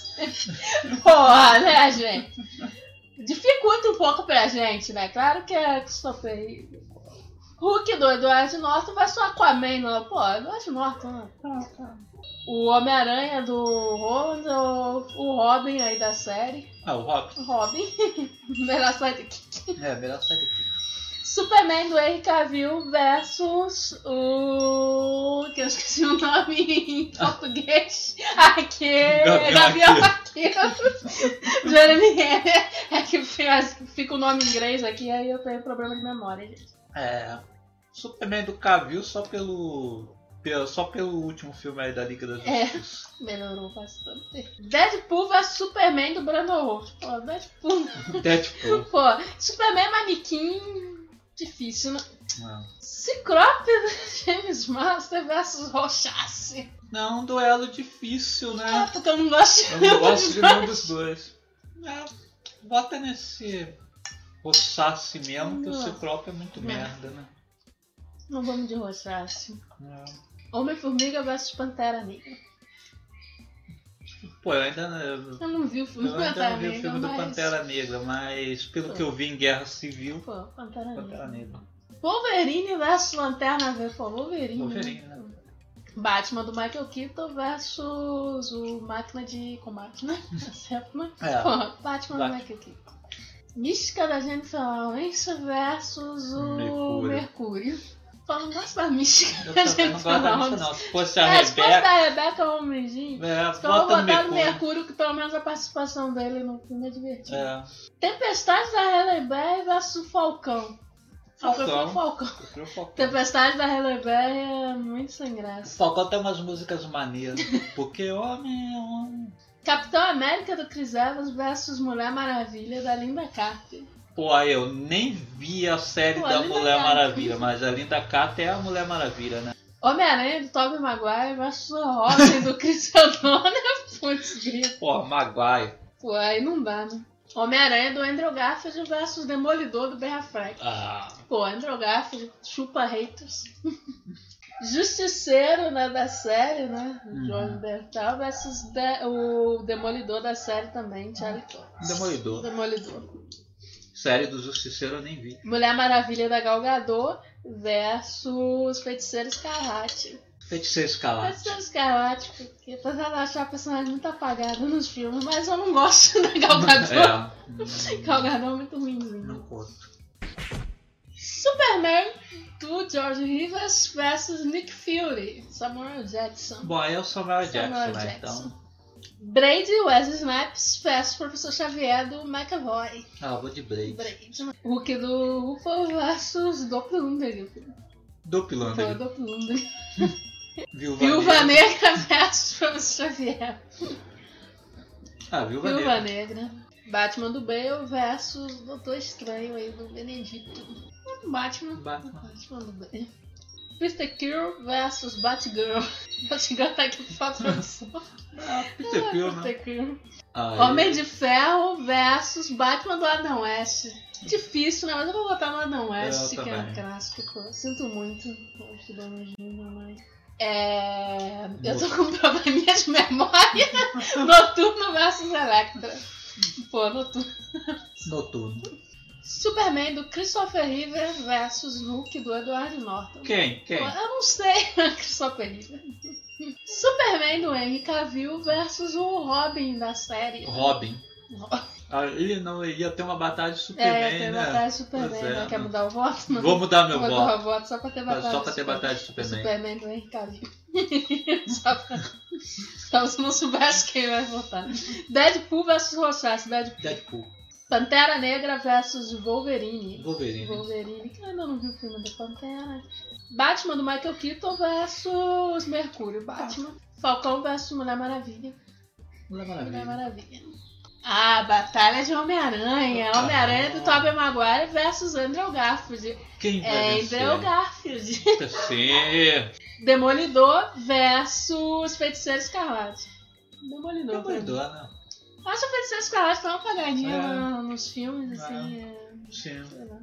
[SPEAKER 3] Porra, né, gente? Dificulta um pouco pra gente, né? Claro que é Christopher Reeve. Hulk do Edward Norton versus o Aquaman, não. Pô, Edward Norton, né? Tá, tá. O Homem-Aranha do Holland, o, o Robin aí da série.
[SPEAKER 2] Ah, o Robin.
[SPEAKER 3] O Robin. Melhor sidekick.
[SPEAKER 2] É, melhor sair daqui.
[SPEAKER 3] Superman do Henry Cavill versus o... que eu esqueci o nome em português. Aqui,
[SPEAKER 2] Gavião
[SPEAKER 3] Gavião Arqueiro. Jeremy Renner. É que fica, fica o nome em inglês aqui, aí eu tenho problema de memória, gente.
[SPEAKER 2] É. Superman do Cavill só pelo. pelo só pelo último filme aí da Liga da
[SPEAKER 3] É.
[SPEAKER 2] Justiça.
[SPEAKER 3] Melhorou bastante. Deadpool versus Superman do Brandon Routh. Pô, Deadpool.
[SPEAKER 2] Deadpool.
[SPEAKER 3] Pô, Superman manequim... difícil, né?
[SPEAKER 2] Não.
[SPEAKER 3] Ciclope James Master versus Rochace.
[SPEAKER 2] Não, um duelo difícil,
[SPEAKER 3] É,
[SPEAKER 2] né?
[SPEAKER 3] porque eu não gosto
[SPEAKER 2] Eu não gosto de nenhum dos dois. É, bota nesse Rochace mesmo, que o
[SPEAKER 3] Não.
[SPEAKER 2] Ciclope é muito
[SPEAKER 3] Não.
[SPEAKER 2] merda, né?
[SPEAKER 3] Não vamos de Rochace.
[SPEAKER 2] É.
[SPEAKER 3] Homem-Formiga versus Pantera Negra.
[SPEAKER 2] Pô, eu ainda não, eu
[SPEAKER 3] Eu não vi o filme do
[SPEAKER 2] ainda
[SPEAKER 3] Pantera
[SPEAKER 2] não vi o
[SPEAKER 3] Negra,
[SPEAKER 2] filme do
[SPEAKER 3] mas...
[SPEAKER 2] Pantera Negra, mas pelo que eu vi em Guerra Civil,
[SPEAKER 3] Pô, Pantera
[SPEAKER 2] Pantera
[SPEAKER 3] Negra.
[SPEAKER 2] Negra.
[SPEAKER 3] Wolverine versus Lanterna Verde. Pô, Wolverine.
[SPEAKER 2] Wolverine,
[SPEAKER 3] né?
[SPEAKER 2] né?
[SPEAKER 3] Batman do Michael Keaton versus o Máquina de Combate, né? Certo, né?
[SPEAKER 2] É.
[SPEAKER 3] Pô, Batman do
[SPEAKER 2] Bat-
[SPEAKER 3] Michael Keaton. Mística da Jennifer Lawrence versus o
[SPEAKER 2] Mercúrio.
[SPEAKER 3] Mercúrio. Pô, não gosto da Mística
[SPEAKER 2] Eu
[SPEAKER 3] da
[SPEAKER 2] também não
[SPEAKER 3] Jennifer
[SPEAKER 2] gosto da
[SPEAKER 3] Lawrence.
[SPEAKER 2] música, não. Se fosse a
[SPEAKER 3] É, se fosse
[SPEAKER 2] Rebeca,
[SPEAKER 3] da Rebeca Homem-Gin,
[SPEAKER 2] é,
[SPEAKER 3] então eu vou
[SPEAKER 2] bota no
[SPEAKER 3] botar no
[SPEAKER 2] Mercúrio.
[SPEAKER 3] Mercúrio, que pelo menos a participação dele no filme é divertida.
[SPEAKER 2] É,
[SPEAKER 3] Tempestade da Halle Berry versus o Falcão. Eu prefiro o
[SPEAKER 2] Falcão.
[SPEAKER 3] Falcão.
[SPEAKER 2] Eu prefiro o Falcão.
[SPEAKER 3] Tempestade da Halle Berry é muito sem graça.
[SPEAKER 2] Falcão tem umas músicas maneiras. Porque homem é homem.
[SPEAKER 3] Capitão América do Chris Evans versus Mulher Maravilha da Linda Carter.
[SPEAKER 2] Pô, aí eu nem vi a série
[SPEAKER 3] Pô,
[SPEAKER 2] da
[SPEAKER 3] a Linda
[SPEAKER 2] Mulher
[SPEAKER 3] Carter.
[SPEAKER 2] Maravilha, mas a Linda Carter é a Mulher Maravilha, né?
[SPEAKER 3] Homem-Aranha do Tobey Maguire versus o Robin do Christian Donner. Putz, grito.
[SPEAKER 2] Pô, Maguire.
[SPEAKER 3] Pô, aí não dá, né? Homem-Aranha do Andrew Garfield versus Demolidor do Ben Affleck.
[SPEAKER 2] Ah,
[SPEAKER 3] Pô, Andrew Garfield, chupa haters. Justiceiro, né, da série, né?
[SPEAKER 2] Uhum.
[SPEAKER 3] Jorge Bertal versus de- o Demolidor da série também, Charlie Cox.
[SPEAKER 2] Demolidor.
[SPEAKER 3] Demolidor.
[SPEAKER 2] Série do Justiceiro eu nem vi.
[SPEAKER 3] Mulher Maravilha da Gal Gadot versus Feiticeiro Escarlate.
[SPEAKER 2] Feiticeiro Escarlate.
[SPEAKER 3] Feiticeiro Escarlate, porque apesar de eu achar a personagem muito apagada nos filmes, mas eu não gosto da Gal Gadot.
[SPEAKER 2] É.
[SPEAKER 3] Gal Gadot é muito ruimzinho.
[SPEAKER 2] Não curto.
[SPEAKER 3] Superman do George Rivers versus Nick Fury, Samuel Jackson.
[SPEAKER 2] Bom, aí é o Samuel Jackson,
[SPEAKER 3] Samuel
[SPEAKER 2] né?
[SPEAKER 3] Jackson.
[SPEAKER 2] Então.
[SPEAKER 3] Brady Wesley Snipes versus Professor Xavier do McAvoy.
[SPEAKER 2] Ah, eu vou de Blade.
[SPEAKER 3] Brady. Hulk do UFO versus Doppelganger. Foi
[SPEAKER 2] Doppelander.
[SPEAKER 3] Doppelganger.
[SPEAKER 2] Viúva,
[SPEAKER 3] Viúva
[SPEAKER 2] Negra.
[SPEAKER 3] Negra versus Professor Xavier.
[SPEAKER 2] Ah, Viúva,
[SPEAKER 3] Viúva
[SPEAKER 2] Negra.
[SPEAKER 3] Negra. Batman do Bale versus Doutor Estranho aí do Benedito. Batman.
[SPEAKER 2] Batman.
[SPEAKER 3] Batman do Bale. Peter Quill versus Batgirl. Batgirl tá aqui pra produção.
[SPEAKER 2] Ah, Peter Quill, né?
[SPEAKER 3] Peter Quill.
[SPEAKER 2] Aí-
[SPEAKER 3] Homem de Ferro versus Batman do Adam West. Difícil, né? Mas eu vou botar no Adam West,
[SPEAKER 2] Eu
[SPEAKER 3] que é um
[SPEAKER 2] também.
[SPEAKER 3] clássico. Sinto muito. Gosto da Nojima, mas... É... Eu tô com probleminha de memória. Noturno versus Electra. Pô, Noturno.
[SPEAKER 2] Noturno.
[SPEAKER 3] Superman do Christopher Reeve versus Hulk do Edward Norton.
[SPEAKER 2] Quem? Quem?
[SPEAKER 3] Pô, eu não sei. Christopher Reeve. Superman do Henry Cavill versus o Robin da série.
[SPEAKER 2] Robin.
[SPEAKER 3] Robin.
[SPEAKER 2] Aí não ia ter uma batalha de Superman,
[SPEAKER 3] É, tem
[SPEAKER 2] né?
[SPEAKER 3] batalha de Superman.
[SPEAKER 2] Pois é,
[SPEAKER 3] né? Quer
[SPEAKER 2] né?
[SPEAKER 3] mudar o voto? Não.
[SPEAKER 2] Vou mudar meu
[SPEAKER 3] Vou
[SPEAKER 2] voto.
[SPEAKER 3] mudar o voto só pra ter
[SPEAKER 2] Mas
[SPEAKER 3] batalha
[SPEAKER 2] só
[SPEAKER 3] de
[SPEAKER 2] pra ter
[SPEAKER 3] Superman.
[SPEAKER 2] batalha de Superman.
[SPEAKER 3] Superman do Henry Cavill. Só pra... Só se não soubesse quem vai votar. Deadpool versus Rochace. Deadpool.
[SPEAKER 2] Deadpool.
[SPEAKER 3] Pantera Negra versus Wolverine.
[SPEAKER 2] Wolverine.
[SPEAKER 3] Wolverine, que eu ainda não viu o filme da Pantera. Batman do Michael Keaton versus Mercúrio. Batman. Falcão versus Mulher Maravilha.
[SPEAKER 2] Mulher
[SPEAKER 3] Mulher
[SPEAKER 2] Maravilha.
[SPEAKER 3] Maravilha. Ah, Batalha de Homem-Aranha. Homem-Aranha do Tobey Maguire versus Andrew Garfield.
[SPEAKER 2] Quem vai
[SPEAKER 3] É
[SPEAKER 2] vencer?
[SPEAKER 3] Andrew Garfield.
[SPEAKER 2] Sim.
[SPEAKER 3] Demolidor versus Feiticeiro Escarlate. Demolidor. pra mim.
[SPEAKER 2] Demolidor, né?
[SPEAKER 3] Acho o Feiticeiro Escarlate tão apagadinho
[SPEAKER 2] É.
[SPEAKER 3] na- nos filmes, assim. É.
[SPEAKER 2] Sim.
[SPEAKER 3] Sei lá.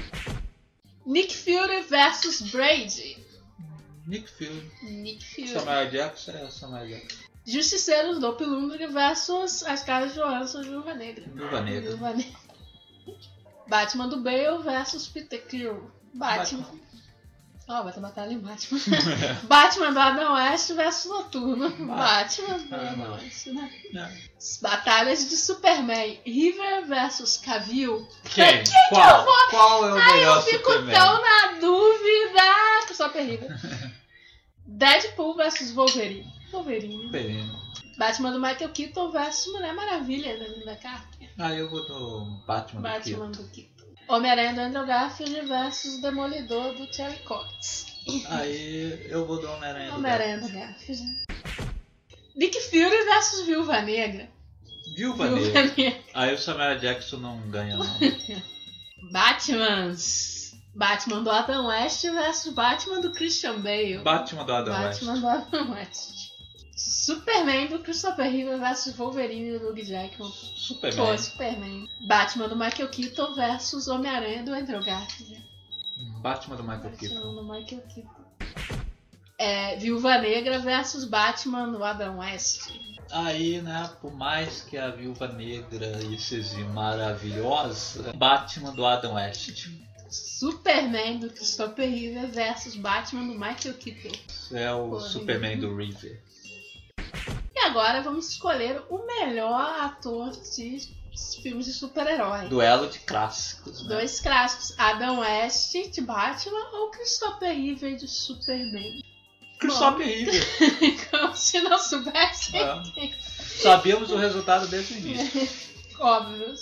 [SPEAKER 3] Nick Fury versus Brady.
[SPEAKER 2] Nick Fury.
[SPEAKER 3] Nick Fury.
[SPEAKER 2] Samuel Jackson é Samuel Jackson.
[SPEAKER 3] Justiceiros do Doppelganger versus As Caras de Johansson, Viúva Negra.
[SPEAKER 2] Viúva Negra.
[SPEAKER 3] Viúva Negra. Batman do Bale versus Peter Quill. Batman. Ó, vai ter batalha em Batman. Batman do Adam West versus Noturno. Batman do
[SPEAKER 2] Ah,
[SPEAKER 3] Adam
[SPEAKER 2] não.
[SPEAKER 3] West, né?
[SPEAKER 2] É.
[SPEAKER 3] Batalhas de Superman. River versus Cavill.
[SPEAKER 2] Quem?
[SPEAKER 3] que eu
[SPEAKER 2] Qual?
[SPEAKER 3] vou-
[SPEAKER 2] Qual é o melhor
[SPEAKER 3] Eu fico
[SPEAKER 2] Superman?
[SPEAKER 3] tão na dúvida. Super River. Deadpool versus Wolverine. Wolverine.
[SPEAKER 2] Wolverine.
[SPEAKER 3] Batman do Michael Keaton versus Mulher Maravilha da Linda Carter.
[SPEAKER 2] Ah, eu vou do Batman,
[SPEAKER 3] Batman
[SPEAKER 2] do
[SPEAKER 3] do Keaton. Homem-Aranha do Andrew Garfield versus Demolidor do Cherry Cox.
[SPEAKER 2] Keaton. Aí eu vou do Homem-Aranha do
[SPEAKER 3] Homem-Aranha do Garfield. Nick Fury versus Viúva Negra.
[SPEAKER 2] Viúva
[SPEAKER 3] Viúva
[SPEAKER 2] Negra.
[SPEAKER 3] Negra.
[SPEAKER 2] Aí o Samuel Jackson não ganha, não.
[SPEAKER 3] Batmans. Batman do Adam West versus Batman do Christian Bale.
[SPEAKER 2] Batman do Adam
[SPEAKER 3] Batman
[SPEAKER 2] West.
[SPEAKER 3] do Adam West. Superman do Christopher Reeve versus Wolverine do Hugh Jackman.
[SPEAKER 2] Superman.
[SPEAKER 3] Pô, Superman. Batman do Michael Keaton versus Homem-Aranha do Andrew Garfield.
[SPEAKER 2] Batman do Michael
[SPEAKER 3] Batman
[SPEAKER 2] Keaton.
[SPEAKER 3] do Michael Keaton. É, Viúva Negra versus Batman do Adam West.
[SPEAKER 2] Aí, né, por mais que a Viúva Negra seja maravilhosa, Batman do Adam West.
[SPEAKER 3] Superman do Christopher Reeve versus Batman do Michael Keaton.
[SPEAKER 2] É o
[SPEAKER 3] Porra,
[SPEAKER 2] Superman do Reeve.
[SPEAKER 3] E agora vamos escolher o melhor ator de filmes de super-herói.
[SPEAKER 2] Duelo de clássicos, né?
[SPEAKER 3] Dois clássicos, Adam West de Batman ou Christopher Reeve de Superman.
[SPEAKER 2] Christopher Reeve.
[SPEAKER 3] Como se não soubesse.
[SPEAKER 2] É. Sabíamos o resultado desde o início.
[SPEAKER 3] Óbvio.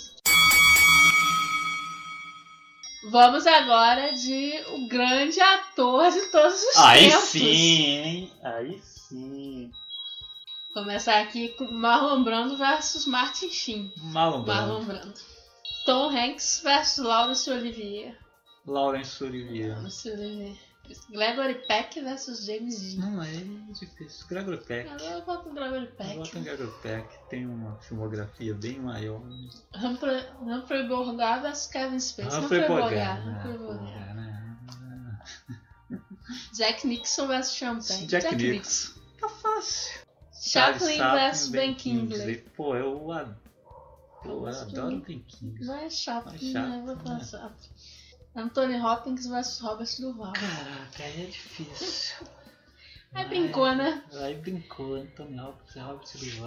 [SPEAKER 3] Vamos agora de o grande ator de todos os
[SPEAKER 2] Aí
[SPEAKER 3] tempos.
[SPEAKER 2] sim, hein? Aí sim.
[SPEAKER 3] Começar aqui com Marlon Brando versus Martin Sheen.
[SPEAKER 2] Marlon Brando.
[SPEAKER 3] Marlon Brando. Tom Hanks versus Laurence Olivier.
[SPEAKER 2] Laurence Olivier.
[SPEAKER 3] Laurence Olivier. Gregory Peck versus James Dean.
[SPEAKER 2] Não é difícil. Gregory Peck.
[SPEAKER 3] Eu voto no Gregory
[SPEAKER 2] Eu
[SPEAKER 3] Peck.
[SPEAKER 2] voto em Gregory Peck. Tem uma filmografia bem maior.
[SPEAKER 3] Humphrey, Humphrey Bogart versus Kevin Spacey.
[SPEAKER 2] Humphrey Bogart.
[SPEAKER 3] Humphrey
[SPEAKER 2] né?
[SPEAKER 3] Bogart.
[SPEAKER 2] Né?
[SPEAKER 3] Jack Nixon versus Champagne.
[SPEAKER 2] Jack Nixon. Tá fácil.
[SPEAKER 3] Chaplin
[SPEAKER 2] Charles
[SPEAKER 3] versus
[SPEAKER 2] Chaplin,
[SPEAKER 3] Ben Kingsley.
[SPEAKER 2] Pô, eu, ad- Pô, eu adoro Ben Kingsley.
[SPEAKER 3] Não é Chaplin,
[SPEAKER 2] Não é
[SPEAKER 3] né? Eu vou
[SPEAKER 2] Chaplin,
[SPEAKER 3] falar
[SPEAKER 2] né?
[SPEAKER 3] Chaplin. Anthony Hopkins versus Robert Duval.
[SPEAKER 2] Caraca, aí é difícil.
[SPEAKER 3] Aí brincou, né?
[SPEAKER 2] Aí brincou, Anthony Hopkins e Robert Duval.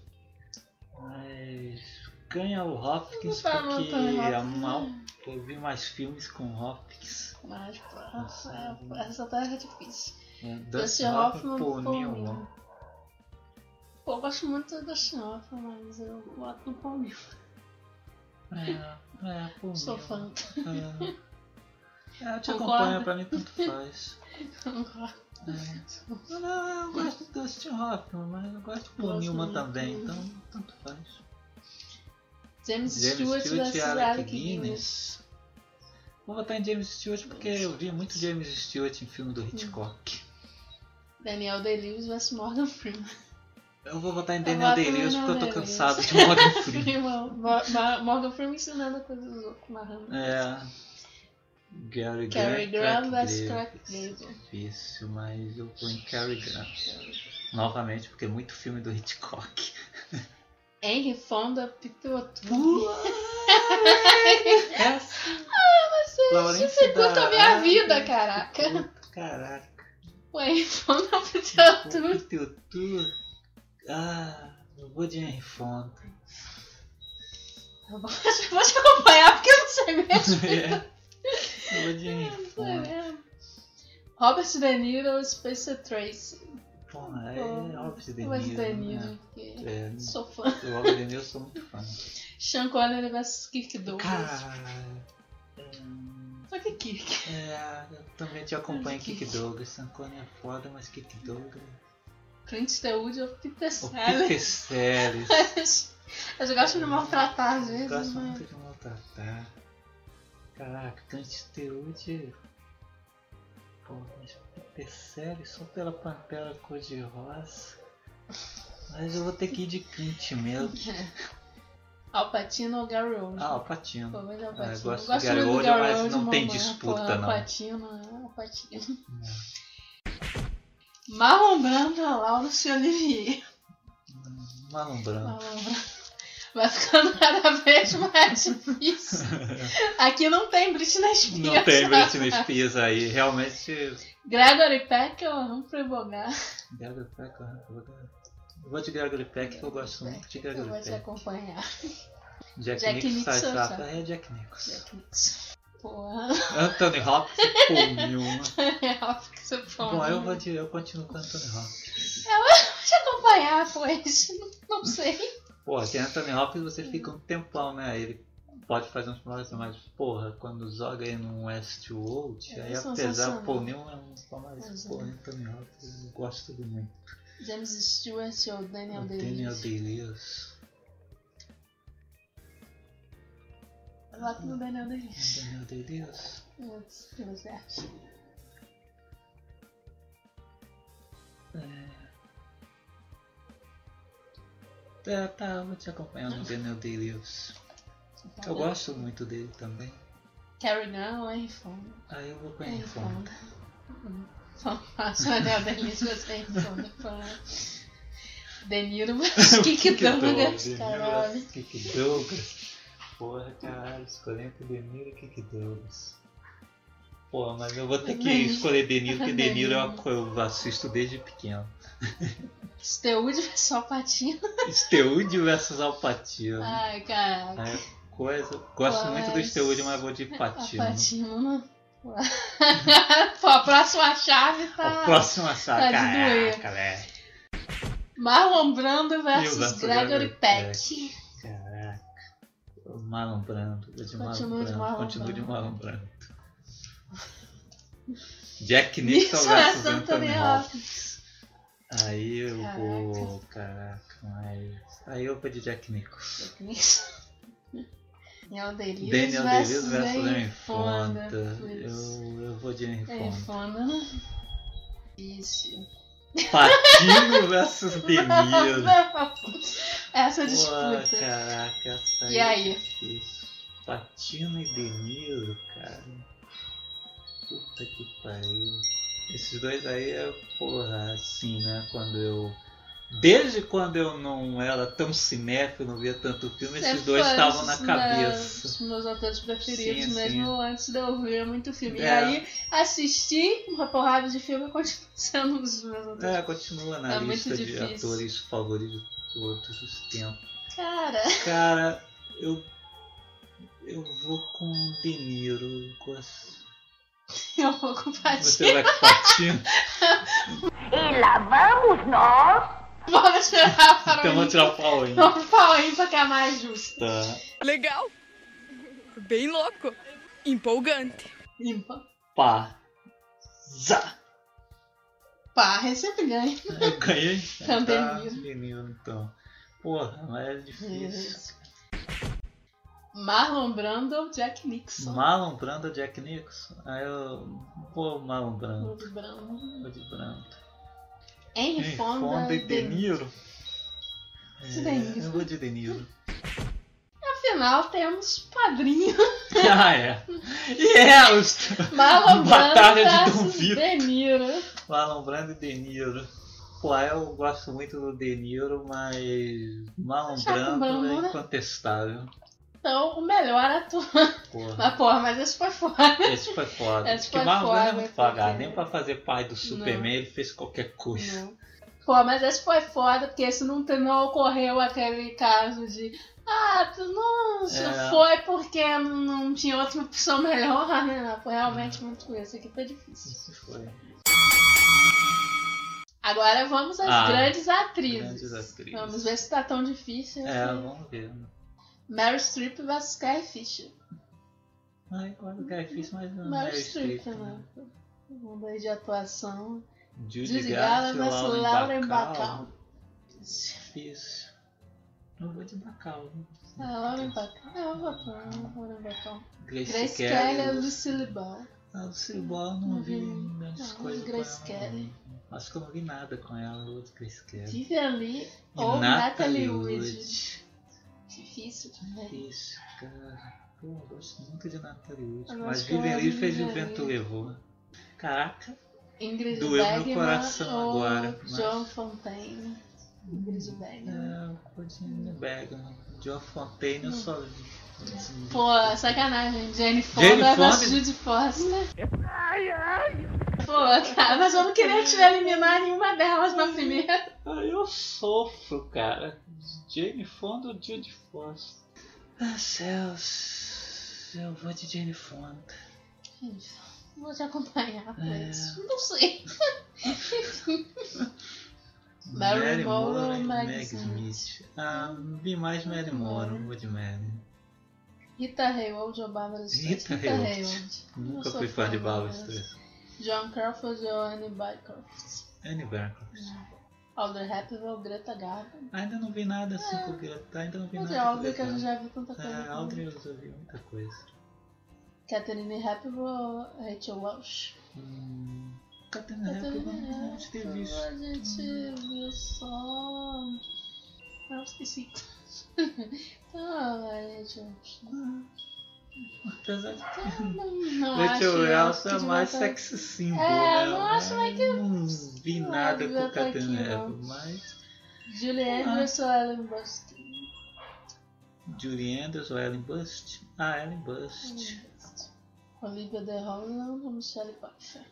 [SPEAKER 2] Mas ganha o Hopkins
[SPEAKER 3] Eu vou botar no
[SPEAKER 2] porque
[SPEAKER 3] Anthony
[SPEAKER 2] é
[SPEAKER 3] Hopkins,
[SPEAKER 2] mal,
[SPEAKER 3] né?
[SPEAKER 2] eu vi mais filmes com Hopkins.
[SPEAKER 3] Mas, pô, é, essa tá difícil.
[SPEAKER 2] É,
[SPEAKER 3] Dustin
[SPEAKER 2] Dustin
[SPEAKER 3] Hoffman,
[SPEAKER 2] Hoffman,
[SPEAKER 3] Paul
[SPEAKER 2] Paul Newman.
[SPEAKER 3] Newman. Pô, eu gosto muito do Dustin Hoffman, mas eu voto no Paul Newman.
[SPEAKER 2] É, é, Paul
[SPEAKER 3] Sou
[SPEAKER 2] Newman.
[SPEAKER 3] fã.
[SPEAKER 2] É. É, eu te
[SPEAKER 3] Concorda?
[SPEAKER 2] acompanho, pra mim tanto faz. É. Não, eu gosto do Dustin Hoffman, mas eu gosto do Paul
[SPEAKER 3] Gosto
[SPEAKER 2] Newman
[SPEAKER 3] muito.
[SPEAKER 2] também, então tanto faz.
[SPEAKER 3] James,
[SPEAKER 2] James
[SPEAKER 3] Stewart
[SPEAKER 2] Stewart
[SPEAKER 3] versus
[SPEAKER 2] e Alec
[SPEAKER 3] Alec
[SPEAKER 2] Guinness.
[SPEAKER 3] Guinness.
[SPEAKER 2] Vou votar em James Stewart porque eu vi muito James Stewart em filme do Hitchcock.
[SPEAKER 3] Daniel Day-Lewis versus Morgan Freeman.
[SPEAKER 2] Eu vou votar em
[SPEAKER 3] Eu
[SPEAKER 2] Daniel
[SPEAKER 3] voto
[SPEAKER 2] Day-Lewis
[SPEAKER 3] no
[SPEAKER 2] porque eu tô
[SPEAKER 3] Daniel
[SPEAKER 2] cansado de
[SPEAKER 3] Day-Lewis.
[SPEAKER 2] Morgan Freeman.
[SPEAKER 3] Freeman. Mo- Morgan Freeman ensinando coisas dos outros, narrando.
[SPEAKER 2] É. Gary
[SPEAKER 3] Cary
[SPEAKER 2] Grant,
[SPEAKER 3] Grant versus
[SPEAKER 2] Craig
[SPEAKER 3] Craig
[SPEAKER 2] David.
[SPEAKER 3] David.
[SPEAKER 2] Difícil, mas eu vou em Cary Grant. Novamente, porque é muito filme do Hitchcock.
[SPEAKER 3] Henry Fonda, Peter O'Toole.
[SPEAKER 2] Essa.
[SPEAKER 3] Você
[SPEAKER 2] Laurence
[SPEAKER 3] dificulta
[SPEAKER 2] da
[SPEAKER 3] a minha
[SPEAKER 2] Árabe.
[SPEAKER 3] vida, caraca.
[SPEAKER 2] Puta, Caraca.
[SPEAKER 3] O Henry Fonda, Peter O'Toole.
[SPEAKER 2] Peter O'Toole. Ah, eu vou de Henry Fonda.
[SPEAKER 3] Eu vou eu vou te acompanhar porque eu não sei mesmo.
[SPEAKER 2] É. Eu vou de Henry
[SPEAKER 3] Não sei
[SPEAKER 2] Fonda.
[SPEAKER 3] mesmo. Robert De Niro, Spencer Tracy.
[SPEAKER 2] Porra, é Robert De
[SPEAKER 3] Robert
[SPEAKER 2] Niro.
[SPEAKER 3] De Niro,
[SPEAKER 2] né?
[SPEAKER 3] porque
[SPEAKER 2] É,
[SPEAKER 3] sou fã.
[SPEAKER 2] o Robert De Niro eu sou muito fã.
[SPEAKER 3] Sean Connery versus Kirk Douglas.
[SPEAKER 2] Cara. hum,
[SPEAKER 3] Só que Kirk.
[SPEAKER 2] É, eu também te acompanho em Kick Douglas. Sancone é foda, mas Kick Douglas.
[SPEAKER 3] Clint Eastwood ou Peter
[SPEAKER 2] O
[SPEAKER 3] Sellers.
[SPEAKER 2] Peter Sellers.
[SPEAKER 3] Eu gosto de maltratar às vezes,
[SPEAKER 2] Gosto
[SPEAKER 3] mas...
[SPEAKER 2] muito de maltratar. Caraca, Clint Eastwood. Pô, mas Peter Sellers só pela Pantera Cor-de-Rosa. Mas eu vou ter que ir de Clint mesmo.
[SPEAKER 3] Al Pacino ou Gary Oldman?
[SPEAKER 2] Ah, o Patino.
[SPEAKER 3] Pô, mas Al
[SPEAKER 2] Ah, eu
[SPEAKER 3] Pacino.
[SPEAKER 2] gosto
[SPEAKER 3] Eu
[SPEAKER 2] de Gary
[SPEAKER 3] muito do
[SPEAKER 2] Oldman,
[SPEAKER 3] Gary
[SPEAKER 2] mas não tem
[SPEAKER 3] Oldman,
[SPEAKER 2] disputa,
[SPEAKER 3] pô,
[SPEAKER 2] não.
[SPEAKER 3] Al Pacino, é, Al Pacino. Marlon Brando, Laurence Olivier.
[SPEAKER 2] Marlon Brando.
[SPEAKER 3] Marlon Brando. Vai ficando cada vez mais difícil. Aqui não tem Britney Spears.
[SPEAKER 2] Não tem Britney Spears aí, realmente.
[SPEAKER 3] Gregory Peck ou Humphrey Bogart?
[SPEAKER 2] Gregory Peck, eu vou de Gregory Peck, que eu gosto muito de
[SPEAKER 3] Eu
[SPEAKER 2] Gregory
[SPEAKER 3] vou te
[SPEAKER 2] Peck.
[SPEAKER 3] acompanhar.
[SPEAKER 2] Jack,
[SPEAKER 3] Jack
[SPEAKER 2] Nicholson,
[SPEAKER 3] Nicholson,
[SPEAKER 2] exato.
[SPEAKER 3] sabe?
[SPEAKER 2] É Jack Nicholson.
[SPEAKER 3] Jack Nixon. Porra.
[SPEAKER 2] Anthony Hopkins e Paul Newman.
[SPEAKER 3] É óbvio que você falou.
[SPEAKER 2] Bom, eu vou de, eu continuo com Anthony Hopkins.
[SPEAKER 3] Eu vou te acompanhar, pois. Não, não sei.
[SPEAKER 2] Pô, tem Anthony Hopkins, você fica um tempão, né? Ele pode fazer uns problemas, mas porra, quando joga aí num Westworld,
[SPEAKER 3] É
[SPEAKER 2] aí apesar
[SPEAKER 3] sensacional.
[SPEAKER 2] do Paul Newman é um pô, mas
[SPEAKER 3] Exato.
[SPEAKER 2] porra, Anthony Hopkins, eu gosto tudo muito.
[SPEAKER 3] James Stewart ou Daniel
[SPEAKER 2] O Daniel
[SPEAKER 3] Day-Lewis?
[SPEAKER 2] Day-Lewis.
[SPEAKER 3] voto no Daniel Day-Lewis.
[SPEAKER 2] Daniel Day-Lewis.
[SPEAKER 3] O que você acha?
[SPEAKER 2] É, tá, vou te acompanhar no Daniel Day-Lewis. Eu gosto muito dele também.
[SPEAKER 3] Cary Grant ou Henry Fonda?
[SPEAKER 2] Aí eu vou com
[SPEAKER 3] Henry
[SPEAKER 2] Henry Fonda.
[SPEAKER 3] Só faço o Daniel Day-Lewis, você Henry Fonda. De Niro, mas Kiki Douglas, caralho.
[SPEAKER 2] Kiki Douglas. Porra, caralho, escolhi entre De Niro e Kiki Douglas. Porra, mas eu vou ter que escolher De Niro, porque De Niro é uma coisa que eu assisto desde pequeno.
[SPEAKER 3] Stewood versus Al Pacino.
[SPEAKER 2] Stewood versus Al Pacino.
[SPEAKER 3] Ai, caraca.
[SPEAKER 2] É coisa... Gosto
[SPEAKER 3] Pô,
[SPEAKER 2] muito do Stewood, mas vou de Pacino.
[SPEAKER 3] Al Pacino, não. Pô, a próxima chave tá...
[SPEAKER 2] A próxima chave,
[SPEAKER 3] tá de doer.
[SPEAKER 2] caraca, velho.
[SPEAKER 3] Marlon Brando versus
[SPEAKER 2] versus
[SPEAKER 3] Gregory
[SPEAKER 2] Gregory
[SPEAKER 3] Peck.
[SPEAKER 2] Caraca. Marlon Brando. Vou de Marlon
[SPEAKER 3] Continua de
[SPEAKER 2] Brando.
[SPEAKER 3] Marlon
[SPEAKER 2] Continuo de
[SPEAKER 3] Brando.
[SPEAKER 2] Marlon Brando. Jack Nixon versus Anthony Hopkins. Aí eu
[SPEAKER 3] Caraca.
[SPEAKER 2] vou... Caraca, mas... Aí eu vou de Jack Nicholson.
[SPEAKER 3] Jack Nixon. Daniel Day-Lewis
[SPEAKER 2] Daniel Day-Lewis versus
[SPEAKER 3] Henry
[SPEAKER 2] Henry Fonda.
[SPEAKER 3] Putz.
[SPEAKER 2] Eu, eu vou de Henry
[SPEAKER 3] Henry
[SPEAKER 2] Fonda.
[SPEAKER 3] Fonda, né? Difícil.
[SPEAKER 2] Pacino versus De Niro.
[SPEAKER 3] Essa
[SPEAKER 2] Pô,
[SPEAKER 3] disputa.
[SPEAKER 2] caraca, essa
[SPEAKER 3] E
[SPEAKER 2] é
[SPEAKER 3] aí?
[SPEAKER 2] difícil. Pacino e De Niro, cara. Puta que pariu. Esses dois aí é, porra, assim, né? Quando eu... Desde quando eu não era tão cinéfilo, não via tanto filme, esses
[SPEAKER 3] Sempre
[SPEAKER 2] dois
[SPEAKER 3] foi
[SPEAKER 2] estavam na
[SPEAKER 3] os
[SPEAKER 2] cabeça.
[SPEAKER 3] Os meus atores preferidos,
[SPEAKER 2] Sim,
[SPEAKER 3] mesmo
[SPEAKER 2] sim.
[SPEAKER 3] antes de eu ver muito filme.
[SPEAKER 2] É.
[SPEAKER 3] E aí, assistir uma porrada de filme e continua sendo um dos meus atores.
[SPEAKER 2] É, continua na
[SPEAKER 3] É muito
[SPEAKER 2] lista de
[SPEAKER 3] difícil.
[SPEAKER 2] atores favoritos de todos os tempos.
[SPEAKER 3] Cara,
[SPEAKER 2] Cara, eu... Eu vou com De Niro. Eu gosto.
[SPEAKER 3] eu vou com o Pacino.
[SPEAKER 2] Você vai com Pacino?
[SPEAKER 5] E lá vamos nós.
[SPEAKER 3] Vamos tirar para
[SPEAKER 2] Então
[SPEAKER 3] o
[SPEAKER 2] vou
[SPEAKER 3] ímpar.
[SPEAKER 2] tirar o pau aí.
[SPEAKER 3] Vamos para o ímpar, que é mais justo.
[SPEAKER 2] Tá.
[SPEAKER 6] Legal. Bem louco. Empolgante.
[SPEAKER 3] Ímpar.
[SPEAKER 2] Pá. Zá.
[SPEAKER 3] Pá, eu sempre ganho.
[SPEAKER 2] Eu ganhei.
[SPEAKER 3] Então,
[SPEAKER 2] Tá,
[SPEAKER 3] De Niro.
[SPEAKER 2] De Niro, então. Porra, mas é difícil.
[SPEAKER 3] Isso. Marlon Brando ou Jack Nixon?
[SPEAKER 2] Marlon Brando ou Jack Nicholson? Aí eu vou Marlon
[SPEAKER 3] Vou
[SPEAKER 2] Brando.
[SPEAKER 3] de Brando.
[SPEAKER 2] Vou de Brando.
[SPEAKER 3] Henry
[SPEAKER 2] Henry
[SPEAKER 3] Fonda,
[SPEAKER 2] Fonda e De Niro?
[SPEAKER 3] De
[SPEAKER 2] É,
[SPEAKER 3] Niro.
[SPEAKER 2] eu vou de De Niro.
[SPEAKER 3] Afinal, temos Padrinho.
[SPEAKER 2] Ah, é. E é, os...
[SPEAKER 3] Marlon
[SPEAKER 2] Batalha de
[SPEAKER 3] Brando
[SPEAKER 2] Dom
[SPEAKER 3] versus
[SPEAKER 2] Vito.
[SPEAKER 3] De Niro.
[SPEAKER 2] Marlon Brando e De Niro. Pô, eu gosto muito do De Niro, mas Marlon
[SPEAKER 3] Chato
[SPEAKER 2] Brando
[SPEAKER 3] Brando,
[SPEAKER 2] é
[SPEAKER 3] né?
[SPEAKER 2] incontestável.
[SPEAKER 3] Então, o melhor ator.
[SPEAKER 2] Porra.
[SPEAKER 3] Mas, porra, mas esse foi foda.
[SPEAKER 2] Esse foi foda.
[SPEAKER 3] Esse
[SPEAKER 2] Porque
[SPEAKER 3] foi
[SPEAKER 2] Marlon Brando é
[SPEAKER 3] foda,
[SPEAKER 2] muito pagado.
[SPEAKER 3] porque-
[SPEAKER 2] Nem pra fazer pai do Superman
[SPEAKER 3] Não.
[SPEAKER 2] ele fez qualquer coisa.
[SPEAKER 3] Não. Pô, mas esse foi foda, porque esse não, te- não ocorreu aquele caso de... Ah, tu não...
[SPEAKER 2] É.
[SPEAKER 3] Foi porque não, não tinha outra opção melhor, né? Não, foi realmente muito isso. Esse aqui foi difícil.
[SPEAKER 2] Isso foi.
[SPEAKER 3] Agora vamos às
[SPEAKER 2] Ah,
[SPEAKER 3] grandes atrizes.
[SPEAKER 2] grandes atrizes.
[SPEAKER 3] Vamos ver se tá tão difícil.
[SPEAKER 2] É,
[SPEAKER 3] assim.
[SPEAKER 2] vamos ver.
[SPEAKER 3] Meryl Streep versus Carrie Fisher.
[SPEAKER 2] Ai, quando que é difícil, mas não
[SPEAKER 3] Meryl
[SPEAKER 2] é
[SPEAKER 3] Streep,
[SPEAKER 2] Streep,
[SPEAKER 3] né? Vamos aí de atuação.
[SPEAKER 2] Judy
[SPEAKER 3] Judy
[SPEAKER 2] Garland
[SPEAKER 3] Garland
[SPEAKER 2] e
[SPEAKER 3] versus Lauren Bacall.
[SPEAKER 2] Difícil. Eu vou de Bacall. né?
[SPEAKER 3] Ah, Lauren Bacall. É, eu vou pra Lauren Bacall.
[SPEAKER 2] Grace,
[SPEAKER 3] Grace
[SPEAKER 2] Kelly.
[SPEAKER 3] Kelly e Lucille Ball.
[SPEAKER 2] A Lucille Ball eu não
[SPEAKER 3] Não
[SPEAKER 2] vi
[SPEAKER 3] vi.
[SPEAKER 2] grandes
[SPEAKER 3] Não,
[SPEAKER 2] coisas
[SPEAKER 3] Grace
[SPEAKER 2] com ela.
[SPEAKER 3] Kelly.
[SPEAKER 2] Acho que eu não vi nada com ela, eu vou de Grace Kelly.
[SPEAKER 3] Vivian Lee
[SPEAKER 2] E
[SPEAKER 3] ou
[SPEAKER 2] Natalie
[SPEAKER 3] Natalie Wood.
[SPEAKER 2] Wood.
[SPEAKER 3] Difícil também.
[SPEAKER 2] Difícil, cara. Pô, eu gosto muito de Natalie Wood.
[SPEAKER 3] Eu
[SPEAKER 2] Mas
[SPEAKER 3] gosto que eu
[SPEAKER 2] Vivian
[SPEAKER 3] gosto
[SPEAKER 2] Lee
[SPEAKER 3] de
[SPEAKER 2] fez o
[SPEAKER 3] Vivian
[SPEAKER 2] vento
[SPEAKER 3] Lee.
[SPEAKER 2] levou. Caraca,
[SPEAKER 3] Ingrid
[SPEAKER 2] doeu meu
[SPEAKER 3] Bergman
[SPEAKER 2] coração
[SPEAKER 3] ou
[SPEAKER 2] agora, mas-
[SPEAKER 3] John Fontaine. Ingrid Bergman.
[SPEAKER 2] é, eu vou de Bergman. John Fontaine eu só vi.
[SPEAKER 3] Pô, sacanagem. Jane
[SPEAKER 2] Jane
[SPEAKER 3] Fonda versus
[SPEAKER 2] Fonda?
[SPEAKER 3] Judy Foster. Pô, cara, mas eu não queria te eliminar nenhuma delas na primeira.
[SPEAKER 2] Ah, eu sofro, cara. Jane Fonda ou Judy Foster? Ah, céus. Eu vou de Jane Fonda.
[SPEAKER 3] Gente, vou te acompanhar pra
[SPEAKER 2] É.
[SPEAKER 3] isso. Não sei. Mary Monroe
[SPEAKER 2] e
[SPEAKER 3] ou Meg
[SPEAKER 2] Meg
[SPEAKER 3] Smith?
[SPEAKER 2] Smith. Ah, vi mais Mary Monroe, vou de Mary.
[SPEAKER 3] Rita Hayworth ou Barbara Streisand?
[SPEAKER 2] Rita Hayworth. Nunca
[SPEAKER 3] sou
[SPEAKER 2] fui fã de
[SPEAKER 3] não,
[SPEAKER 2] Barbara
[SPEAKER 3] mas-
[SPEAKER 2] Streisand.
[SPEAKER 3] John Crawford ou Annie Bancroft?
[SPEAKER 2] Annie Bancroft.
[SPEAKER 3] Audrey Hepburn, Greta Garbo.
[SPEAKER 2] Ainda não vi nada assim com Greta. Ainda não vi
[SPEAKER 3] Mas
[SPEAKER 2] nada
[SPEAKER 3] é
[SPEAKER 2] com
[SPEAKER 3] óbvio que a
[SPEAKER 2] Greta.
[SPEAKER 3] gente já viu tanta coisa.
[SPEAKER 2] É,
[SPEAKER 3] com-
[SPEAKER 2] Audrey eu já vi muita coisa.
[SPEAKER 3] Catherine Hepburn, Rachel Welch.
[SPEAKER 2] Hum, Catherine Hepburn eu não ter visto.
[SPEAKER 3] A gente viu só... Não, esqueci. Então, a Rachel Welch.
[SPEAKER 2] Apesar de que
[SPEAKER 3] Não, não
[SPEAKER 2] Rachel
[SPEAKER 3] acho
[SPEAKER 2] Welch
[SPEAKER 3] que
[SPEAKER 2] é
[SPEAKER 3] devia
[SPEAKER 2] mais
[SPEAKER 3] tá-
[SPEAKER 2] sexy symbol,
[SPEAKER 3] É,
[SPEAKER 2] né?
[SPEAKER 3] não acho nem que-
[SPEAKER 2] Não vi
[SPEAKER 3] não
[SPEAKER 2] nada
[SPEAKER 3] devia
[SPEAKER 2] com
[SPEAKER 3] tá
[SPEAKER 2] Catherine
[SPEAKER 3] aqui, não.
[SPEAKER 2] Hepburn, mas
[SPEAKER 3] Julie
[SPEAKER 2] Ah.
[SPEAKER 3] Andrews ou Ellen Burstyn?
[SPEAKER 2] Julie Andrews ou Ellen Burst? Ah, Ellen Burst.
[SPEAKER 3] Olivia de Havilland ou Michelle Pfeiffer?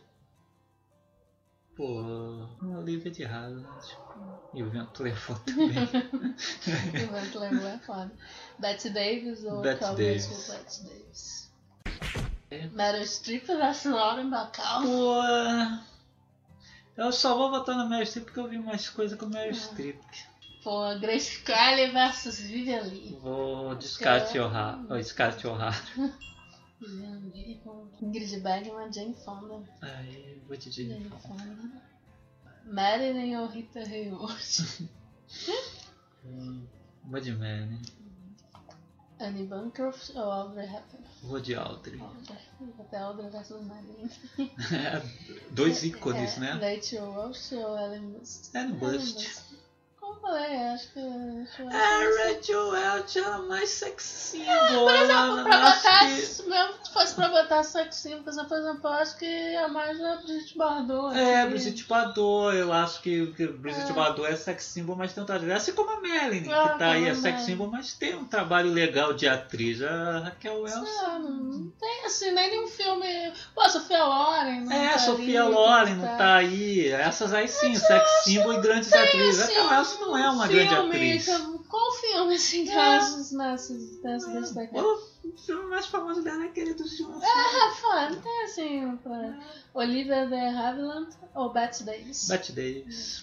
[SPEAKER 2] Pô, Olivia de Havilland. E o Vento Levou também.
[SPEAKER 3] Event Level é foda. Bette Davis ou
[SPEAKER 2] Bette
[SPEAKER 3] Cowboys
[SPEAKER 2] Davis.
[SPEAKER 3] with Bette Davis? Meryl Streep versus Lauren Bacall.
[SPEAKER 2] Pô, eu só vou votar na Meryl Streep porque eu vi mais coisa com Meryl Streep.
[SPEAKER 3] Pô, Grace Kelly versus Vivian Lee.
[SPEAKER 2] Vou descarte O'Hara. Oh, descarte O'Hara.
[SPEAKER 3] Vivian Lee com Ingrid Bergman, Jane Fonda.
[SPEAKER 2] Aí, vou te dizer.
[SPEAKER 3] Jane Fonda. Marilyn ou Rita Hayworth?
[SPEAKER 2] Hum, Vou de Manny.
[SPEAKER 3] Annie Bancroft ou Audrey Hepburn?
[SPEAKER 2] Vou de Audrey.
[SPEAKER 3] Audrey. Até Audrey versus Marilyn.
[SPEAKER 2] Dois ícones,
[SPEAKER 3] É,
[SPEAKER 2] né?
[SPEAKER 3] Rachel Welch ou Ellen Burstyn?
[SPEAKER 2] Ellen Burstyn.
[SPEAKER 3] Burstyn. Como eu falei, acho que... Rachel Welch
[SPEAKER 2] A
[SPEAKER 3] é
[SPEAKER 2] Rachel Welch é a mais sexy symbol.
[SPEAKER 3] Por exemplo,
[SPEAKER 2] ela,
[SPEAKER 3] pra
[SPEAKER 2] eu acho
[SPEAKER 3] botar,
[SPEAKER 2] que-
[SPEAKER 3] mesmo se fosse pra botar sex symbol, por exemplo, eu acho que a mais é a Brigitte Bardot.
[SPEAKER 2] É,
[SPEAKER 3] assim.
[SPEAKER 2] Brigitte Bardot, eu acho que, que Brigitte
[SPEAKER 3] É.
[SPEAKER 2] Bardot é sex symbol, mas tem um trabalho. Assim como a Melanie,
[SPEAKER 3] Ah,
[SPEAKER 2] que tá aí,
[SPEAKER 3] como
[SPEAKER 2] é
[SPEAKER 3] a
[SPEAKER 2] sex
[SPEAKER 3] Melanie.
[SPEAKER 2] symbol, mas tem um trabalho legal de atriz. A Raquel Welch.
[SPEAKER 3] Ah, não tem assim, nem nenhum filme. Pô, Sofia Loren. Não
[SPEAKER 2] É,
[SPEAKER 3] tá
[SPEAKER 2] Sofia
[SPEAKER 3] ali,
[SPEAKER 2] Loren
[SPEAKER 3] tá-
[SPEAKER 2] não tá aí. Essas aí sim, sex symbol e grandes atrizes.
[SPEAKER 3] assim,
[SPEAKER 2] Raquel Welch não é uma
[SPEAKER 3] filme,
[SPEAKER 2] grande atriz.
[SPEAKER 3] que- Qual filme, assim, que nessas, nessas, nessas destacadas?
[SPEAKER 2] O filme mais famoso dela é aquele do Johnson.
[SPEAKER 3] Ah, foda, não tem assim, pra... Olivia de Havilland ou Bette Davis?
[SPEAKER 2] Bette Davis.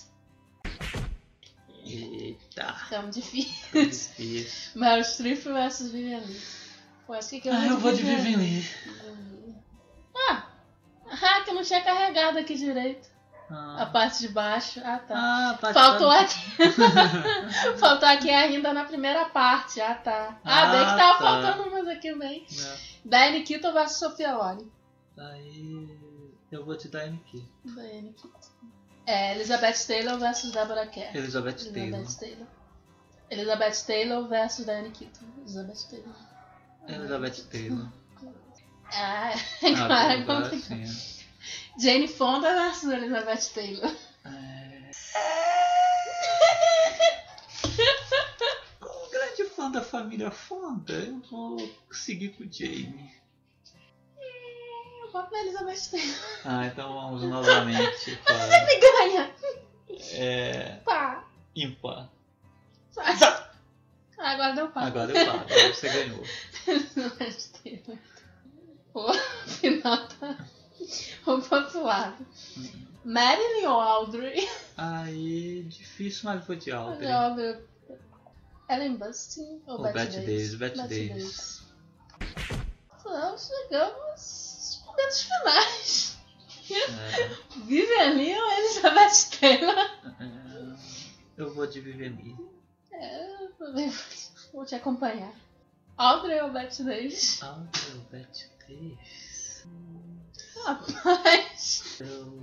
[SPEAKER 2] Eita,
[SPEAKER 3] Tão difícil.
[SPEAKER 2] que difícil.
[SPEAKER 3] Meryl Streep versus Vivian Lee. Pô, acho que eu
[SPEAKER 2] Ah, eu vou de Vivian Lee.
[SPEAKER 3] Ah, ah, que eu não tinha carregado aqui direito. A
[SPEAKER 2] Ah,
[SPEAKER 3] parte de baixo. Ah, tá.
[SPEAKER 2] ah tá.
[SPEAKER 3] Faltou aqui. Faltou aqui ainda na primeira parte. Ah, tá. Ah,
[SPEAKER 2] Ah,
[SPEAKER 3] bem que tava
[SPEAKER 2] tá.
[SPEAKER 3] faltando umas aqui bem.
[SPEAKER 2] É.
[SPEAKER 3] Diane Keaton versus Sofia Loren.
[SPEAKER 2] Aí eu vou te dar N aqui.
[SPEAKER 3] Diane Keaton. É, Elizabeth Taylor versus Deborah Kerr.
[SPEAKER 2] Elizabeth Taylor.
[SPEAKER 3] Elizabeth Taylor. Elizabeth Taylor versus Diane Keaton. Elizabeth Taylor.
[SPEAKER 2] Elizabeth Taylor.
[SPEAKER 3] Ah,
[SPEAKER 2] Ah,
[SPEAKER 3] agora é
[SPEAKER 2] agora
[SPEAKER 3] complicado.
[SPEAKER 2] sim.
[SPEAKER 3] Jane Fonda versus Elizabeth Taylor.
[SPEAKER 2] É... Como grande fã da família Fonda, eu vou seguir com o Jamie.
[SPEAKER 3] Eu voto na Elizabeth Taylor.
[SPEAKER 2] Ah, então vamos novamente para
[SPEAKER 3] Me ganha!
[SPEAKER 2] é,
[SPEAKER 3] Pá!
[SPEAKER 2] ímpar.
[SPEAKER 3] Ah, agora deu pá.
[SPEAKER 2] Agora eu paro, agora você ganhou.
[SPEAKER 3] Elizabeth Taylor. Pô, final tá. Vamos pro outro lado. Marilyn ou Audrey?
[SPEAKER 2] Aí, difícil, mas vou de Audrey.
[SPEAKER 3] Audrey. Ellen Burstyn ou
[SPEAKER 2] Ou
[SPEAKER 3] Bette
[SPEAKER 2] Bette Davis,
[SPEAKER 3] Davis?
[SPEAKER 2] Bette Davis.
[SPEAKER 3] Então chegamos aos momentos finais.
[SPEAKER 2] É,
[SPEAKER 3] Vivian Lee ou Elizabeth Taylor?
[SPEAKER 2] é, eu vou de Vivian Lee.
[SPEAKER 3] É, eu também vou te acompanhar. Audrey ou Bette Davis?
[SPEAKER 2] Audrey ou Bette Davis?
[SPEAKER 3] Rapaz.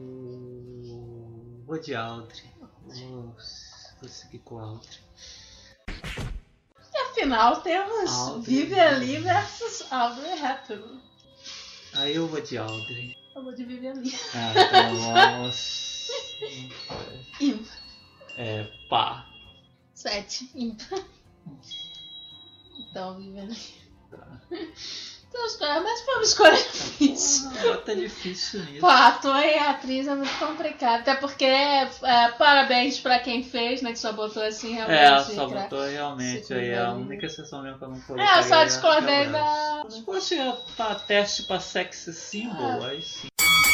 [SPEAKER 2] Eu vou de Audrey. Vou, vou seguir com Audrey.
[SPEAKER 3] E afinal temos
[SPEAKER 2] Audrey.
[SPEAKER 3] Vivian Lee versus Audrey Hepburn.
[SPEAKER 2] Aí eu vou de Audrey.
[SPEAKER 3] Eu vou de Vivian Lee.
[SPEAKER 2] Ah, então vamos.
[SPEAKER 3] Ímpar.
[SPEAKER 2] É, pá.
[SPEAKER 3] Sete. Ímpar. Então, Vivian Lee.
[SPEAKER 2] Tá.
[SPEAKER 3] Então, escolha, mas foi uma escolha difícil.
[SPEAKER 2] Ah, tá difícil nisso.
[SPEAKER 3] Pô, ator e atriz é muito complicado. Até porque, é, parabéns pra quem fez, né? Que só botou assim realmente.
[SPEAKER 2] É, só
[SPEAKER 3] pra-
[SPEAKER 2] botou realmente aí. É a única exceção mesmo que eu não coloquei.
[SPEAKER 3] É, eu só
[SPEAKER 2] é a
[SPEAKER 3] discordei
[SPEAKER 2] Raquel
[SPEAKER 3] da.
[SPEAKER 2] Welch. Se fosse pra teste pra sex symbol,
[SPEAKER 3] Ah.
[SPEAKER 2] aí sim.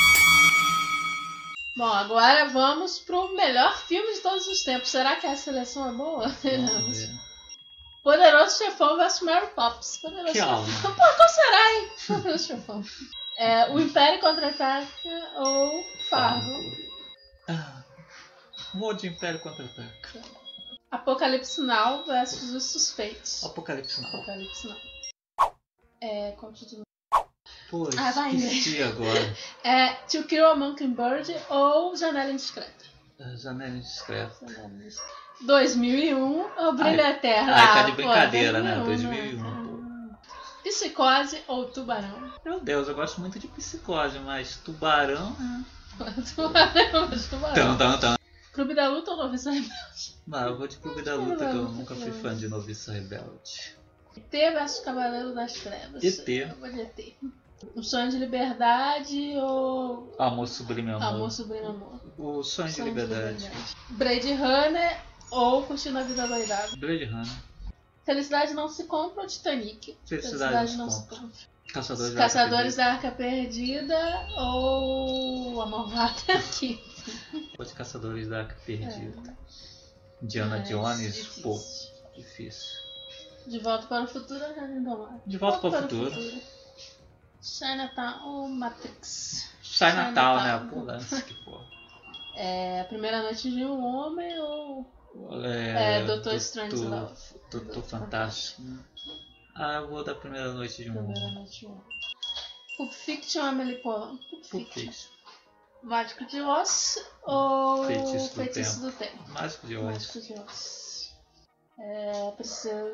[SPEAKER 3] Bom, agora vamos pro melhor filme de todos os tempos. Será que a seleção é boa?
[SPEAKER 2] Vamos ver.
[SPEAKER 3] Poderoso Chefão versus Mary Poppins. Poderoso
[SPEAKER 2] Que
[SPEAKER 3] Chefão.
[SPEAKER 2] alma.
[SPEAKER 3] Pô, qual será, hein? Poderoso Chefão. É, o Império Contra-Ataca ou Fargo?
[SPEAKER 2] Ah, Modo de Império Contra-Ataca.
[SPEAKER 3] Apocalipse Now versus Os Suspeitos.
[SPEAKER 2] Apocalipse Now.
[SPEAKER 3] Apocalipse Now. É, qual o título?
[SPEAKER 2] Pô,
[SPEAKER 3] Ah, vai,
[SPEAKER 2] esqueci agora.
[SPEAKER 3] É To Kill a Mockingbird ou Janela Indiscreta?
[SPEAKER 2] A Janela Indiscreta.
[SPEAKER 3] Janela Indiscreta. dois mil e um ou Brilho
[SPEAKER 2] Ai,
[SPEAKER 3] Eterno?
[SPEAKER 2] ai, tá
[SPEAKER 3] Ah,
[SPEAKER 2] de
[SPEAKER 3] pô,
[SPEAKER 2] brincadeira, né?
[SPEAKER 3] dois mil e um,
[SPEAKER 2] dois mil e um,
[SPEAKER 3] né?
[SPEAKER 2] pô.
[SPEAKER 3] Psicose ou Tubarão?
[SPEAKER 2] Meu Deus, eu gosto muito de Psicose, mas Tubarão...
[SPEAKER 3] Tubarão, mas Tubarão.
[SPEAKER 2] Tão, tão, tão.
[SPEAKER 3] Clube da Luta ou Noviça Rebelde?
[SPEAKER 2] Não, eu vou de Clube da
[SPEAKER 3] Clube
[SPEAKER 2] Luta,
[SPEAKER 3] da
[SPEAKER 2] que eu
[SPEAKER 3] Luta,
[SPEAKER 2] nunca fui
[SPEAKER 3] Clube.
[SPEAKER 2] fã de Noviça Rebelde.
[SPEAKER 3] E T versus Cavaleiro das Trevas.
[SPEAKER 2] E T.
[SPEAKER 3] Eu vou de E T. Um Sonho de Liberdade ou
[SPEAKER 2] Amor Sublime Amor.
[SPEAKER 3] Amor Sublime Amor?
[SPEAKER 2] O Sonho de
[SPEAKER 3] Sonho
[SPEAKER 2] Liberdade.
[SPEAKER 3] Blade Runner ou Curtindo a Vida Doidada?
[SPEAKER 2] Blade Runner.
[SPEAKER 3] Felicidade Não Se Compra ou Titanic?
[SPEAKER 2] Felicidade Não Se
[SPEAKER 3] Compra.
[SPEAKER 2] Caçadores,
[SPEAKER 3] Caçadores
[SPEAKER 2] da
[SPEAKER 3] da Arca Perdida ou A Malvada aqui?
[SPEAKER 2] Arca de Caçadores da Arca Perdida. Indiana
[SPEAKER 3] É,
[SPEAKER 2] Jones,
[SPEAKER 3] difícil.
[SPEAKER 2] pô, difícil.
[SPEAKER 3] De Volta para o Futuro ou Jardim do Mar?
[SPEAKER 2] De Volta para o Futuro.
[SPEAKER 3] Chinatown ou Matrix?
[SPEAKER 2] Sai Natal,
[SPEAKER 3] Natal.
[SPEAKER 2] né? Pô, lance que porra.
[SPEAKER 3] É, A Primeira Noite de um Homem ou
[SPEAKER 2] É,
[SPEAKER 3] É, Doutor Strange Love.
[SPEAKER 2] Doutor Fantástico. Ah, eu vou da Primeira Noite de um
[SPEAKER 3] Primeira
[SPEAKER 2] Homem.
[SPEAKER 3] Noite de um Homem. Pulp Fiction ou Amelie Poulain? Pulp
[SPEAKER 2] Pulp
[SPEAKER 3] Fiction.
[SPEAKER 2] Fiction.
[SPEAKER 3] Mágico de Oz ou
[SPEAKER 2] Feitiço do
[SPEAKER 3] Feitiço do Tempo?
[SPEAKER 2] Mágico de Oz.
[SPEAKER 3] Mágico de Oz. É, precisa...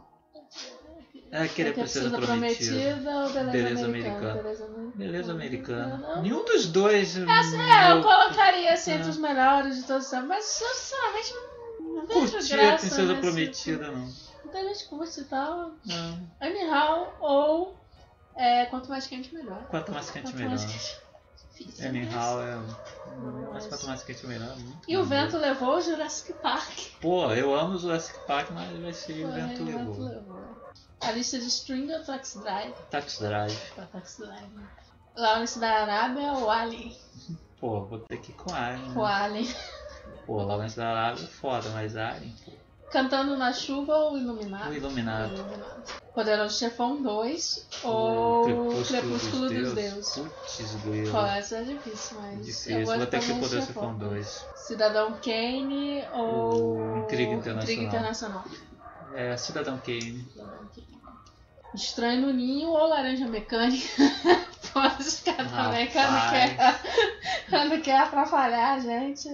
[SPEAKER 2] É querer Princesa Prometida.
[SPEAKER 3] ou Beleza,
[SPEAKER 2] Beleza
[SPEAKER 3] Americana?
[SPEAKER 2] Americana.
[SPEAKER 3] Beleza Americana.
[SPEAKER 2] Beleza Americana.
[SPEAKER 3] Não.
[SPEAKER 2] Nenhum dos dois.
[SPEAKER 3] Essa, é, eu
[SPEAKER 2] eu
[SPEAKER 3] colocaria assim entre
[SPEAKER 2] É.
[SPEAKER 3] os melhores de todos os tempos, mas eu, sinceramente não vejo
[SPEAKER 2] curti a
[SPEAKER 3] graça
[SPEAKER 2] Princesa
[SPEAKER 3] nesse
[SPEAKER 2] Prometida, não.
[SPEAKER 3] filme. Muita gente curte e tal.
[SPEAKER 2] Não.
[SPEAKER 3] Anyhow ou é, Quanto Mais Quente Melhor.
[SPEAKER 2] Quanto mais quente,
[SPEAKER 3] Quanto
[SPEAKER 2] melhor.
[SPEAKER 3] mais quente. Difícil,
[SPEAKER 2] Anyhow
[SPEAKER 3] né?
[SPEAKER 2] é. Mas quanto mais quente, melhor. Muito
[SPEAKER 3] E o
[SPEAKER 2] maneiro.
[SPEAKER 3] Vento Levou o Jurassic Park.
[SPEAKER 2] Pô, eu amo o Jurassic Park, mas vai ser o
[SPEAKER 3] Foi,
[SPEAKER 2] Vento Levou.
[SPEAKER 3] levou. A Lista de String ou Taxi Drive?
[SPEAKER 2] Taxi Drive.
[SPEAKER 3] Pra Taxi Drive. Lawrence da Arábia ou Alien?
[SPEAKER 2] Pô, vou ter que ir com Alien.
[SPEAKER 3] O
[SPEAKER 2] Né?
[SPEAKER 3] Alien.
[SPEAKER 2] Pô, Lawrence da Arábia é foda, mas Alien, pô.
[SPEAKER 3] Cantando na Chuva ou Iluminado?
[SPEAKER 2] O Iluminado.
[SPEAKER 3] Iluminado. Poderoso Chefão dois
[SPEAKER 2] O
[SPEAKER 3] ou
[SPEAKER 2] Crepúsculo,
[SPEAKER 3] Crepúsculo
[SPEAKER 2] dos
[SPEAKER 3] dos
[SPEAKER 2] Deuses.
[SPEAKER 3] Deuses?
[SPEAKER 2] Putz, doeu.
[SPEAKER 3] Pô, essa é difícil, mas. eu
[SPEAKER 2] Difícil,
[SPEAKER 3] gosto
[SPEAKER 2] vou ter que
[SPEAKER 3] de
[SPEAKER 2] poder ser
[SPEAKER 3] Chefão.
[SPEAKER 2] fã dois.
[SPEAKER 3] Cidadão Kane ou.
[SPEAKER 2] O Intriga Internacional.
[SPEAKER 3] Intriga Internacional.
[SPEAKER 2] É, Cidadão Kane.
[SPEAKER 3] Cidadão Kane. Estranho no Ninho ou Laranja Mecânica? Pode ficar também quando
[SPEAKER 2] Rapaz.
[SPEAKER 3] quer, quando quer atrapalhar a gente.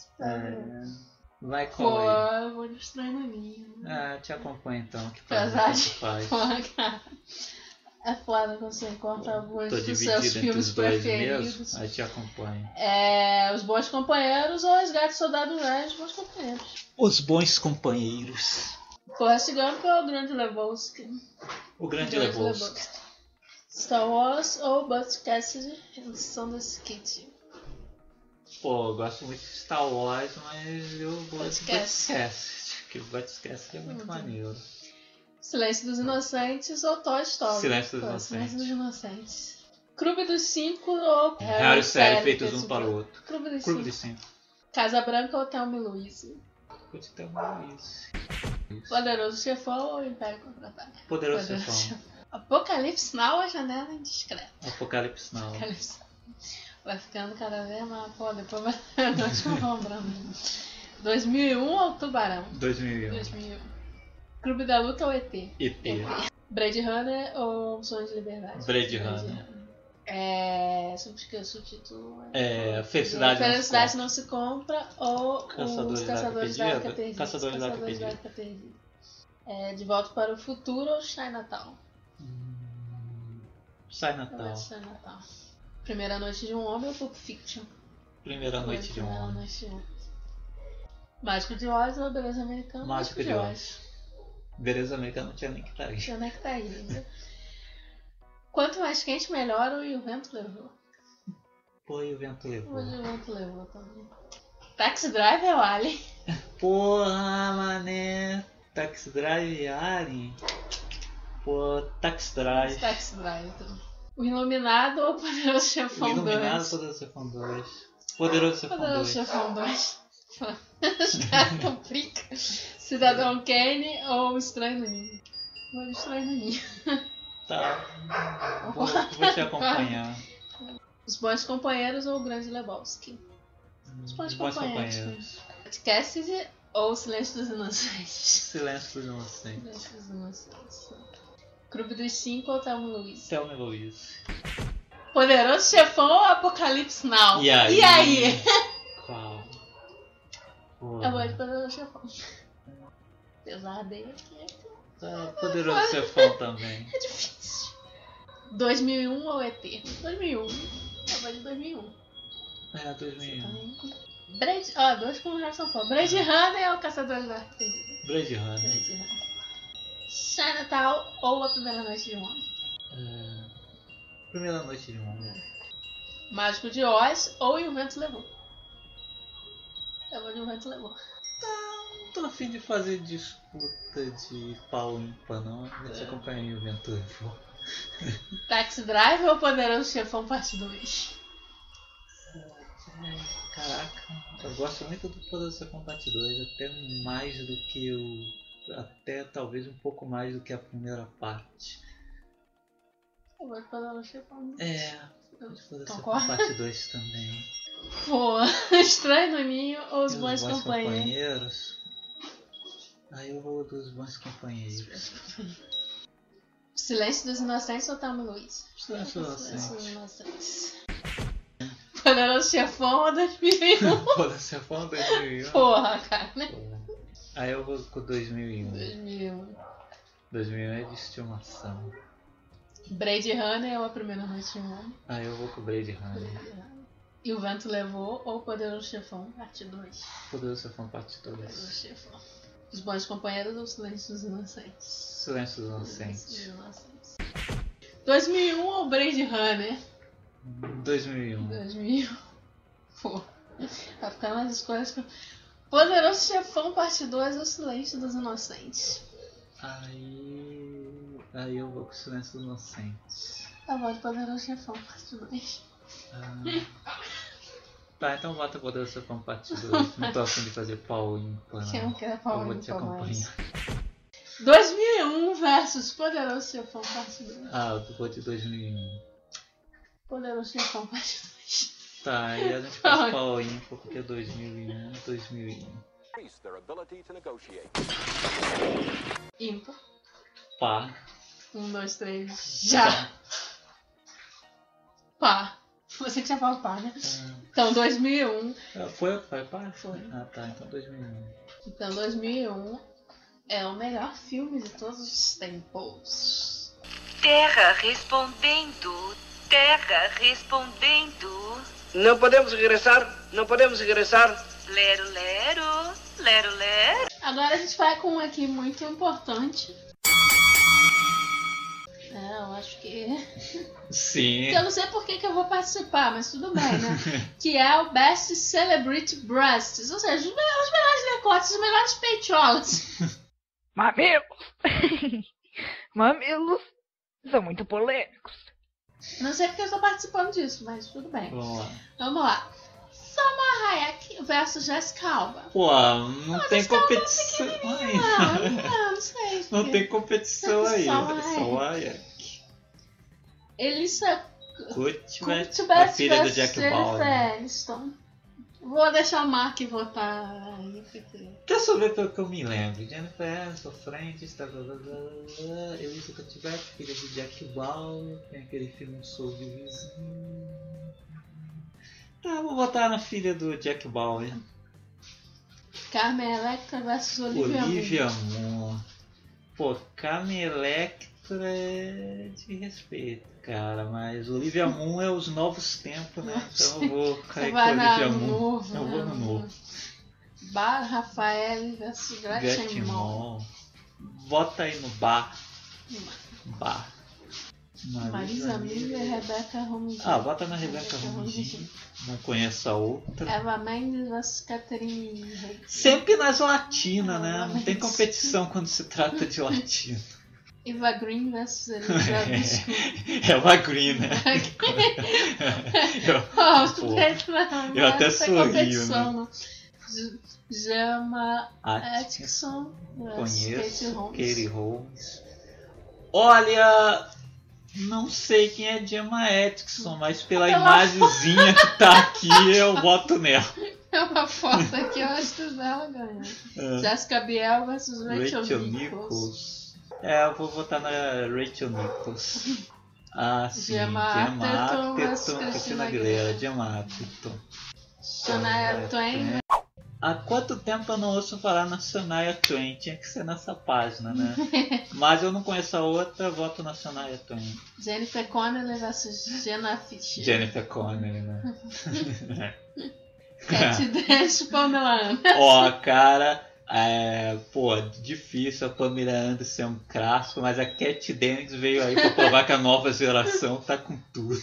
[SPEAKER 2] É, vai
[SPEAKER 3] Pô,
[SPEAKER 2] qual aí?
[SPEAKER 3] eu vou de Estranho no Ninho.
[SPEAKER 2] Ah, te acompanho então, que pra mim
[SPEAKER 3] Apesar
[SPEAKER 2] tanto
[SPEAKER 3] de.
[SPEAKER 2] faz.
[SPEAKER 3] Pô, cara. É foda quando você encontra alguns
[SPEAKER 2] Tô
[SPEAKER 3] dos seus
[SPEAKER 2] dividido entre
[SPEAKER 3] filmes
[SPEAKER 2] os dois
[SPEAKER 3] preferidos.
[SPEAKER 2] mesmo, aí te acompanho.
[SPEAKER 3] É, Os Bons Companheiros ou Resgate Soldado Ryan, Os Bons Companheiros.
[SPEAKER 2] Os Bons Companheiros.
[SPEAKER 3] Forrest Gump ou Grande Lebowski?
[SPEAKER 2] O Grande
[SPEAKER 3] Grande
[SPEAKER 2] Lebowski.
[SPEAKER 3] Star Wars ou Butch Cassidy, Revolução da Skid.
[SPEAKER 2] Pô, eu gosto muito de Star Wars, mas eu gosto de
[SPEAKER 3] Podcast.
[SPEAKER 2] Podcast. Porque o Podcast é muito
[SPEAKER 3] Uhum.
[SPEAKER 2] maneiro.
[SPEAKER 3] Silêncio dos Inocentes ou Toy Story?
[SPEAKER 2] Silêncio dos
[SPEAKER 3] Pô,
[SPEAKER 2] Inocentes.
[SPEAKER 3] Silêncio dos Inocentes. Clube dos Cinco ou
[SPEAKER 2] Harry e Sally feitos um para o outro.
[SPEAKER 3] Clube dos
[SPEAKER 2] Clube
[SPEAKER 3] Cinco.
[SPEAKER 2] de Cinco.
[SPEAKER 3] Casa Branca ou Thelma e Louise?
[SPEAKER 2] Vou te ter uma isso.
[SPEAKER 3] Poderoso Chefão ou Império Contra-Ataque?
[SPEAKER 2] Poderoso
[SPEAKER 3] Poderoso
[SPEAKER 2] Chefão.
[SPEAKER 3] Apocalipse Now ou Janela Indiscreta?
[SPEAKER 2] Apocalipse Now.
[SPEAKER 3] Apocalipse. Vai ficando cada vez mais. Pô, depois vai nós compramos. dois mil e um ou Tubarão?
[SPEAKER 2] dois mil e um.
[SPEAKER 3] dois mil e um. Clube da Luta ou E T?
[SPEAKER 2] E T.
[SPEAKER 3] Blade Runner ou Sonhos de Liberdade?
[SPEAKER 2] Blade Runner.
[SPEAKER 3] É. Esqueci o título.
[SPEAKER 2] É, Felicidade,
[SPEAKER 3] Felicidade
[SPEAKER 2] não
[SPEAKER 3] Não Se Compra ou
[SPEAKER 2] Caçadores
[SPEAKER 3] Os
[SPEAKER 2] da Arca
[SPEAKER 3] Caçadores da
[SPEAKER 2] Perdida?
[SPEAKER 3] Arca Perdida?
[SPEAKER 2] Caçadores da Arca
[SPEAKER 3] Caçadores da
[SPEAKER 2] Perdida.
[SPEAKER 3] Arca Perdida. É, De Volta para o Futuro ou Chinatown?
[SPEAKER 2] Hum, Sai Natal.
[SPEAKER 3] Começa Natal. Primeira Noite de um Homem ou Pulp Fiction?
[SPEAKER 2] Primeira Noite de um
[SPEAKER 3] Primeira
[SPEAKER 2] Homem.
[SPEAKER 3] Noite de um Homem. Mágico de Oz ou Beleza Americana?
[SPEAKER 2] Mágico de Oz. Beleza Americana não tinha nem que estar aí.
[SPEAKER 3] Onde é que tá aí, né? Quanto mais quente, melhor e o vento levou.
[SPEAKER 2] Pô, e o vento levou.
[SPEAKER 3] Hoje o vento levou também. Taxi Drive é o Alien.
[SPEAKER 2] Porra, mané. Taxi Drive e Alien. Pô, Taxi Drive.
[SPEAKER 3] Taxi Drive também. O Iluminado ou o Poderoso Chefão
[SPEAKER 2] Iluminado,
[SPEAKER 3] dois?
[SPEAKER 2] Poderoso Chefão dois. Poderoso Chefão
[SPEAKER 3] Poderoso
[SPEAKER 2] dois.
[SPEAKER 3] Chefão dois. Os caras tão frica. Cidadão Kane ou Estranho no Ninho? Vou de Estranho no Ninho.
[SPEAKER 2] Tá. Vou, vou te acompanhar.
[SPEAKER 3] Os Bons Companheiros ou o Grande Lebowski? Os Bons
[SPEAKER 2] Bons
[SPEAKER 3] Companheiros.
[SPEAKER 2] Companheiros.
[SPEAKER 3] Cassidy ou Silêncio dos Inocentes?
[SPEAKER 2] Silêncio dos Inocentes.
[SPEAKER 3] Silêncio dos Inocentes. Clube dos Cinco ou Thelma e Louise?
[SPEAKER 2] Thelma e Louise.
[SPEAKER 3] Poderoso Chefão ou Apocalipse Now?
[SPEAKER 2] E aí?
[SPEAKER 3] E aí?
[SPEAKER 2] Qual? Pô.
[SPEAKER 3] Eu vou de Poderoso Chefão. Apesar dele aqui.
[SPEAKER 2] Tá, Poderoso Chefão também.
[SPEAKER 3] É difícil. dois mil e um ou E T? dois mil e um. Eu vou de dois mil e um.
[SPEAKER 2] É, dois mil e um.
[SPEAKER 3] Blade... Ó, dois com Harrison Ford. Blade Runner ou Caçadores da Arca Perdida?
[SPEAKER 2] Blade Runner.
[SPEAKER 3] Blade Runner. Chinatown ou A Primeira Noite de um Homem?
[SPEAKER 2] É... Primeira Noite de um Homem.
[SPEAKER 3] Mágico de Oz ou E o Vento Levou? Eu vou de O Vento Levou.
[SPEAKER 2] Não tô afim de fazer disputa de pau ímpar, não. Eu te acompanhei o Vento Levou.
[SPEAKER 3] Taxi Drive ou Poderoso Chefão Parte dois?
[SPEAKER 2] Caraca, eu gosto muito do Poderoso Chefão Parte dois, até mais do que o... até talvez um pouco mais do que a primeira parte.
[SPEAKER 3] Eu vou de Poderoso Chefão.
[SPEAKER 2] É, Poderoso Chefão
[SPEAKER 3] Concorda?
[SPEAKER 2] Parte dois também.
[SPEAKER 3] Pô, Estranho no Ninho ou Os
[SPEAKER 2] E
[SPEAKER 3] Bons Companheiros?
[SPEAKER 2] Companheiros? Aí eu vou dos Bons Companheiros.
[SPEAKER 3] Silêncio dos Inocentes ou Thelma e Louise?
[SPEAKER 2] Silêncio dos
[SPEAKER 3] Silêncio dos
[SPEAKER 2] Inocentes.
[SPEAKER 3] Inocentes. Poderoso Chefão ou dois mil e um?
[SPEAKER 2] Poderoso Chefão dois mil e um.
[SPEAKER 3] Porra, cara, né?
[SPEAKER 2] Aí eu vou com dois mil e um.
[SPEAKER 3] dois mil e um.
[SPEAKER 2] dois mil e um é de estimação.
[SPEAKER 3] Blade Runner ou A Primeira Noite de um Homem?
[SPEAKER 2] Aí eu vou com Blade Runner.
[SPEAKER 3] E o Vento Levou ou Poderoso Chefão, parte dois?
[SPEAKER 2] Poderoso Chefão Parte
[SPEAKER 3] Poderoso
[SPEAKER 2] dois.
[SPEAKER 3] Chefão. Os Bons Companheiros ou Silêncio dos Inocentes?
[SPEAKER 2] Silêncio dos Inocentes.
[SPEAKER 3] Silêncio dos Inocentes. dois mil e um ou Blade Runner?
[SPEAKER 2] dois mil e um.
[SPEAKER 3] dois mil e um. Pô, vai ficar nas escolhas que... Poderoso Chefão, parte dois ou Silêncio dos Inocentes?
[SPEAKER 2] Aí. Aí eu vou com Silêncio dos Inocentes.
[SPEAKER 3] Eu vou de Poderoso Chefão, parte dois.
[SPEAKER 2] Ah. Tá, então bota Poderoso Chefão Parte dois. Não tô afim de fazer pau ímpar.
[SPEAKER 3] Quem não quer pau
[SPEAKER 2] Eu vou te
[SPEAKER 3] ímpar mais?
[SPEAKER 2] acompanhar.
[SPEAKER 3] dois mil e um versus Poderoso Chefão, parte dois.
[SPEAKER 2] Ah, eu vou de dois mil e um.
[SPEAKER 3] Poderoso Chefão, parte dois.
[SPEAKER 2] Tá, aí a gente faz pau ímpar porque é dois mil e um, dois mil e um.
[SPEAKER 3] Ímpar.
[SPEAKER 2] Pá.
[SPEAKER 3] Um, dois, três, já! Pá. Você que já falou pá, né? Então, dois mil e um.
[SPEAKER 2] Ah, foi, foi pá?
[SPEAKER 3] Foi.
[SPEAKER 2] Ah, tá, então dois mil e um.
[SPEAKER 3] Então, dois mil e um é o melhor filme de todos os tempos.
[SPEAKER 7] Terra respondendo. Terra respondendo.
[SPEAKER 8] Não podemos regressar, não podemos regressar.
[SPEAKER 7] Lero, lero, lero, lero.
[SPEAKER 3] Agora a gente vai com um aqui muito importante. É, eu acho que...
[SPEAKER 2] Sim.
[SPEAKER 3] que eu não sei por que, que eu vou participar, mas tudo bem, né? Que é o Best Celebrity Breasts. Ou seja, os melhores, os melhores decotes, os melhores peitolas.
[SPEAKER 6] Mamilos! Mamilos são muito polêmicos.
[SPEAKER 3] Não sei porque eu estou participando disso, mas tudo bem.
[SPEAKER 2] Vamos lá.
[SPEAKER 3] Vamos lá. Salma Hayek versus Jessica Alba.
[SPEAKER 2] Pô, não
[SPEAKER 3] Ah,
[SPEAKER 2] tem
[SPEAKER 3] Jessica Alba
[SPEAKER 2] competição
[SPEAKER 3] é
[SPEAKER 2] aí.
[SPEAKER 3] pequenininha. Não, não sei.
[SPEAKER 2] Não tem competição aí.
[SPEAKER 3] Salma
[SPEAKER 2] Só Hayek.
[SPEAKER 3] Elissa
[SPEAKER 2] Kutbet,
[SPEAKER 3] Kutbet
[SPEAKER 2] a filha do
[SPEAKER 3] versus
[SPEAKER 2] Jack
[SPEAKER 3] Jennifer
[SPEAKER 2] Bauer.
[SPEAKER 3] Aniston. Vou deixar o Mark votar aí, porque...
[SPEAKER 2] Quer saber pelo que eu me lembro? Jennifer Aniston, Friends, tá, blá, blá, blá, blá. Elissa Kutbet, filha do Jack Bauer. Tem aquele filme Um Sou de Vizinho. Tá, vou votar na filha do Jack Bauer.
[SPEAKER 3] Carmen Electra versus Olivia,
[SPEAKER 2] Olivia
[SPEAKER 3] Munn.
[SPEAKER 2] Munn. Pô, Carmen Electra é de respeito, cara, mas Olivia Munn é os novos tempos, né? Então eu vou cair
[SPEAKER 3] Você
[SPEAKER 2] com
[SPEAKER 3] vai
[SPEAKER 2] Olivia
[SPEAKER 3] no
[SPEAKER 2] Munn.
[SPEAKER 3] novo,
[SPEAKER 2] Eu vou no
[SPEAKER 3] né?
[SPEAKER 2] novo.
[SPEAKER 3] Bar Rafael versus Gretchen
[SPEAKER 2] Gretchen
[SPEAKER 3] Moll.
[SPEAKER 2] Moll. Vota aí no bar. Bar.
[SPEAKER 3] Marisa Miller e Rebecca Romijn.
[SPEAKER 2] Ah, vota na Rebecca Romijn. Não conheço a outra.
[SPEAKER 3] Eva Mendes versus Catherine Reis.
[SPEAKER 2] Sempre nas latinas, né? Não tem
[SPEAKER 3] Mas-
[SPEAKER 2] competição quando se trata de latino.
[SPEAKER 3] Eva Green versus Elizabeth
[SPEAKER 2] É uma green, né? Eu-
[SPEAKER 3] Oh,
[SPEAKER 2] Pô,
[SPEAKER 3] não,
[SPEAKER 2] eu até
[SPEAKER 3] não tem
[SPEAKER 2] sorrio,
[SPEAKER 3] competição, não. J- Jama
[SPEAKER 2] Atkinson,
[SPEAKER 3] Atkinson
[SPEAKER 2] conheço.
[SPEAKER 3] versus Katie Holmes.
[SPEAKER 2] Katie Holmes. Olha, não sei quem é Gemma Atkinson, mas pela
[SPEAKER 3] Pela
[SPEAKER 2] imagenzinha que tá aqui, eu voto nela.
[SPEAKER 3] É uma foto aqui, eu acho que ela ganha.
[SPEAKER 2] É.
[SPEAKER 3] Jessica Biel versus Rachel,
[SPEAKER 2] Rachel
[SPEAKER 3] Nichols.
[SPEAKER 2] Nichols. É, eu vou votar na Rachel Nichols. Ah, sim.
[SPEAKER 3] Gemma
[SPEAKER 2] Gemma
[SPEAKER 3] Arterton versus
[SPEAKER 2] Arterton,
[SPEAKER 3] Christina
[SPEAKER 2] Christina
[SPEAKER 3] Aguilera.
[SPEAKER 2] Aguilera. Gemma Arterton.
[SPEAKER 3] Shania Twain.
[SPEAKER 2] Há quanto tempo eu não ouço falar na Shania Twain? Tinha que ser nessa página, né? Mas eu não conheço a outra, voto na Shania Twain.
[SPEAKER 3] Jennifer Connelly versus Jenna Fischer.
[SPEAKER 2] Jennifer Connelly, né?
[SPEAKER 3] Cat Dance, Pamela Anderson.
[SPEAKER 2] Ó, cara, é, pô, difícil a Pamela Anderson é um clássico, mas a Cat Dennings veio aí pra provar que a nova geração tá com tudo.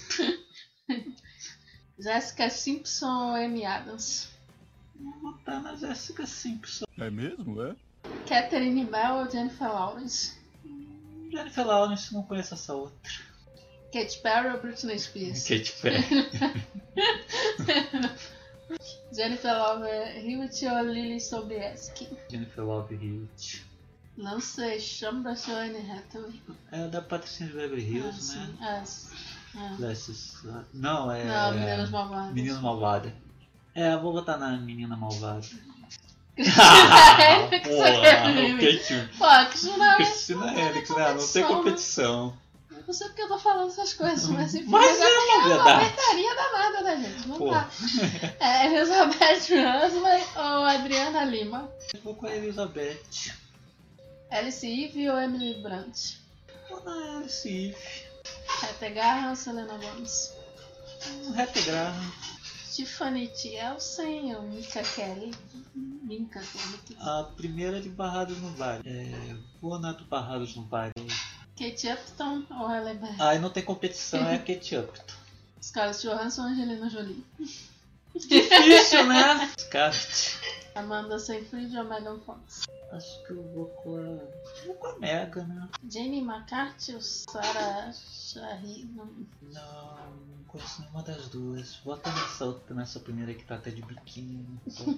[SPEAKER 3] Jessica Simpson ou Amy Adams?
[SPEAKER 2] Vou votar na Jessica Simpson.
[SPEAKER 4] É mesmo, é?
[SPEAKER 3] Catherine Bell ou Jennifer Lawrence?
[SPEAKER 2] Jennifer Lawrence, não conheço essa outra.
[SPEAKER 3] Katy Perry ou Britney Spears?
[SPEAKER 2] Katy Perry.
[SPEAKER 3] Jennifer Love Hewitt ou Lily Sobieski?
[SPEAKER 2] Jennifer Love Hewitt.
[SPEAKER 3] Não sei, Chambers ou Anne Hathaway?
[SPEAKER 2] É da Patricinha de Beverly Hills,
[SPEAKER 3] ah,
[SPEAKER 2] né?
[SPEAKER 3] Sim. Ah, sim. Ah.
[SPEAKER 2] Desses, não, é.
[SPEAKER 3] Não, Meninas Malvadas.
[SPEAKER 2] Menina Malvada. É, eu vou votar na Menina Malvada.
[SPEAKER 3] Ah,
[SPEAKER 2] porra, o Kate.
[SPEAKER 3] Pô, Cristina
[SPEAKER 2] Cristina Hendricks, né? Não tem competição.
[SPEAKER 3] Eu não sei porque eu tô falando essas coisas, mas enfim.
[SPEAKER 2] Mas é uma verdade.
[SPEAKER 3] É uma porcaria danada, né, gente? Não
[SPEAKER 2] Pô.
[SPEAKER 3] dá. É Elizabeth Huxley ou Adriana Lima?
[SPEAKER 2] Eu vou com a Elizabeth.
[SPEAKER 3] Alice Eve ou Emily Brandt?
[SPEAKER 2] Vou na Alice Eve.
[SPEAKER 3] Rete Garra ou Selena Gomez?
[SPEAKER 2] Rete Graham.
[SPEAKER 3] Tiffany Tielsen ou Minka Kelly? Minka Kelly.
[SPEAKER 2] A primeira de Barrados no Baile. É, vou na do Barrados no Baile.
[SPEAKER 3] Kate Upton ou Halle Berry?
[SPEAKER 2] Aí não tem competição, é a Kate Upton.
[SPEAKER 3] Scarlett Johansson ou Angelina Jolie?
[SPEAKER 2] Difícil, né? Scarlett.
[SPEAKER 3] Amanda Seyfried ou Megan Fox?
[SPEAKER 2] Acho que eu vou com a... Vou com a Mega, né?
[SPEAKER 3] Jenny McCarthy ou Sarah Shahid?
[SPEAKER 2] Não, não conheço nenhuma das duas. Bota nessa outra, nessa primeira que tá até de biquíni.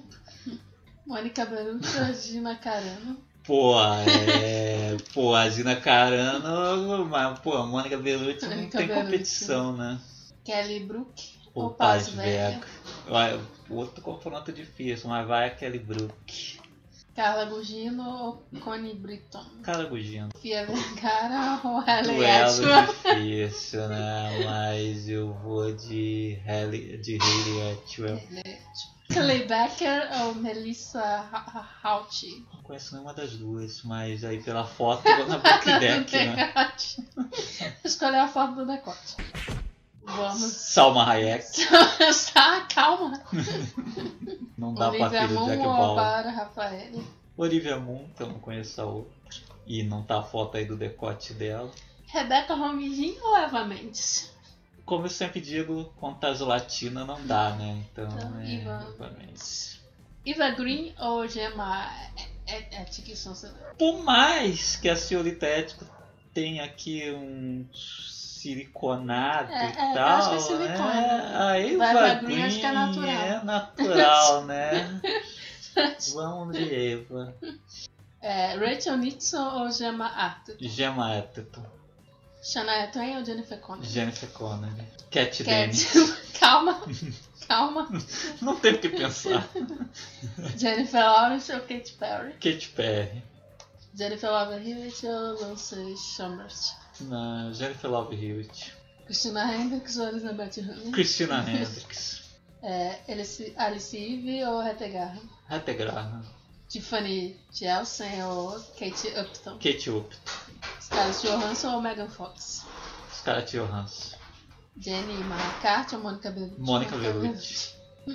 [SPEAKER 3] Mônica Bellucci ou Gina Carano?
[SPEAKER 2] Pô, é... Pô, a Gina Carano... Mas, pô, a Mônica Bellucci não
[SPEAKER 3] Mônica
[SPEAKER 2] tem
[SPEAKER 3] Bellucci.
[SPEAKER 2] competição, né?
[SPEAKER 3] Kelly Brook
[SPEAKER 2] Ou
[SPEAKER 3] ou Paz
[SPEAKER 2] Paz
[SPEAKER 3] Vega?
[SPEAKER 2] Vega. Vai, outro confronto difícil, mas vai a Kelly Brook.
[SPEAKER 3] Carla Gugino ou Connie Britton?
[SPEAKER 2] Cara Gugino.
[SPEAKER 3] Sofia Vergara ou Halle
[SPEAKER 2] Duelo
[SPEAKER 3] Atwell?
[SPEAKER 2] difícil, né? Mas eu vou de Halle, de Hayley Atwell.
[SPEAKER 3] Clay Becker ou Melissa Houghton?
[SPEAKER 2] Não conheço nenhuma das duas, mas aí pela foto eu vou na Brooke Deck, né?
[SPEAKER 3] Escolher a foto do decote. Vamos.
[SPEAKER 2] Salma Hayek.
[SPEAKER 3] Tá, calma.
[SPEAKER 2] Não dá pra
[SPEAKER 3] Olivia
[SPEAKER 2] filho do
[SPEAKER 3] Munn
[SPEAKER 2] Jack
[SPEAKER 3] ou
[SPEAKER 2] Bauer.
[SPEAKER 3] Bárbara Rafael?
[SPEAKER 2] Olivia Munn, que eu não conheço a outra. E não tá a foto aí do decote dela.
[SPEAKER 3] Rebecca Romijn ou Eva Mendes?
[SPEAKER 2] Como eu sempre digo, contato latina não dá, né? Então,
[SPEAKER 3] Então,
[SPEAKER 2] é...
[SPEAKER 3] Iva.
[SPEAKER 2] Iva Mendes.
[SPEAKER 3] Eva Green ou Gemma Ethick Sonsa?
[SPEAKER 2] Por mais que a senhorita Ético tenha aqui um siliconado
[SPEAKER 3] É,
[SPEAKER 2] e
[SPEAKER 3] é, eu
[SPEAKER 2] tal,
[SPEAKER 3] acho que é silicone.
[SPEAKER 2] né? A
[SPEAKER 3] Vai
[SPEAKER 2] Eva
[SPEAKER 3] pra
[SPEAKER 2] Green
[SPEAKER 3] Green, acho que é natural.
[SPEAKER 2] é natural, né? Vamos de Eva.
[SPEAKER 3] É, Rachel Nixon ou Gemma Arterton?
[SPEAKER 2] Gemma Arterton.
[SPEAKER 3] Shania Twain ou Jennifer Connelly?
[SPEAKER 2] Jennifer Connelly. Cat
[SPEAKER 3] Cat.
[SPEAKER 2] Dennings.
[SPEAKER 3] Calma, calma.
[SPEAKER 2] Não tem o que pensar.
[SPEAKER 3] Jennifer Lawrence ou Katy Perry?
[SPEAKER 2] Katy Perry.
[SPEAKER 3] Jennifer Love Hewitt ou Lucy Chambers?
[SPEAKER 2] Na Jennifer Love Hewitt.
[SPEAKER 3] Christina Hendricks ou Elizabeth Hurley?
[SPEAKER 2] Christina Hendricks.
[SPEAKER 3] É, Alice, Alice Eve ou Rete Garra?
[SPEAKER 2] Rete Graham.
[SPEAKER 3] Tiffany Tielsen ou Kate Upton?
[SPEAKER 2] Kate Upton.
[SPEAKER 3] Scarlett Johansson ou Megan Fox?
[SPEAKER 2] Scarlett Johansson.
[SPEAKER 3] Jenny McCarthy ou Mônica Bellucci?
[SPEAKER 2] Mônica Bellucci.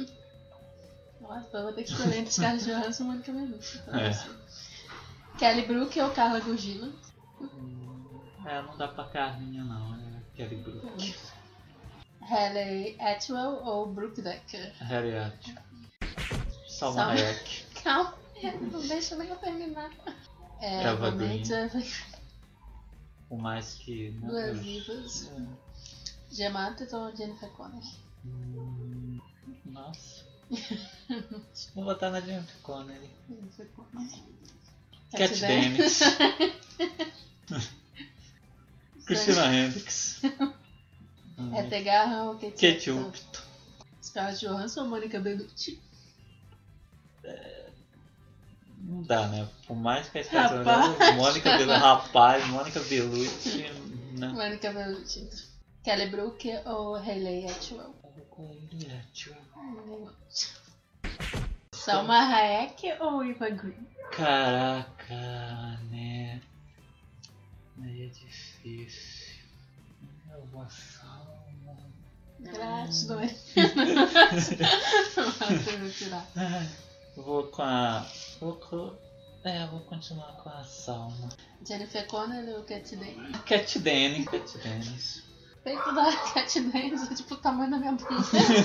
[SPEAKER 3] Nossa, eu vou ter que escolher entre Scarlett Johansson e Mônica Bellucci. Então,
[SPEAKER 2] É.
[SPEAKER 3] assim. Kelly Brook ou Carla Gugino?
[SPEAKER 2] É, não dá pra Carminha não, é Kelly Brook.
[SPEAKER 3] Halle Atwell ou Brooke Decker?
[SPEAKER 2] Harry Atwell. Salma
[SPEAKER 3] Salma.
[SPEAKER 2] Hayek.
[SPEAKER 3] Calma, não deixa nem eu terminar. É,
[SPEAKER 2] Eva
[SPEAKER 3] realmente,
[SPEAKER 2] Green.
[SPEAKER 3] Eva
[SPEAKER 2] Por mais que... né,
[SPEAKER 3] Duas
[SPEAKER 2] eu-
[SPEAKER 3] vivas.
[SPEAKER 2] É.
[SPEAKER 3] Gemma Arterton ou Jennifer Connelly?
[SPEAKER 2] Hum, Nossa. Vou botar na Jennifer Connelly.
[SPEAKER 3] Jennifer Connelly.
[SPEAKER 2] Cat Dennings. Christina Hendricks.
[SPEAKER 3] Rete Garra ou Kate
[SPEAKER 2] Kate
[SPEAKER 3] Upton?
[SPEAKER 2] Upton.
[SPEAKER 3] Scarlett Johansson ou Mônica Bellucci?
[SPEAKER 2] É, não dá, né? Por mais que a escalação
[SPEAKER 3] Rapaz.
[SPEAKER 2] Mônica Bellucci, rapaz, Mônica Bellucci, né?
[SPEAKER 3] Mônica Bellucci. Kelly Brook ou Hayley Atwell? Salma Hayek ou Eva Green?
[SPEAKER 2] Caraca, né? Aí é difícil. Eu vou Salma.
[SPEAKER 3] Grátis, Dori.
[SPEAKER 2] Vou com a. Vou com. É, vou continuar com a Salma.
[SPEAKER 3] Jennifer Connelly ou Cat Dennings?
[SPEAKER 2] Cat Dennings. Cat Dennings.
[SPEAKER 3] O peito da Cat Dennings é tipo o tamanho da minha bunda.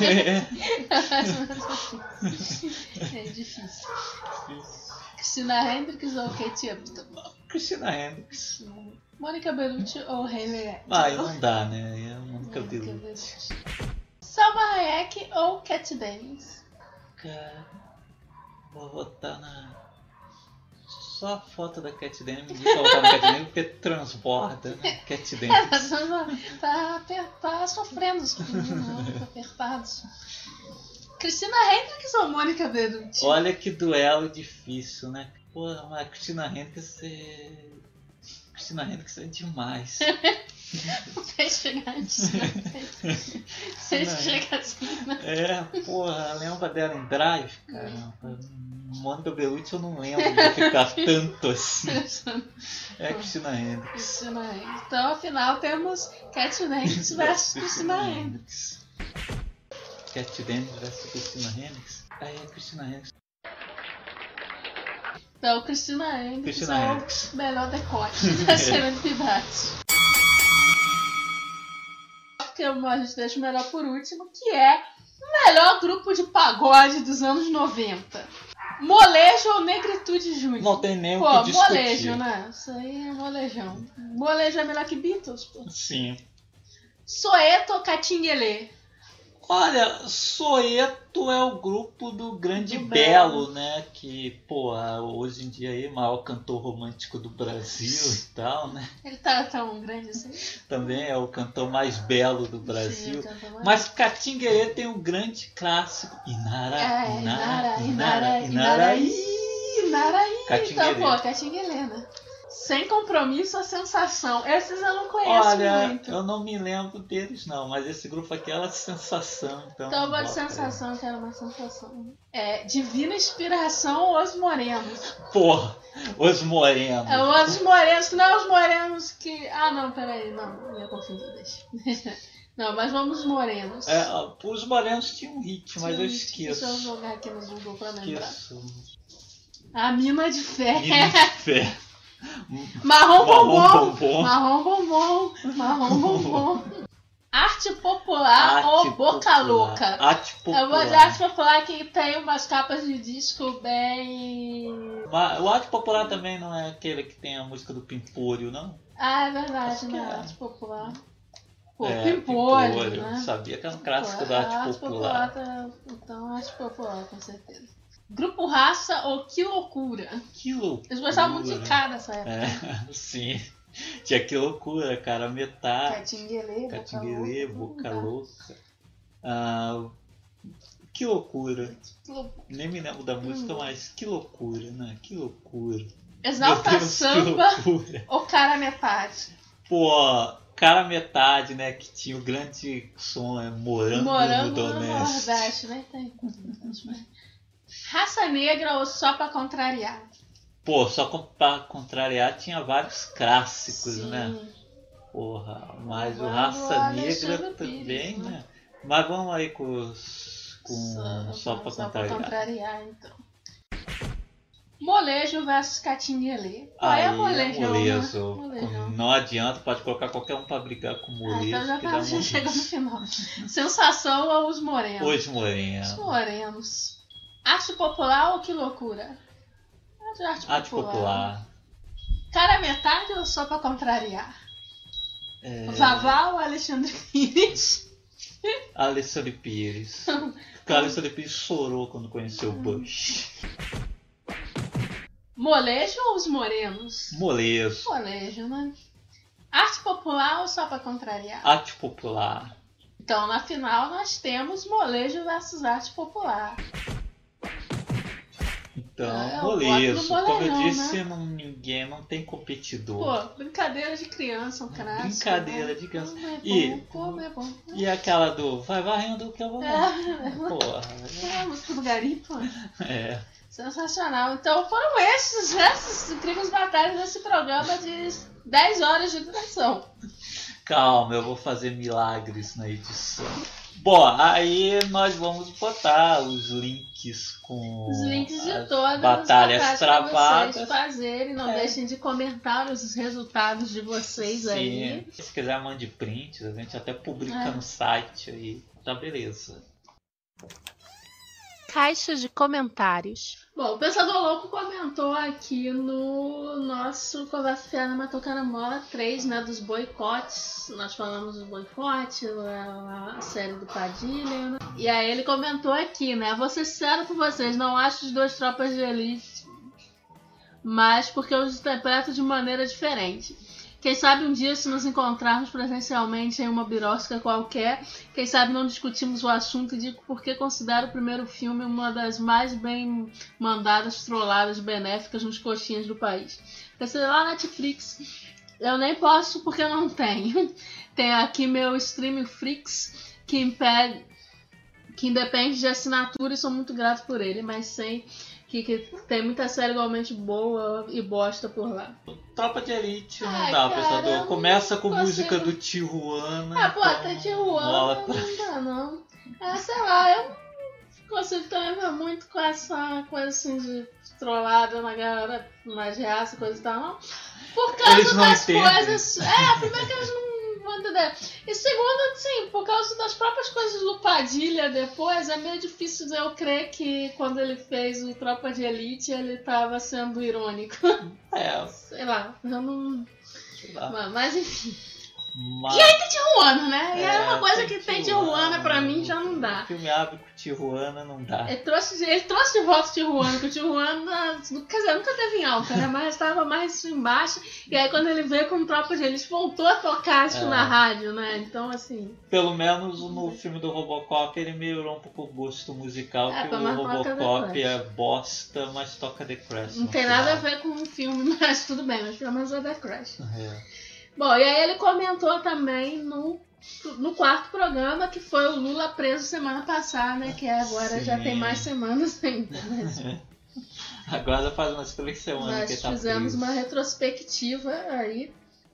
[SPEAKER 3] É difícil. Christina Hendricks ou Kate Upton?
[SPEAKER 2] Christina Hendricks.
[SPEAKER 3] Mônica Bellucci ou Hayley Atwell?
[SPEAKER 2] Ah, aí não dá, né? Aí é Mônica Bellucci.
[SPEAKER 3] Salma Hayek ou Cat Dennings?
[SPEAKER 2] Cara, vou votar na... Só a foto da Cat Dennings. Me colocar na Cat Dennings porque transborda, né? Cat Dennings.
[SPEAKER 3] tá, tá, tá sofrendo os meninos, tá apertados. Christina Hendricks ou Mônica Bellucci?
[SPEAKER 2] Olha que duelo difícil, né? Pô, mas a Christina Hendricks é... Christina Hendricks é demais.
[SPEAKER 3] Fez chegar antes, né? Fez chegar assim, né?
[SPEAKER 2] É, porra, lembra dela em Drive? Caramba. Mônica Bellucci eu não lembro de ficar tanto assim. É Christina Hendricks.
[SPEAKER 3] Christina Hendricks. Então, afinal, temos Cat Dennings versus Christina Hendricks.
[SPEAKER 2] Cat Dennings versus Christina Hendricks? Aí é Christina Hendricks.
[SPEAKER 3] Então, Christina Hendricks
[SPEAKER 2] Christina
[SPEAKER 3] é
[SPEAKER 2] Hendricks.
[SPEAKER 3] o melhor decote da celebridade. Que a gente deixa o melhor por último, que é o melhor grupo de pagode dos anos noventa. Molejo ou Negritude Júnior?
[SPEAKER 2] Não tem nem o
[SPEAKER 3] Pô,
[SPEAKER 2] que discutir.
[SPEAKER 3] molejo, né? Isso aí é molejão. Molejo é melhor que Beatles, pô.
[SPEAKER 2] Sim.
[SPEAKER 3] Soeto ou Catinguelê?
[SPEAKER 2] Olha, Soeto é o grupo do Grande
[SPEAKER 3] Do
[SPEAKER 2] Belo,
[SPEAKER 3] Belo.
[SPEAKER 2] né? Que, pô, hoje em dia é o maior cantor romântico do Brasil e tal, né?
[SPEAKER 3] Ele tá tão grande assim?
[SPEAKER 2] Também é o cantor mais belo do Brasil.
[SPEAKER 3] Sim, eu canto mais.
[SPEAKER 2] Mas Catinguelê tem um grande clássico. Inara,
[SPEAKER 3] É,
[SPEAKER 2] Inara,
[SPEAKER 3] Inara,
[SPEAKER 2] Inara,
[SPEAKER 3] Inara,
[SPEAKER 2] Inaraí.
[SPEAKER 3] Inaraí.
[SPEAKER 2] Catinguelê.
[SPEAKER 3] Então, pô, Catinguelê, né? Sem Compromisso ou Sensação. Esses eu não conheço
[SPEAKER 2] Olha,
[SPEAKER 3] muito.
[SPEAKER 2] eu não me lembro deles não, mas esse grupo aqui era sensação. Então,
[SPEAKER 3] Então eu vou de
[SPEAKER 2] bota aí.
[SPEAKER 3] sensação, que era uma sensação. É, Divina Inspiração ou Os Morenos?
[SPEAKER 2] Porra, os morenos.
[SPEAKER 3] É Os Morenos, que não é Os Morenos que... Ah, não, peraí, não, ia confundir, deixa. Não, mas vamos Os Morenos.
[SPEAKER 2] É, os morenos tinham um hit, mas eu
[SPEAKER 3] Deixa
[SPEAKER 2] esqueço.
[SPEAKER 3] eu jogar aqui no Google pra lembrar.
[SPEAKER 2] Esqueço.
[SPEAKER 3] A Mina de Fé.
[SPEAKER 2] Mina de Fé.
[SPEAKER 3] Marrom
[SPEAKER 2] Marrom
[SPEAKER 3] bombom.
[SPEAKER 2] bombom.
[SPEAKER 3] Marrom bombom. Marrom bombom. Arte popular
[SPEAKER 2] Arte
[SPEAKER 3] ou boca
[SPEAKER 2] popular.
[SPEAKER 3] louca?
[SPEAKER 2] Arte popular.
[SPEAKER 3] Eu vou de arte popular que tem umas capas de disco bem...
[SPEAKER 2] Mas o Arte Popular também não é aquele que tem a música do Pimpolho, não?
[SPEAKER 3] Ah, é verdade,
[SPEAKER 2] Acho que
[SPEAKER 3] né?
[SPEAKER 2] é.
[SPEAKER 3] Arte popular. Pô,
[SPEAKER 2] É,
[SPEAKER 3] Pimpolho,
[SPEAKER 2] Pimpolho.
[SPEAKER 3] né?
[SPEAKER 2] Sabia que era um clássico da
[SPEAKER 3] Arte
[SPEAKER 2] Arte Popular.
[SPEAKER 3] tá- Então, arte popular, com certeza. Grupo Raça ou Que Loucura?
[SPEAKER 2] Que loucura.
[SPEAKER 3] Eles gostavam muito de cara nessa época.
[SPEAKER 2] É, sim. Tinha Que Loucura, cara. Metade.
[SPEAKER 3] Catinguelê, Boca
[SPEAKER 2] Catinguelê,
[SPEAKER 3] Louca.
[SPEAKER 2] Boca Louca. Ah, que loucura.
[SPEAKER 3] Que loucura.
[SPEAKER 2] Nem me lembro da música,
[SPEAKER 3] Hum.
[SPEAKER 2] mas que loucura, né? Que loucura.
[SPEAKER 3] Exalta
[SPEAKER 2] Meu Deus,
[SPEAKER 3] Samba
[SPEAKER 2] que loucura.
[SPEAKER 3] ou Cara Metade?
[SPEAKER 2] Pô, cara metade, né? Que tinha o grande som, é Morango,
[SPEAKER 3] Morango
[SPEAKER 2] no
[SPEAKER 3] no
[SPEAKER 2] Nordeste.
[SPEAKER 3] Nordeste, né? Tem. Raça Negra ou Só Pra Contrariar?
[SPEAKER 2] Pô, só com- pra contrariar tinha vários clássicos,
[SPEAKER 3] Sim.
[SPEAKER 2] né? Porra, mas o
[SPEAKER 3] Vamos,
[SPEAKER 2] Raça
[SPEAKER 3] Alexandre
[SPEAKER 2] Negra
[SPEAKER 3] Pires,
[SPEAKER 2] também,
[SPEAKER 3] né?
[SPEAKER 2] né? Mas vamos aí com os. Com só, pra
[SPEAKER 3] só
[SPEAKER 2] contrariar.
[SPEAKER 3] pra contrariar, então. Molejo versus Catinguelê. Qual é
[SPEAKER 2] Aí,
[SPEAKER 3] molejo?
[SPEAKER 2] molejo.
[SPEAKER 3] Né? Molejão.
[SPEAKER 2] Não adianta, pode colocar qualquer um pra brigar com o
[SPEAKER 3] Ah,
[SPEAKER 2] molejo.
[SPEAKER 3] então já,
[SPEAKER 2] que
[SPEAKER 3] tá,
[SPEAKER 2] dá
[SPEAKER 3] já
[SPEAKER 2] um-
[SPEAKER 3] chegou no final. Sensação ou Os Morenos?
[SPEAKER 2] Os morenos.
[SPEAKER 3] Os Morenos. Arte popular ou Que Loucura? Arte, arte
[SPEAKER 2] Arte
[SPEAKER 3] popular.
[SPEAKER 2] popular.
[SPEAKER 3] Cara metade ou Só Pra Contrariar?
[SPEAKER 2] É...
[SPEAKER 3] Vavá ou Alexandre Pires?
[SPEAKER 2] Alessandro Pires. Porque o Alessandro Pires chorou quando conheceu o Bush.
[SPEAKER 3] Molejo ou Os Morenos?
[SPEAKER 2] Molejo.
[SPEAKER 3] Molejo, né? Arte popular ou Só Pra Contrariar?
[SPEAKER 2] Arte popular.
[SPEAKER 3] Então, na final, nós temos Molejo versus Arte Popular.
[SPEAKER 2] Então,
[SPEAKER 3] É, eu
[SPEAKER 2] moleza.
[SPEAKER 3] boto no
[SPEAKER 2] Como eu
[SPEAKER 3] boleirão,
[SPEAKER 2] disse,
[SPEAKER 3] né?
[SPEAKER 2] não, ninguém não tem competidor.
[SPEAKER 3] Pô, brincadeira de criança, um clássico.
[SPEAKER 2] Brincadeira
[SPEAKER 3] né?
[SPEAKER 2] de criança.
[SPEAKER 3] Como é bom,
[SPEAKER 2] E-
[SPEAKER 3] como é bom.
[SPEAKER 2] E aquela do vai varrendo que eu vou.
[SPEAKER 3] É,
[SPEAKER 2] Porra.
[SPEAKER 3] é a música do Garimpo.
[SPEAKER 2] É.
[SPEAKER 3] Sensacional. Então foram esses, essas incríveis batalhas desse programa de dez horas de duração.
[SPEAKER 2] Calma, eu vou fazer milagres na edição. Bom, aí nós vamos botar os links com
[SPEAKER 3] Os links de
[SPEAKER 2] as
[SPEAKER 3] todas
[SPEAKER 2] batalhas
[SPEAKER 3] as batalhas pra
[SPEAKER 2] travadas.
[SPEAKER 3] vocês fazerem. Não
[SPEAKER 2] É.
[SPEAKER 3] deixem de comentar os resultados de vocês aí.
[SPEAKER 2] Sim. Se quiser, mande prints, a gente até publica
[SPEAKER 3] É.
[SPEAKER 2] no site aí. Tá beleza.
[SPEAKER 1] Caixa de comentários.
[SPEAKER 3] Bom, o Pensador Louco comentou aqui no nosso Conversa Fiada Matou Carambola três, né, dos boicotes. Nós falamos dos boicotes, a, a série do Padilha, né? E aí ele comentou aqui, né, vou ser sincero com vocês, não acho os dois Tropas de Elite, mas porque eu os interpreto de maneira diferente. Quem sabe um dia, se nos encontrarmos presencialmente em uma birosca qualquer, quem sabe não discutimos o assunto e digo porque considero o primeiro filme uma das mais bem mandadas trolladas benéficas nos coxinhas do país. Pensei lá na Netflix, eu nem posso porque eu não tenho. Tem aqui meu Streaming Freaks, que impede, que independe de assinatura e sou muito grato por ele, mas sei que, que tem muita série igualmente boa e bosta por lá.
[SPEAKER 2] Tropa de Elite não
[SPEAKER 3] Ai,
[SPEAKER 2] dá,
[SPEAKER 3] cara,
[SPEAKER 2] pensador.
[SPEAKER 3] eu
[SPEAKER 2] Começa
[SPEAKER 3] não
[SPEAKER 2] com
[SPEAKER 3] consigo.
[SPEAKER 2] música do Tijuana.
[SPEAKER 3] Ah, pô,
[SPEAKER 2] então
[SPEAKER 3] até
[SPEAKER 2] não
[SPEAKER 3] Tijuana
[SPEAKER 2] rola
[SPEAKER 3] não
[SPEAKER 2] pra-
[SPEAKER 3] dá, não. É, sei lá, eu não consigo também ver muito com essa coisa assim de trollada na galera mais reaça, coisa e tal, não. Por causa
[SPEAKER 2] Eles não
[SPEAKER 3] das
[SPEAKER 2] entendem.
[SPEAKER 3] coisas. É, primeiro que eles não vão entender. E segundo, sim, por causa das próprias coisas do Padilha depois, é meio difícil de eu crer que quando ele fez o Tropa de Elite ele tava sendo irônico.
[SPEAKER 2] É,
[SPEAKER 3] Sei lá, eu não.
[SPEAKER 2] sei lá.
[SPEAKER 3] Mas, mas enfim.
[SPEAKER 2] Mas...
[SPEAKER 3] E aí tem Tijuana, né? E é
[SPEAKER 2] É,
[SPEAKER 3] uma coisa
[SPEAKER 2] tem
[SPEAKER 3] que tem
[SPEAKER 2] Tijuana.
[SPEAKER 3] Tijuana pra mim já não dá.
[SPEAKER 2] O filme abre com Tijuana, não dá.
[SPEAKER 3] Ele trouxe, ele trouxe de volta o Tijuana, que o Tijuana, quer dizer, nunca teve em alta, né? Mas estava mais embaixo. E aí quando ele veio com Tropa de Elite, voltou a tocar, acho,
[SPEAKER 2] É.
[SPEAKER 3] na rádio, né? Então, assim...
[SPEAKER 2] Pelo menos no filme do Robocop ele melhorou um pouco o gosto musical,
[SPEAKER 3] É,
[SPEAKER 2] que
[SPEAKER 3] pelo
[SPEAKER 2] o
[SPEAKER 3] menos toca The
[SPEAKER 2] Robocop
[SPEAKER 3] Crash.
[SPEAKER 2] é bosta, mas toca The Crash.
[SPEAKER 3] Não
[SPEAKER 2] no
[SPEAKER 3] tem
[SPEAKER 2] final.
[SPEAKER 3] nada a ver com o filme, mas tudo bem. Mas pelo menos é The Crash.
[SPEAKER 2] É.
[SPEAKER 3] Bom, e aí ele comentou também no, no quarto programa, que foi o Lula preso semana passada, que agora
[SPEAKER 2] Sim.
[SPEAKER 3] já tem mais semanas ainda. Mas...
[SPEAKER 2] Agora faz umas três semanas que
[SPEAKER 3] Nós
[SPEAKER 2] ele tá
[SPEAKER 3] fizemos
[SPEAKER 2] preso.
[SPEAKER 3] uma retrospectiva aí.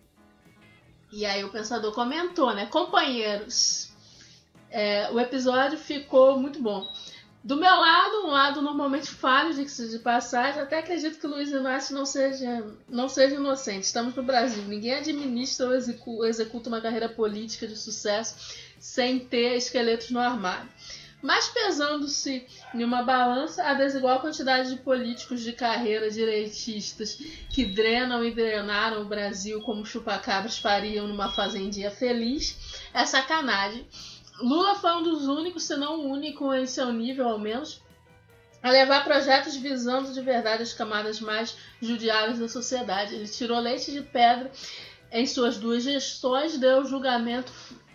[SPEAKER 3] E aí o pensador comentou, né? Companheiros, é, o episódio ficou muito bom. Do meu lado, um lado normalmente falho, diga-se de passagem, até acredito que o Luiz Inácio não seja, não seja inocente. Estamos no Brasil. Ninguém administra ou execu- executa uma carreira política de sucesso sem ter esqueletos no armário. Mas pesando-se em uma balança, a desigual quantidade de políticos de carreira direitistas que drenam e drenaram o Brasil como chupacabras fariam numa fazendinha feliz é sacanagem. Lula foi um dos únicos, se não o único em seu nível ao menos, a levar projetos visando de verdade as camadas mais judiáveis da sociedade. Ele tirou leite de pedra em suas duas gestões, deu julgamento...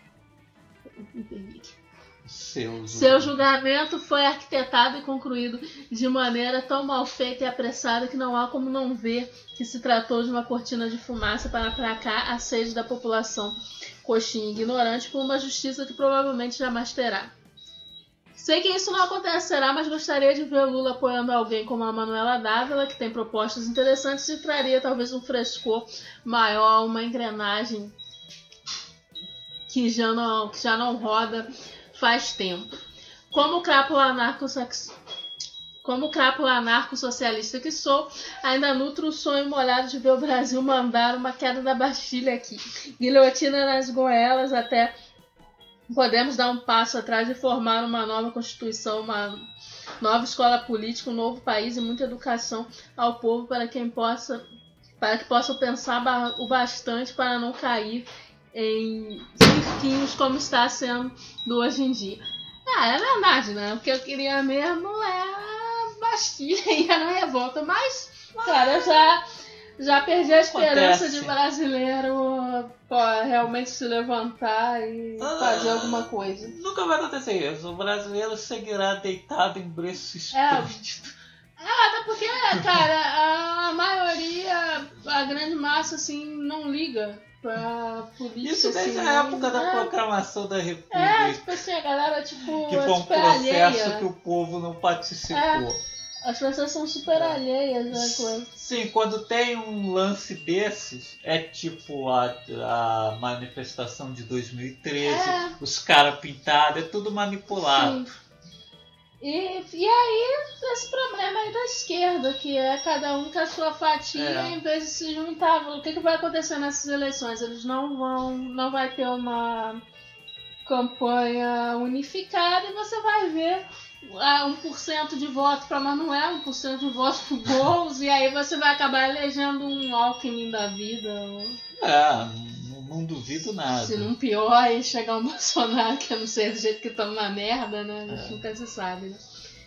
[SPEAKER 2] Seu,
[SPEAKER 3] Seu julgamento foi arquitetado e concluído de maneira tão mal feita e apressada que não há como não ver que se tratou de uma cortina de fumaça para aplacar a sede da população coxinha e ignorante por uma justiça que provavelmente jamais terá. Sei que isso não acontecerá, mas gostaria de ver Lula apoiando alguém como a Manuela Dávila, que tem propostas interessantes e traria talvez um frescor maior, uma engrenagem que já não, que já não roda faz tempo. Como crápula anarco-sax... Como crápula anarco-socialista que sou, ainda nutro o sonho molhado de ver o Brasil mandar uma queda da Bastilha aqui. Guilhotina nas goelas até podemos dar um passo atrás e formar uma nova Constituição, uma nova escola política, um novo país e muita educação ao povo para quem possa, para que possam pensar o bastante para não cair em cirquinhos como está sendo hoje em dia. Ah, é verdade, né? O que eu queria mesmo é a Bastilha e a não revolta, mas, cara, eu já, já perdi a esperança
[SPEAKER 2] Acontece.
[SPEAKER 3] de brasileiro pô, realmente se levantar e fazer
[SPEAKER 2] Ah.
[SPEAKER 3] alguma coisa.
[SPEAKER 2] Nunca vai acontecer isso. O brasileiro seguirá deitado em berço
[SPEAKER 3] É.
[SPEAKER 2] esplêndido.
[SPEAKER 3] Ah, até porque, cara, a maioria, a grande massa, assim, não liga pra política.
[SPEAKER 2] Isso desde
[SPEAKER 3] assim,
[SPEAKER 2] a época
[SPEAKER 3] é,
[SPEAKER 2] da proclamação da República.
[SPEAKER 3] É, tipo assim, a galera, tipo,
[SPEAKER 2] que foi
[SPEAKER 3] é
[SPEAKER 2] um
[SPEAKER 3] super
[SPEAKER 2] processo
[SPEAKER 3] alheia.
[SPEAKER 2] que o povo não participou.
[SPEAKER 3] É. As pessoas são super
[SPEAKER 2] É.
[SPEAKER 3] alheias à coisa.
[SPEAKER 2] Sim, quando tem um lance desses, é tipo a, a manifestação de dois mil e treze,
[SPEAKER 3] É.
[SPEAKER 2] os caras pintados, é tudo manipulado.
[SPEAKER 3] Sim. E, e aí, esse problema aí da esquerda, que é cada um com a sua fatia,
[SPEAKER 2] É.
[SPEAKER 3] em vez de se juntar. O que, que vai acontecer nessas eleições? Eles não vão. Não vai ter uma campanha unificada e você vai ver ah, um por cento de voto para Manuel, um por cento de voto para Boulos, e aí você vai acabar elegendo um Alckmin da vida.
[SPEAKER 2] É, não, não duvido nada.
[SPEAKER 3] Se não pior, e chegar um Bolsonaro, que eu não sei do jeito que estamos na merda, né? A gente
[SPEAKER 2] É.
[SPEAKER 3] nunca se sabe, né?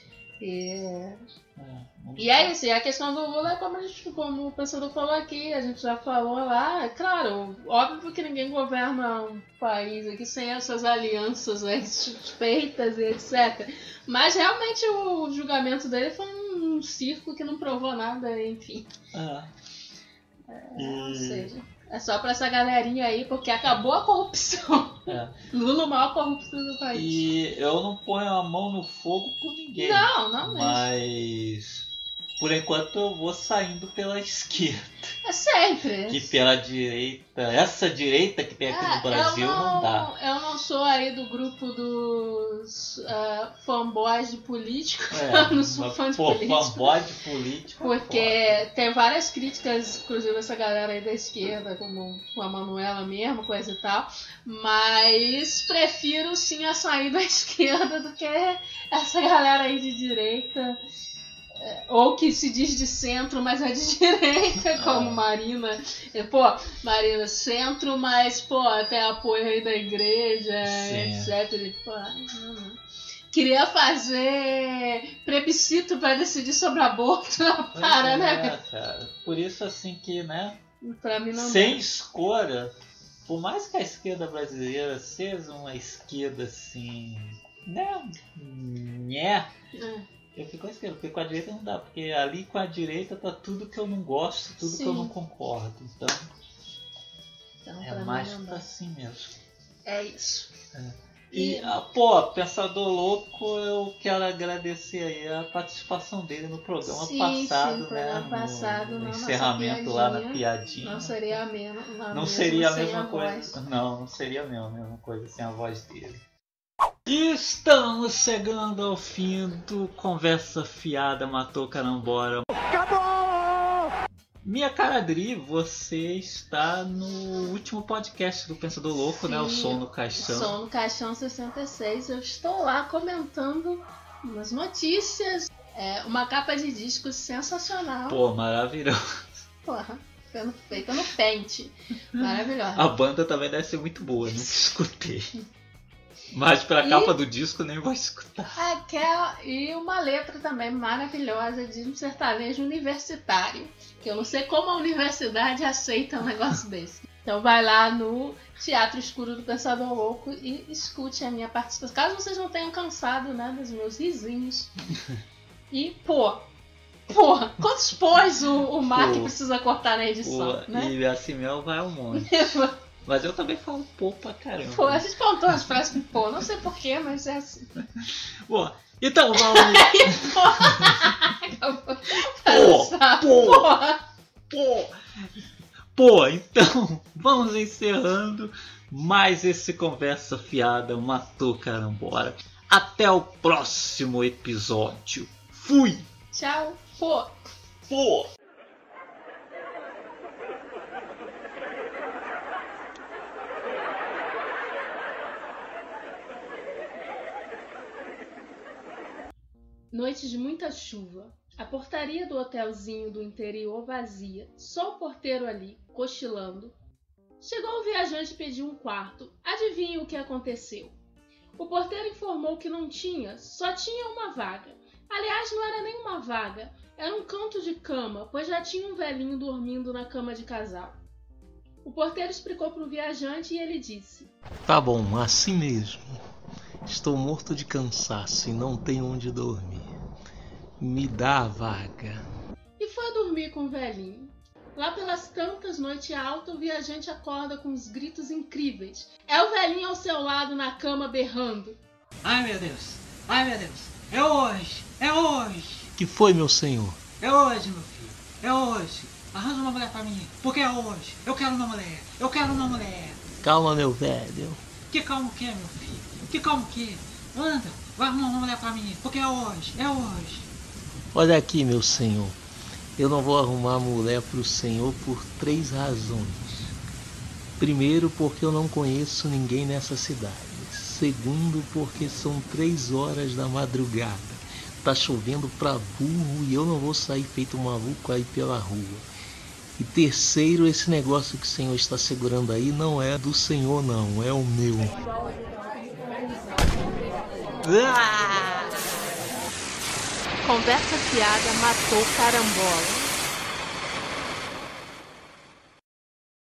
[SPEAKER 3] E...
[SPEAKER 2] É, não-
[SPEAKER 3] E é isso, e a questão do Lula é como, a gente, como o pensador falou aqui, a gente já falou lá, é claro, óbvio que ninguém governa um país aqui sem essas alianças aí feitas e etcétera. Mas realmente o julgamento dele foi um circo que não provou nada, enfim.
[SPEAKER 2] É.
[SPEAKER 3] É, ou
[SPEAKER 2] E-
[SPEAKER 3] seja, é só pra essa galerinha aí, porque acabou a corrupção.
[SPEAKER 2] É.
[SPEAKER 3] Lula, o maior corrupto do país.
[SPEAKER 2] E eu não ponho a mão no fogo por ninguém.
[SPEAKER 3] Não, não mesmo.
[SPEAKER 2] Mas por enquanto eu vou saindo pela esquerda.
[SPEAKER 3] É sempre.
[SPEAKER 2] Que pela direita, essa direita que tem aqui
[SPEAKER 3] É,
[SPEAKER 2] no Brasil
[SPEAKER 3] eu
[SPEAKER 2] não, dá.
[SPEAKER 3] Eu não sou aí do grupo dos uh, fanboys de político.
[SPEAKER 2] É,
[SPEAKER 3] eu não sou
[SPEAKER 2] mas,
[SPEAKER 3] fã de
[SPEAKER 2] pô,
[SPEAKER 3] político.
[SPEAKER 2] fanboy de político.
[SPEAKER 3] Porque tem várias críticas, inclusive essa galera aí da esquerda, como a Manuela mesmo, coisa e tal. Mas prefiro sim a sair da esquerda do que essa galera aí de direita. Ou que se diz de centro, mas é de direita, como Marina. E, pô, Marina, centro, mas, pô, tem apoio aí da igreja,
[SPEAKER 2] Sim.
[SPEAKER 3] etcétera. E, pô, hum. Queria fazer plebiscito pra decidir sobre aborto. Para,
[SPEAKER 2] É,
[SPEAKER 3] né?
[SPEAKER 2] cara. Por isso, assim, que, né?
[SPEAKER 3] Pra mim não
[SPEAKER 2] Sem
[SPEAKER 3] dá.
[SPEAKER 2] escolha, por mais que a esquerda brasileira seja uma esquerda assim, né? Nhé.
[SPEAKER 3] É.
[SPEAKER 2] Eu fico com a esquerda, porque com a direita não dá, porque ali com a direita tá tudo que eu não gosto, tudo
[SPEAKER 3] Sim.
[SPEAKER 2] que eu não concordo. Então
[SPEAKER 3] Então,
[SPEAKER 2] é
[SPEAKER 3] pra
[SPEAKER 2] mais
[SPEAKER 3] mim não
[SPEAKER 2] pra
[SPEAKER 3] dá.
[SPEAKER 2] assim mesmo.
[SPEAKER 3] É isso.
[SPEAKER 2] E,
[SPEAKER 3] E-
[SPEAKER 2] ah, pô, Pensador Louco, eu quero agradecer aí a participação dele no programa
[SPEAKER 3] Sim,
[SPEAKER 2] passado,
[SPEAKER 3] sim,
[SPEAKER 2] né?
[SPEAKER 3] programa
[SPEAKER 2] no,
[SPEAKER 3] passado,
[SPEAKER 2] no
[SPEAKER 3] na nossa
[SPEAKER 2] encerramento lá na
[SPEAKER 3] piadinha.
[SPEAKER 2] piadinha.
[SPEAKER 3] Não seria a mesma. a
[SPEAKER 2] Não
[SPEAKER 3] mesma
[SPEAKER 2] seria a
[SPEAKER 3] sem
[SPEAKER 2] mesma coisa.
[SPEAKER 3] voz.
[SPEAKER 2] Não, não seria a mesma, mesma coisa sem a voz dele. Estamos chegando ao fim do Conversa Fiada Matou Carambora. Acabou! Minha cara Adri, você está no último podcast do Pensador Louco, né? O
[SPEAKER 3] Sim,
[SPEAKER 2] Som no Caixão.
[SPEAKER 3] Som no Caixão sessenta e seis. Eu estou lá comentando umas notícias. É, uma capa de disco sensacional.
[SPEAKER 2] Pô, maravilhoso.
[SPEAKER 3] Porra, sendo feita no pente. Maravilhosa.
[SPEAKER 2] A banda também deve ser muito boa, nunca escutei. Mas pra
[SPEAKER 3] E-
[SPEAKER 2] capa do disco nem vou escutar.
[SPEAKER 3] Aquela, e uma letra também maravilhosa de um sertanejo universitário. Que eu não sei como a universidade aceita um negócio desse. Então vai lá no Teatro Escuro do Pensador Louco e escute a minha participação. Caso vocês não tenham cansado, né, dos meus risinhos. E, pô, porra, quantos pós o, o Mark
[SPEAKER 2] Pô.
[SPEAKER 3] precisa cortar na edição,
[SPEAKER 2] Pô,
[SPEAKER 3] né?
[SPEAKER 2] E assim mesmo vai um monte. Mas eu também falo pô pra caramba.
[SPEAKER 3] Pô, a gente contou as frases com pô, não sei porquê, mas é assim.
[SPEAKER 2] Pô, então vamos.
[SPEAKER 3] Pô,
[SPEAKER 2] pô.
[SPEAKER 3] porra.
[SPEAKER 2] Pô, pô, então vamos encerrando mais esse Conversa Fiada Matou Carambora. Até o próximo episódio. Fui!
[SPEAKER 3] Tchau, pô.
[SPEAKER 2] Pô!
[SPEAKER 3] Noite de muita chuva. A portaria do hotelzinho do interior vazia, só o porteiro ali, cochilando. Chegou o viajante e pediu um quarto. Adivinha o que aconteceu? O porteiro informou que não tinha, só tinha uma vaga. Aliás, não era nem uma vaga, era um canto de cama, pois já tinha um velhinho dormindo na cama de casal. O porteiro explicou para o viajante e ele disse:
[SPEAKER 9] Tá bom, assim mesmo. Estou morto de cansaço e não tenho onde dormir. Me dá a vaga.
[SPEAKER 3] E foi dormir com o velhinho. Lá pelas tantas, noite alta, o viajante acorda com uns gritos incríveis. É o velhinho ao seu lado na cama berrando.
[SPEAKER 10] Ai meu Deus, ai meu Deus, é hoje, é hoje.
[SPEAKER 9] Que foi, meu senhor?
[SPEAKER 10] É hoje, meu filho, é hoje. Arranja uma mulher pra mim, porque é hoje. Eu quero uma mulher, eu quero uma mulher.
[SPEAKER 9] Calma, meu velho.
[SPEAKER 10] Que calma o que, meu filho? Que calma o que? Anda, vai arrumar uma mulher pra mim, porque é hoje, é hoje.
[SPEAKER 9] Olha aqui, meu senhor. Eu não vou arrumar mulher pro senhor por três razões. Primeiro, porque eu não conheço ninguém nessa cidade. Segundo, porque são três horas da madrugada. Tá chovendo pra burro e eu não vou sair feito maluco aí pela rua. E terceiro, esse negócio que o senhor está segurando aí não é do senhor não, é o meu.
[SPEAKER 1] Conversa fiada matou carambola.